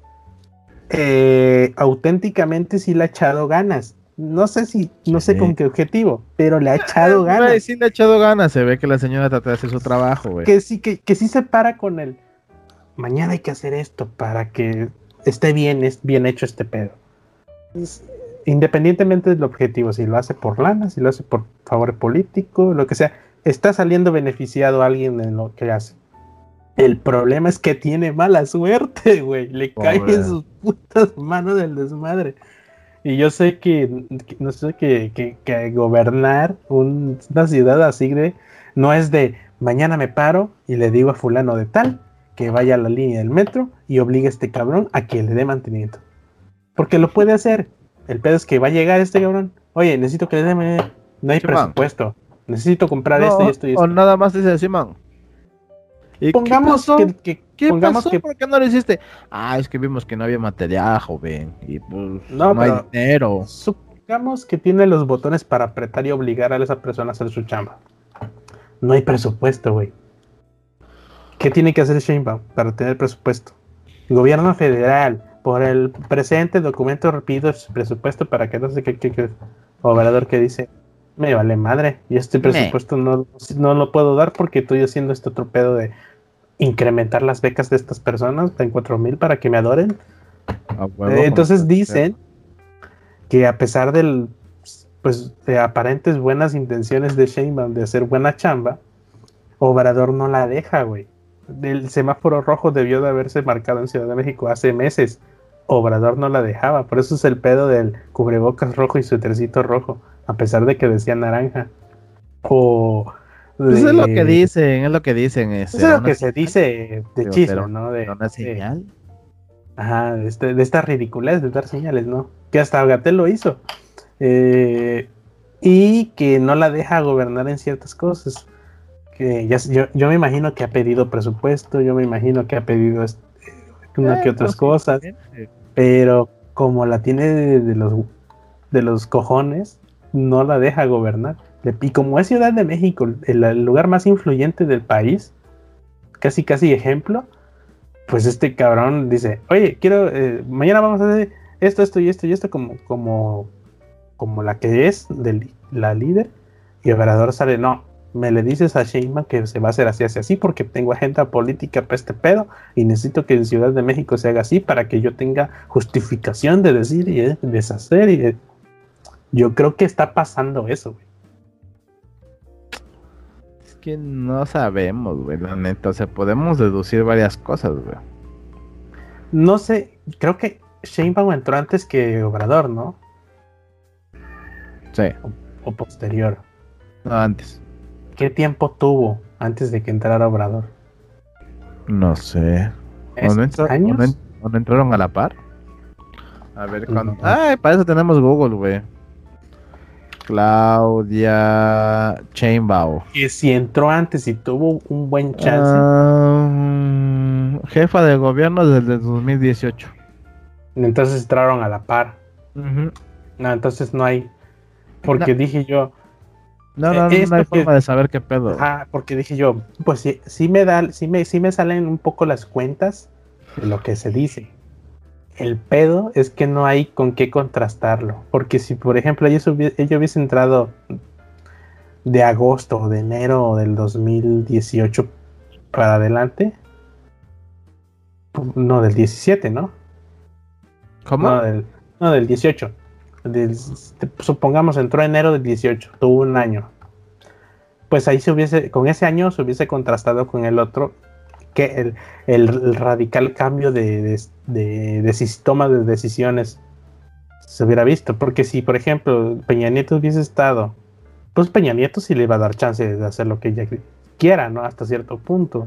eh, auténticamente sí le ha echado ganas. No sé si, no sé sí. con qué objetivo, pero le ha echado ganas. Güey, sí le ha echado ganas, se ve que la señora trata de hacer su trabajo, güey. Que sí, que, que sí se para con él. Mañana hay que hacer esto para que esté bien, es bien hecho este pedo. Es, independientemente del objetivo, si lo hace por lana, si lo hace por favor político, lo que sea, está saliendo beneficiado alguien en lo que hace. El problema es que tiene mala suerte, güey. Le cae en sus putas manos del desmadre. Y yo sé que, que no sé, que, que, que gobernar un, una ciudad así de, no es de mañana me paro y le digo a fulano de tal que vaya a la línea del metro y obligue a este cabrón a que le dé mantenimiento. Porque lo puede hacer. El pedo es que va a llegar este cabrón. Oye, necesito que le dé, no hay sí, presupuesto. Necesito comprar no, esto y esto y esto. O nada más dice así, man. ¿Y pongamos qué que, que ¿Qué pongamos pasó? que ¿Por qué no lo hiciste? Ah, es que vimos que no había material, joven. Y pues no, no hay dinero. Supongamos que tiene los botones para apretar y obligar a esa persona a hacer su chamba. No hay presupuesto, güey. ¿Qué tiene que hacer Sheinbaum para tener presupuesto? Gobierno federal, por el presente documento pido presupuesto para que no sé qué, qué, qué. Obrador que dice, me vale madre, y este presupuesto no, no lo puedo dar porque estoy haciendo este otro pedo de incrementar las becas de estas personas en cuatro mil para que me adoren. Ah, bueno, eh, entonces dicen que a pesar del pues de aparentes buenas intenciones de Sheinbaum de hacer buena chamba, Obrador no la deja, güey. El semáforo rojo debió de haberse marcado en Ciudad de México hace meses. Obrador no la dejaba, por eso es el pedo del cubrebocas rojo y suétercito rojo, a pesar de que decía naranja. O de... Pues es lo que dicen, es lo que dicen. Es, es lo que se dice de chisme, ¿no? De una señal. De, ajá, de, este, de esta ridiculez de dar señales, ¿no? Que hasta Gatell lo hizo. Eh, y que no la deja gobernar en ciertas cosas. Que ya, yo, yo me imagino que ha pedido presupuesto, yo me imagino que ha pedido este, una eh, que otras cosas, pero como la tiene de, de los de los cojones, no la deja gobernar. Y como es Ciudad de México, el, el lugar más influyente del país, casi casi ejemplo, pues este cabrón dice, oye, quiero, eh, mañana vamos a hacer esto, esto y esto y esto como, como, como la que es de la líder, y Obrador sale, no, me le dices a Sheinbaum que se va a hacer así, así, así, porque tengo agenda política para este pedo y necesito que en Ciudad de México se haga así para que yo tenga justificación de decir y de deshacer. Y de... Yo creo que está pasando eso, güey. Es que no sabemos, güey, la neta. O sea, podemos deducir varias cosas, güey. No sé, creo que Sheinbaum entró antes que Obrador, ¿no? Sí. O, o posterior. No, antes. ¿Qué tiempo tuvo antes de que entrara Obrador? No sé. ¿O no, entró, ¿o no, ¿O no entraron a la par? A ver, cuando... No. Ay, para eso tenemos Google, güey. Claudia Sheinbaum. Que si entró antes y tuvo un buen chance. Um, jefa de gobierno desde dos mil dieciocho. Entonces entraron a la par. Uh-huh. No, entonces no hay. Porque no. dije yo. No, no, eh, no hay forma que, de saber qué pedo. Ah, porque dije yo, pues sí, sí me da, sí me, sí me salen un poco las cuentas de lo que se dice. El pedo es que no hay con qué contrastarlo. Porque si, por ejemplo, ella hubiese, ella hubiese entrado de agosto o de enero del dos mil dieciocho para adelante. No, del diecisiete, ¿no? ¿Cómo? No, del, no, del dieciocho. Del, supongamos entró enero del dieciocho, tuvo un año, pues ahí se hubiese, con ese año se hubiese contrastado con el otro, que el, el, el radical cambio de, de, de, de toma de decisiones se hubiera visto, porque si por ejemplo Peña Nieto hubiese estado, pues Peña Nieto sí le iba a dar chance de hacer lo que ella quiera, ¿no? Hasta cierto punto,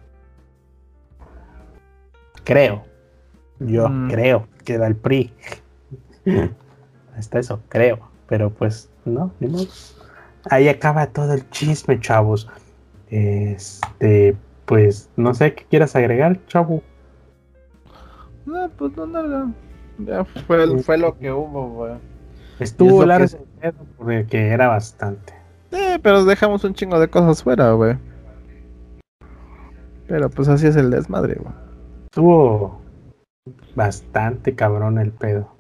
creo, yo mm. creo que era el P R I. Hasta eso, creo. Pero pues, no, ni modo. Ahí acaba todo el chisme, chavos. Este, pues, no sé qué quieras agregar, chavo. No, pues no, nada. Ya fue, fue lo que hubo, güey. Estuvo largo porque era bastante. Sí, pero dejamos un chingo de cosas fuera, güey. Pero pues así es el desmadre, güey. Estuvo bastante cabrón el pedo.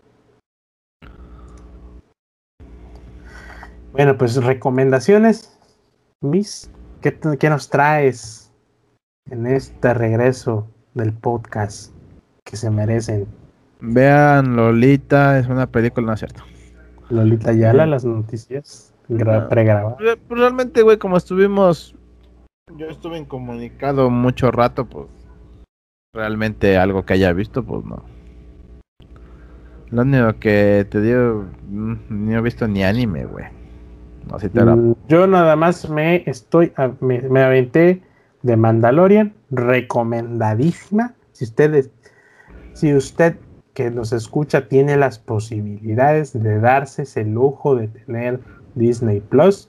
Bueno, pues recomendaciones, Miss, ¿qué, ¿qué nos traes en este regreso del podcast que se merecen? Vean Lolita, es una película, no es cierto. Lolita Ayala, las noticias. gra- No, pregrabado. re- pues realmente, güey, como estuvimos, yo estuve incomunicado mucho rato, pues realmente algo que haya visto, pues no. Lo único que te digo, mm, no he visto ni anime, güey. No, si te la... Mm, Yo nada más me estoy, a- me, me aventé de Mandalorian, recomendadísima. Si ustedes, si usted que nos escucha tiene las posibilidades de darse ese lujo de tener Disney Plus,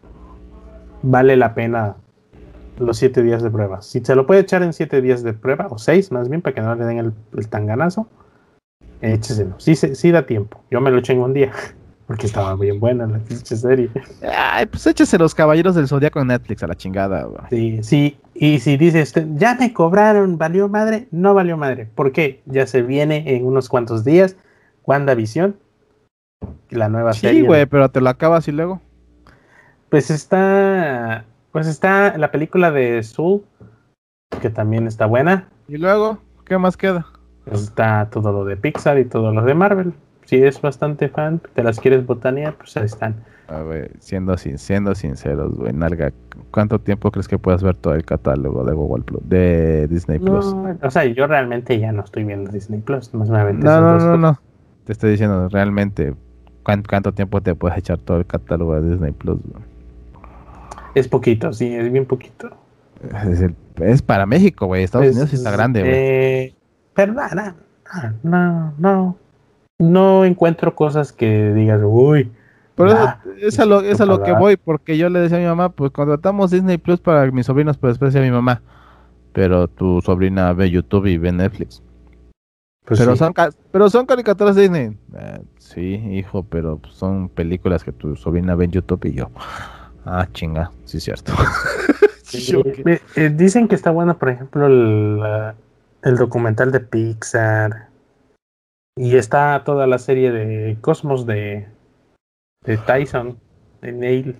vale la pena los siete días de prueba. Si se lo puede echar en siete días de prueba, o seis más bien, para que no le den el, el tanganazo, écheselo. Sí, se- sí da tiempo. Yo me lo eché en un día, porque estaba bien buena la pinche serie. Ay, pues échese los Caballeros del Zodiaco en Netflix a la chingada, güey. Sí, sí, y si dice usted, ya me cobraron, ¿valió madre? No valió madre. ¿Por qué? Ya se viene en unos cuantos días WandaVision, la nueva Sí, serie güey, de... pero te lo acabas y luego. Pues está, pues está la película de Soul, que también está buena. ¿Y luego? ¿Qué más queda? Pues está todo lo de Pixar y todo lo de Marvel. Si eres bastante fan, te las quieres botanear, pues ahí están. A ver, siendo, sin, siendo sinceros, güey, Nalga, ¿cuánto tiempo crees que puedas ver todo el catálogo de Google Plus, de Disney Plus? No, o sea, yo realmente ya no estoy viendo Disney Plus, más me aventé No, esas no, dos no, cosas. no. Te estoy diciendo, realmente, ¿cuán- ¿cuánto tiempo te puedes echar todo el catálogo de Disney Plus, güey? Es poquito, sí, es bien poquito. Es, el- es para México, güey. Estados Es, Unidos sí está grande, güey. eh, pero nada, no, no, no encuentro cosas que digas, uy, Por eso ya, es a lo, es a lo que pagar. voy, porque yo le decía a mi mamá, pues contratamos Disney Plus para mis sobrinos, pero después decía mi mamá, pero tu sobrina ve YouTube y ve Netflix. Pues Pero sí. son, ca- pero son caricaturas de Disney. Eh, sí, hijo, pero pues, son películas que tu sobrina ve en YouTube y yo. Ah, chinga, sí es cierto. Sí, Sí, yo qué. eh, eh, dicen que está bueno, por ejemplo, el, la- el documental de Pixar y está toda la serie de Cosmos de, de Tyson, de Neil.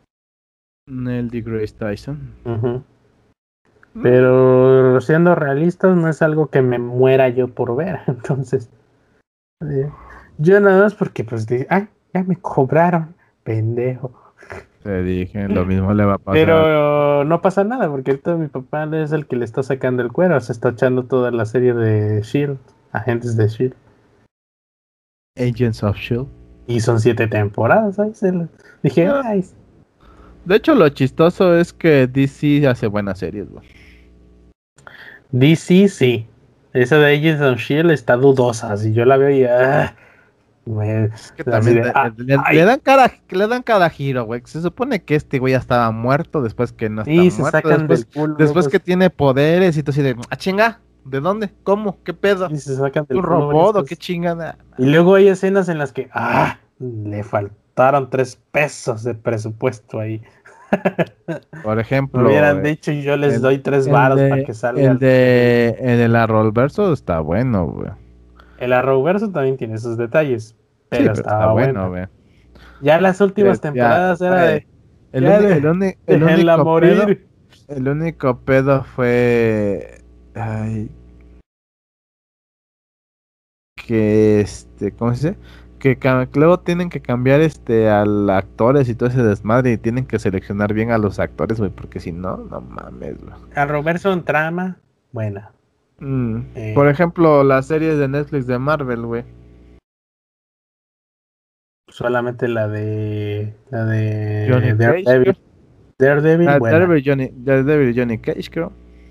Neil deGrasse Tyson. Ujú. Mm, Pero siendo realistas, no es algo que me muera yo por ver. Entonces, eh, yo nada más porque, pues, dije, ay, ya me cobraron, pendejo. Te dije, lo mismo le va a pasar. Pero no pasa nada, porque ahorita mi papá es el que le está sacando el cuero. Se está echando toda la serie de Shield, agentes de Shield. Agents of Shield. Y son siete temporadas, ¿sabes? El- Dije, Ah, ay, de hecho, lo chistoso es que D C hace buenas series, güey. D C sí. Esa de Agents of Shield está dudosa. Si yo la veo y ah, me- Es que así también de, le, ah, le- le ay. dan cada, le dan cada giro, güey. Se supone que este güey ya estaba muerto, después que no está Y se muerto, sacan después, del culo. después luego- que tiene poderes y todo así de, ah, chinga, ¿de dónde? ¿Cómo? ¿Qué pedo? Y se sacan del ¿Un culo varias robot o cosas. qué chingada? Y luego hay escenas en las que, ah, le faltaron tres pesos de presupuesto ahí. Por Me ejemplo, hubieran eh, dicho y yo les el, doy tres el varos para de, que salga el el, de, el de la Rollverso está bueno, güey. el Arrowverso también tiene sus detalles, Sí, pero pero está estaba bueno, buena. güey. Ya las últimas Eh, ya, temporadas era güey, de, el, ya uni- de, el, uni- el déjenla único pedo, morir. el único pedo fue, ay, que este, ¿cómo se dice? Que ca- luego tienen que cambiar este al actores y todo ese desmadre y tienen que seleccionar bien a los actores, güey, porque si no, no mames, güey. Arrowverso en trama, buena. Mm, Eh, Por ejemplo, las series de Netflix de Marvel, güey. solamente la de, la de Johnny Cage, Daredevil. creo. Daredevil, Ah, buena. Daredevil, Johnny, Daredevil, Johnny Cage, creo.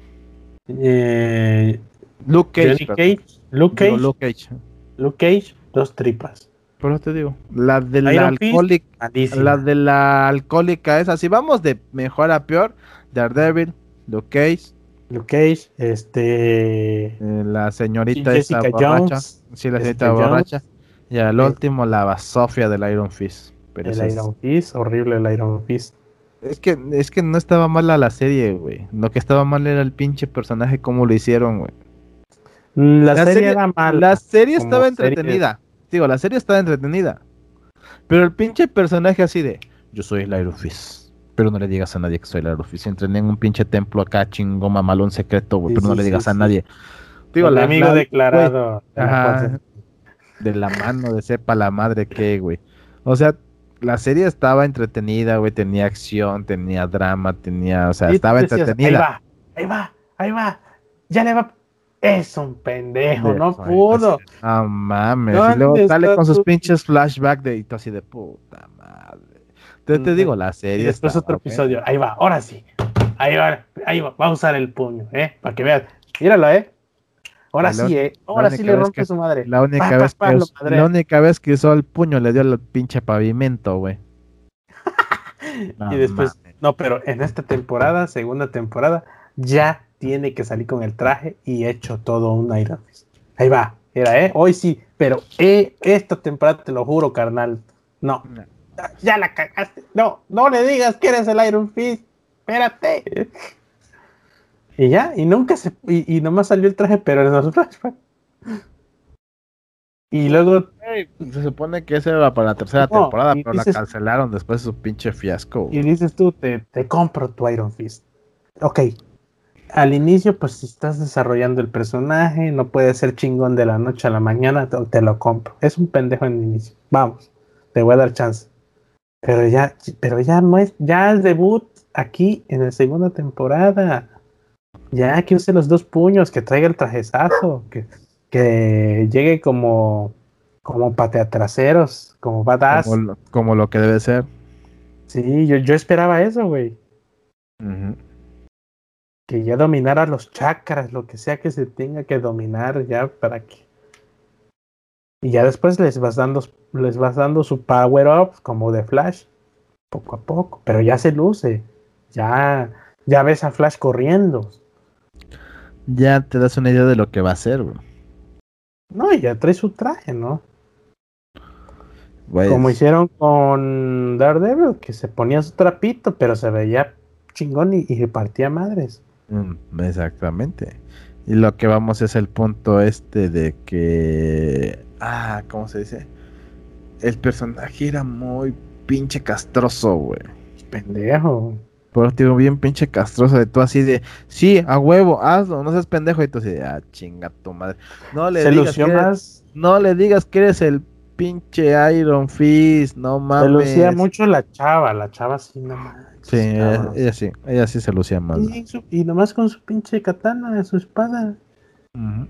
Eh, Luke Cage, Johnny perdón. Cage, Luke Digo, Cage, Luke Cage. Luke Cage, dos tripas. Por eso te digo. La de la Iron Fist, alcohólica. malísima. La de la alcohólica esa. Si vamos de mejor a peor, Daredevil, Luke Cage, Luke Cage, este, eh, la señorita Sí, esta Jessica borracha. Jones, Sí, la Jessica señorita borracha. Jones, Y al eh, último, la Sofía del Iron Fist. Pero el eso es, Iron Fist, horrible el Iron Fist. es que es que no estaba mala la serie, güey. Lo que estaba mal era el pinche personaje, cómo lo hicieron, güey. La, La serie, serie, era mala. la serie como estaba serie. entretenida. Digo, la serie estaba entretenida. Pero el pinche personaje así de, yo soy el Iron Fist. Pero no le digas a nadie que soy el Iron Fist. Entrené en un pinche templo acá, chingón, mamalón secreto, güey. Sí, pero no sí, le digas sí, a sí. nadie. Digo, El la, enemigo la- declarado. güey, de la ajá, cosa. de la mano de sepa la madre que, güey. O sea, la serie estaba entretenida, güey, tenía acción, tenía drama, tenía, o sea, Y estaba decías, ahí entretenida. va, ahí va, ahí va, ya le va. Es un pendejo, De- no ay, así pudo. de, no mames, y luego ¿Dónde sale está con sus tu...? pinches flashbacks de y tú así de puta madre. Te, te digo, la Y serie después otro estaba buena. episodio, ahí va, ahora sí. Ahí va, ahí va, va a usar el puño, ¿eh? Para que veas. Míralo, ¿eh? Ahora Y la, sí, uni- ¿eh? la Ahora sí única le vez rompe que su madre. la Pa, única pa, vez pa, que lo us- la madrea. única vez que usó el puño le dio al pinche pavimento, güey. Y No después, mames. no, pero en esta temporada, segunda temporada, ya tiene que salir con el traje y hecho todo un Iron Fist. Ahí va, era, ¿eh? Hoy sí, pero eh, esta temporada te lo juro, carnal. No, No. ya la cagaste. No, no le digas que eres el Iron Fist. Espérate. Y ya, y nunca se. Y, y nomás salió el traje, pero en los flashbacks. Y luego. Ey, se supone que esa era para la tercera No, temporada, y pero la dices, cancelaron después de su pinche fiasco, y güey. dices tú, te, te compro tu Iron Fist. Ok, al inicio, pues si estás desarrollando el personaje, no puede ser chingón de la noche a la mañana, te, te lo compro. Es un pendejo en el inicio. Vamos, te voy a dar chance. Pero ya, pero ya no es, ya el debut aquí en la segunda temporada. Ya que use los dos puños, que traiga el trajezazo, que, que llegue como, como pateatraseros, como Como, badass. lo- como lo que debe ser. Sí, yo, yo esperaba eso, güey. Ujú. Que ya dominara los chakras, lo que sea que se tenga que dominar ya para que. Y ya después les vas dando, les vas dando su power up como de Flash, poco a poco, pero ya se luce. Ya, ya ves a Flash corriendo. Ya te das una idea de lo que va a ser, güey. No, y ya trae su traje, ¿no? Como Pues, hicieron con Daredevil, que se ponía su trapito, pero se veía chingón y, y partía madres. mm, exactamente. Y lo que vamos es el punto este de que... Ah, ¿cómo se dice? El personaje era muy pinche castroso, güey. Pendejo. Por eso digo, bien pinche castroso de tú así de, sí, a huevo, hazlo, no seas pendejo. Y tú así de, ah, chinga tu madre. No le Se digas lució que eres, más, no le digas que eres el pinche Iron Fist, no se lucía mames. mucho la chava, la chava así, no Sí, manches, ella, cabrón. ella sí, ella sí se lucía más. Y, su- y nomás con su pinche katana, su espada. Ujú.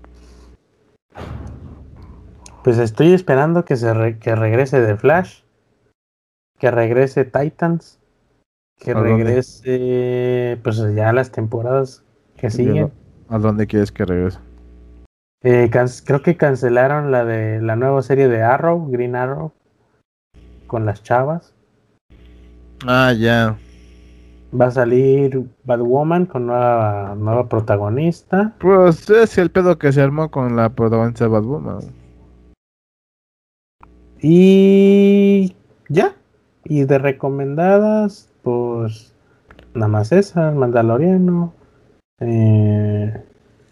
Pues estoy esperando que se re- que regrese The Flash, que regrese Titans, que ¿A dónde? regrese, pues ya las temporadas que ¿Y a, siguen. dó- a dónde quieres que regrese? Eh, can- creo que cancelaron la de la nueva serie de Arrow, Green Arrow, con las chavas. Ah, ya. Va a salir Batwoman con nueva, nueva protagonista. Pues es el pedo que se armó con la protagonista de Batwoman. Y ya. Y de recomendadas, pues nada más esa, el Mandaloriano. Eh,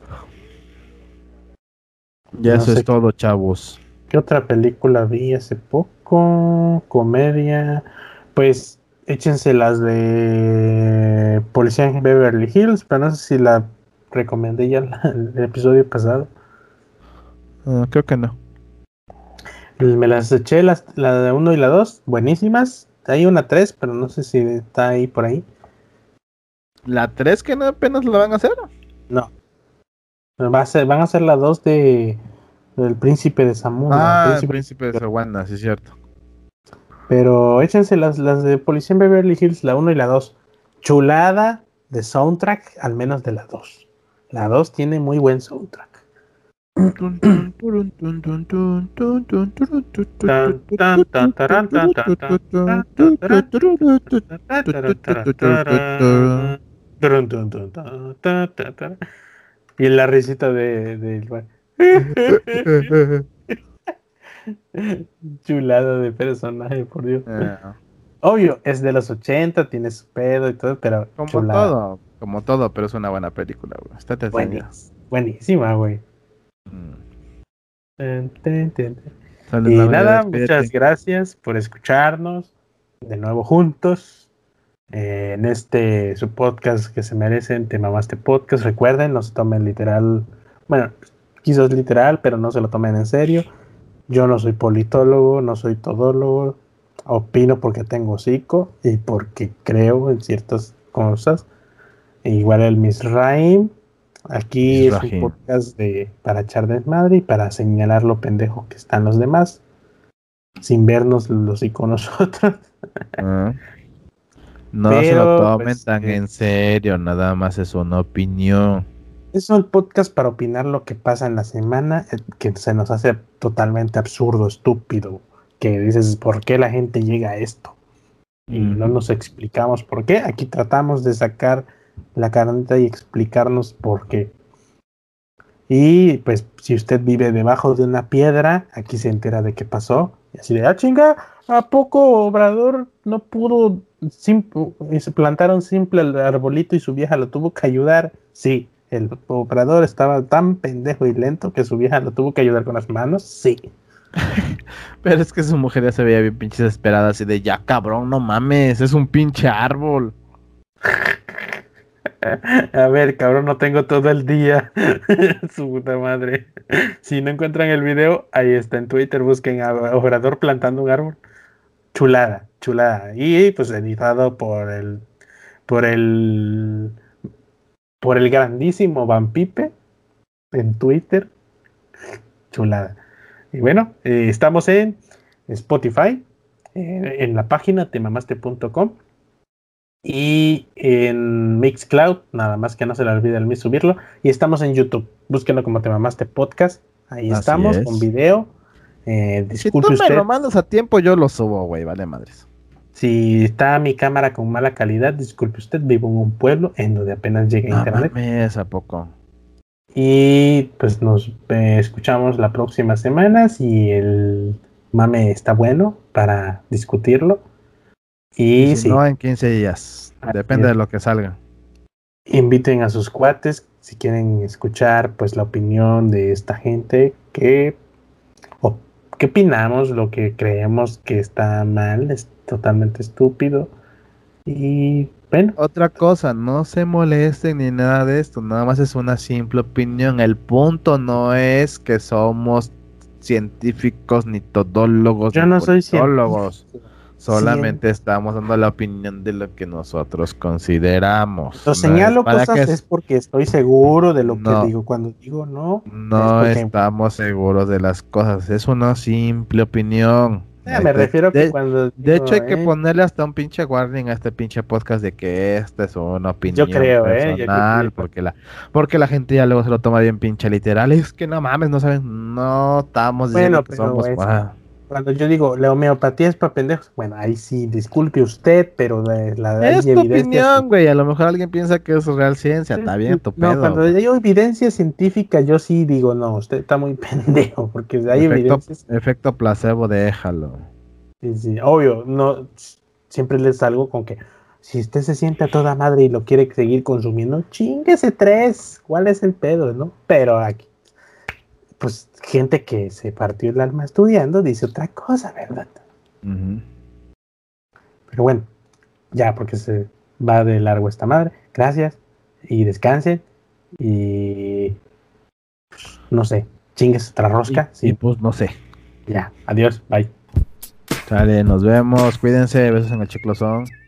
Ya no eso es sé todo, chavos. qué otra película vi hace poco. Comedia. Pues échense las de Policía en Beverly Hills, pero no sé si la recomendé ya la- el episodio pasado. Ah, creo que no. Me las eché, las, la de uno y la dos, buenísimas. Hay una tres, pero no sé si está ahí por ahí. ¿La tres que no apenas la van a hacer? No. Va a ser, van a ser las dos de del príncipe de Zamunda. Ah, el Príncipe, príncipe de Saguana, sí es cierto. pero échense las, las de Policía en Beverly Hills, la uno y la dos. Chulada de soundtrack, al menos de la dos. La dos tiene muy buen soundtrack. Tun, tun, turun, tun, tun, tun, tun, tun, turun, tun, tun, Tan, tun, tan, tan, taran, tan, tan, tan, tan, tan, taran, tan, taran, taran, taran, turun, tun, tun, tan, tan, tan, tan. Y la risita de, de chulada de personaje, por Dios. Eh, Obvio, es de los ochenta, tiene su pedo y todo, pero Como chulada. todo, como todo, pero es una buena película, güey. Está entretenida. Buenísima, buenísima, güey. Mm. Ten, ten, ten, ten. Sale, Y Nava, ya nada, despídete. muchas gracias por escucharnos de nuevo juntos eh, en este su podcast que se merecen, Te Mamaste Podcast. Recuerden, no se tomen literal, bueno, quizás literal, pero no se lo tomen en serio. Yo no soy politólogo, no soy todólogo, opino porque tengo hocico y porque creo en ciertas cosas. Igual el Misraim. Aquí es un podcast de, para echar desmadre y para señalar lo pendejo que están los demás, sin vernos los y con nosotros. Uh, no Pero, se lo tomen pues, tan eh, en serio, nada más es una opinión. Es un podcast para opinar lo que pasa en la semana, que se nos hace totalmente absurdo, estúpido, que dices, ¿por qué la gente llega a esto? Y mm. no nos explicamos por qué. Aquí tratamos de sacar la carnita y explicarnos por qué. Y pues si usted vive debajo de una piedra, aquí se entera de qué pasó. Y así de, ah, chinga, ¿a poco Obrador no pudo simple, plantar un simple arbolito y su vieja lo tuvo que ayudar? Sí, el Obrador estaba tan pendejo y lento que su vieja lo tuvo que ayudar con las manos. Sí. Pero es que su mujer ya se veía bien pinche desesperada, así de, ya cabrón, no mames, es un pinche árbol. A ver, cabrón, no tengo todo el día. Su puta madre. Si no encuentran el video, ahí está en Twitter. Busquen a Obrador plantando un árbol. Chulada, chulada. Y pues editado por el por el por el grandísimo Van Pipe en Twitter. Chulada. Y bueno, eh, estamos en Spotify, eh, en la página temamaste punto com. Y en Mixcloud, nada más que no se le olvide el mío subirlo. Y estamos en YouTube, búsquenlo como Te Mamaste Podcast. Ahí Así estamos, es. Con video. Eh, disculpe si tú usted, me lo mandas a tiempo, yo lo subo, güey, vale madres. Si está mi cámara con mala calidad, disculpe usted, vivo en un pueblo en donde apenas llega no internet. Mames, ¿a poco? Y pues nos eh, escuchamos la próxima semana. Si el mame está bueno para discutirlo. Y, y si sí, no, en quince días. Depende de lo que salga. Inviten a sus cuates si quieren escuchar pues la opinión de esta gente que o qué opinamos, lo que creemos que está mal, es totalmente estúpido. Y bueno, otra cosa, no se molesten ni nada de esto, nada más es una simple opinión. El punto no es que somos científicos ni todólogos. Yo ni no soy científico. Solamente sí. Estamos dando la opinión de lo que nosotros consideramos. Lo señalo no es cosas que... es porque estoy seguro de lo no, que digo. Cuando digo no, no es estamos seguros de las cosas. Es una simple opinión. Eh, me refiero a que de, cuando... De digo, hecho hay eh, que ponerle hasta un pinche warning a este pinche podcast de que esta es una opinión yo creo, personal. Eh, yo creo. Porque, la, porque la gente ya luego se lo toma bien pinche literal. Es que no mames, no saben, no estamos bueno, diciendo que somos... Eso, cuando yo digo la homeopatía es para pendejos, bueno, ahí sí, disculpe usted, pero de la es tu opinión, güey, a lo mejor alguien piensa que es real ciencia, sí, está bien, tu pedo. No, cuando hay evidencia científica, yo sí digo, no, usted está muy pendejo, porque hay efecto, evidencias. Efecto placebo, déjalo. Sí, sí, obvio, no, siempre les salgo con que si usted se siente a toda madre y lo quiere seguir consumiendo, chinguese tres, ¿cuál es el pedo, no? Pero aquí, pues gente que se partió el alma estudiando dice otra cosa, ¿verdad? Uh-huh. Pero bueno, ya porque se va de largo esta madre. Gracias y descansen y pues, no sé, chingues otra rosca. Y, sí. y pues no sé. Ya, adiós, bye. Sale, nos vemos, cuídense, besos en el chiclosón.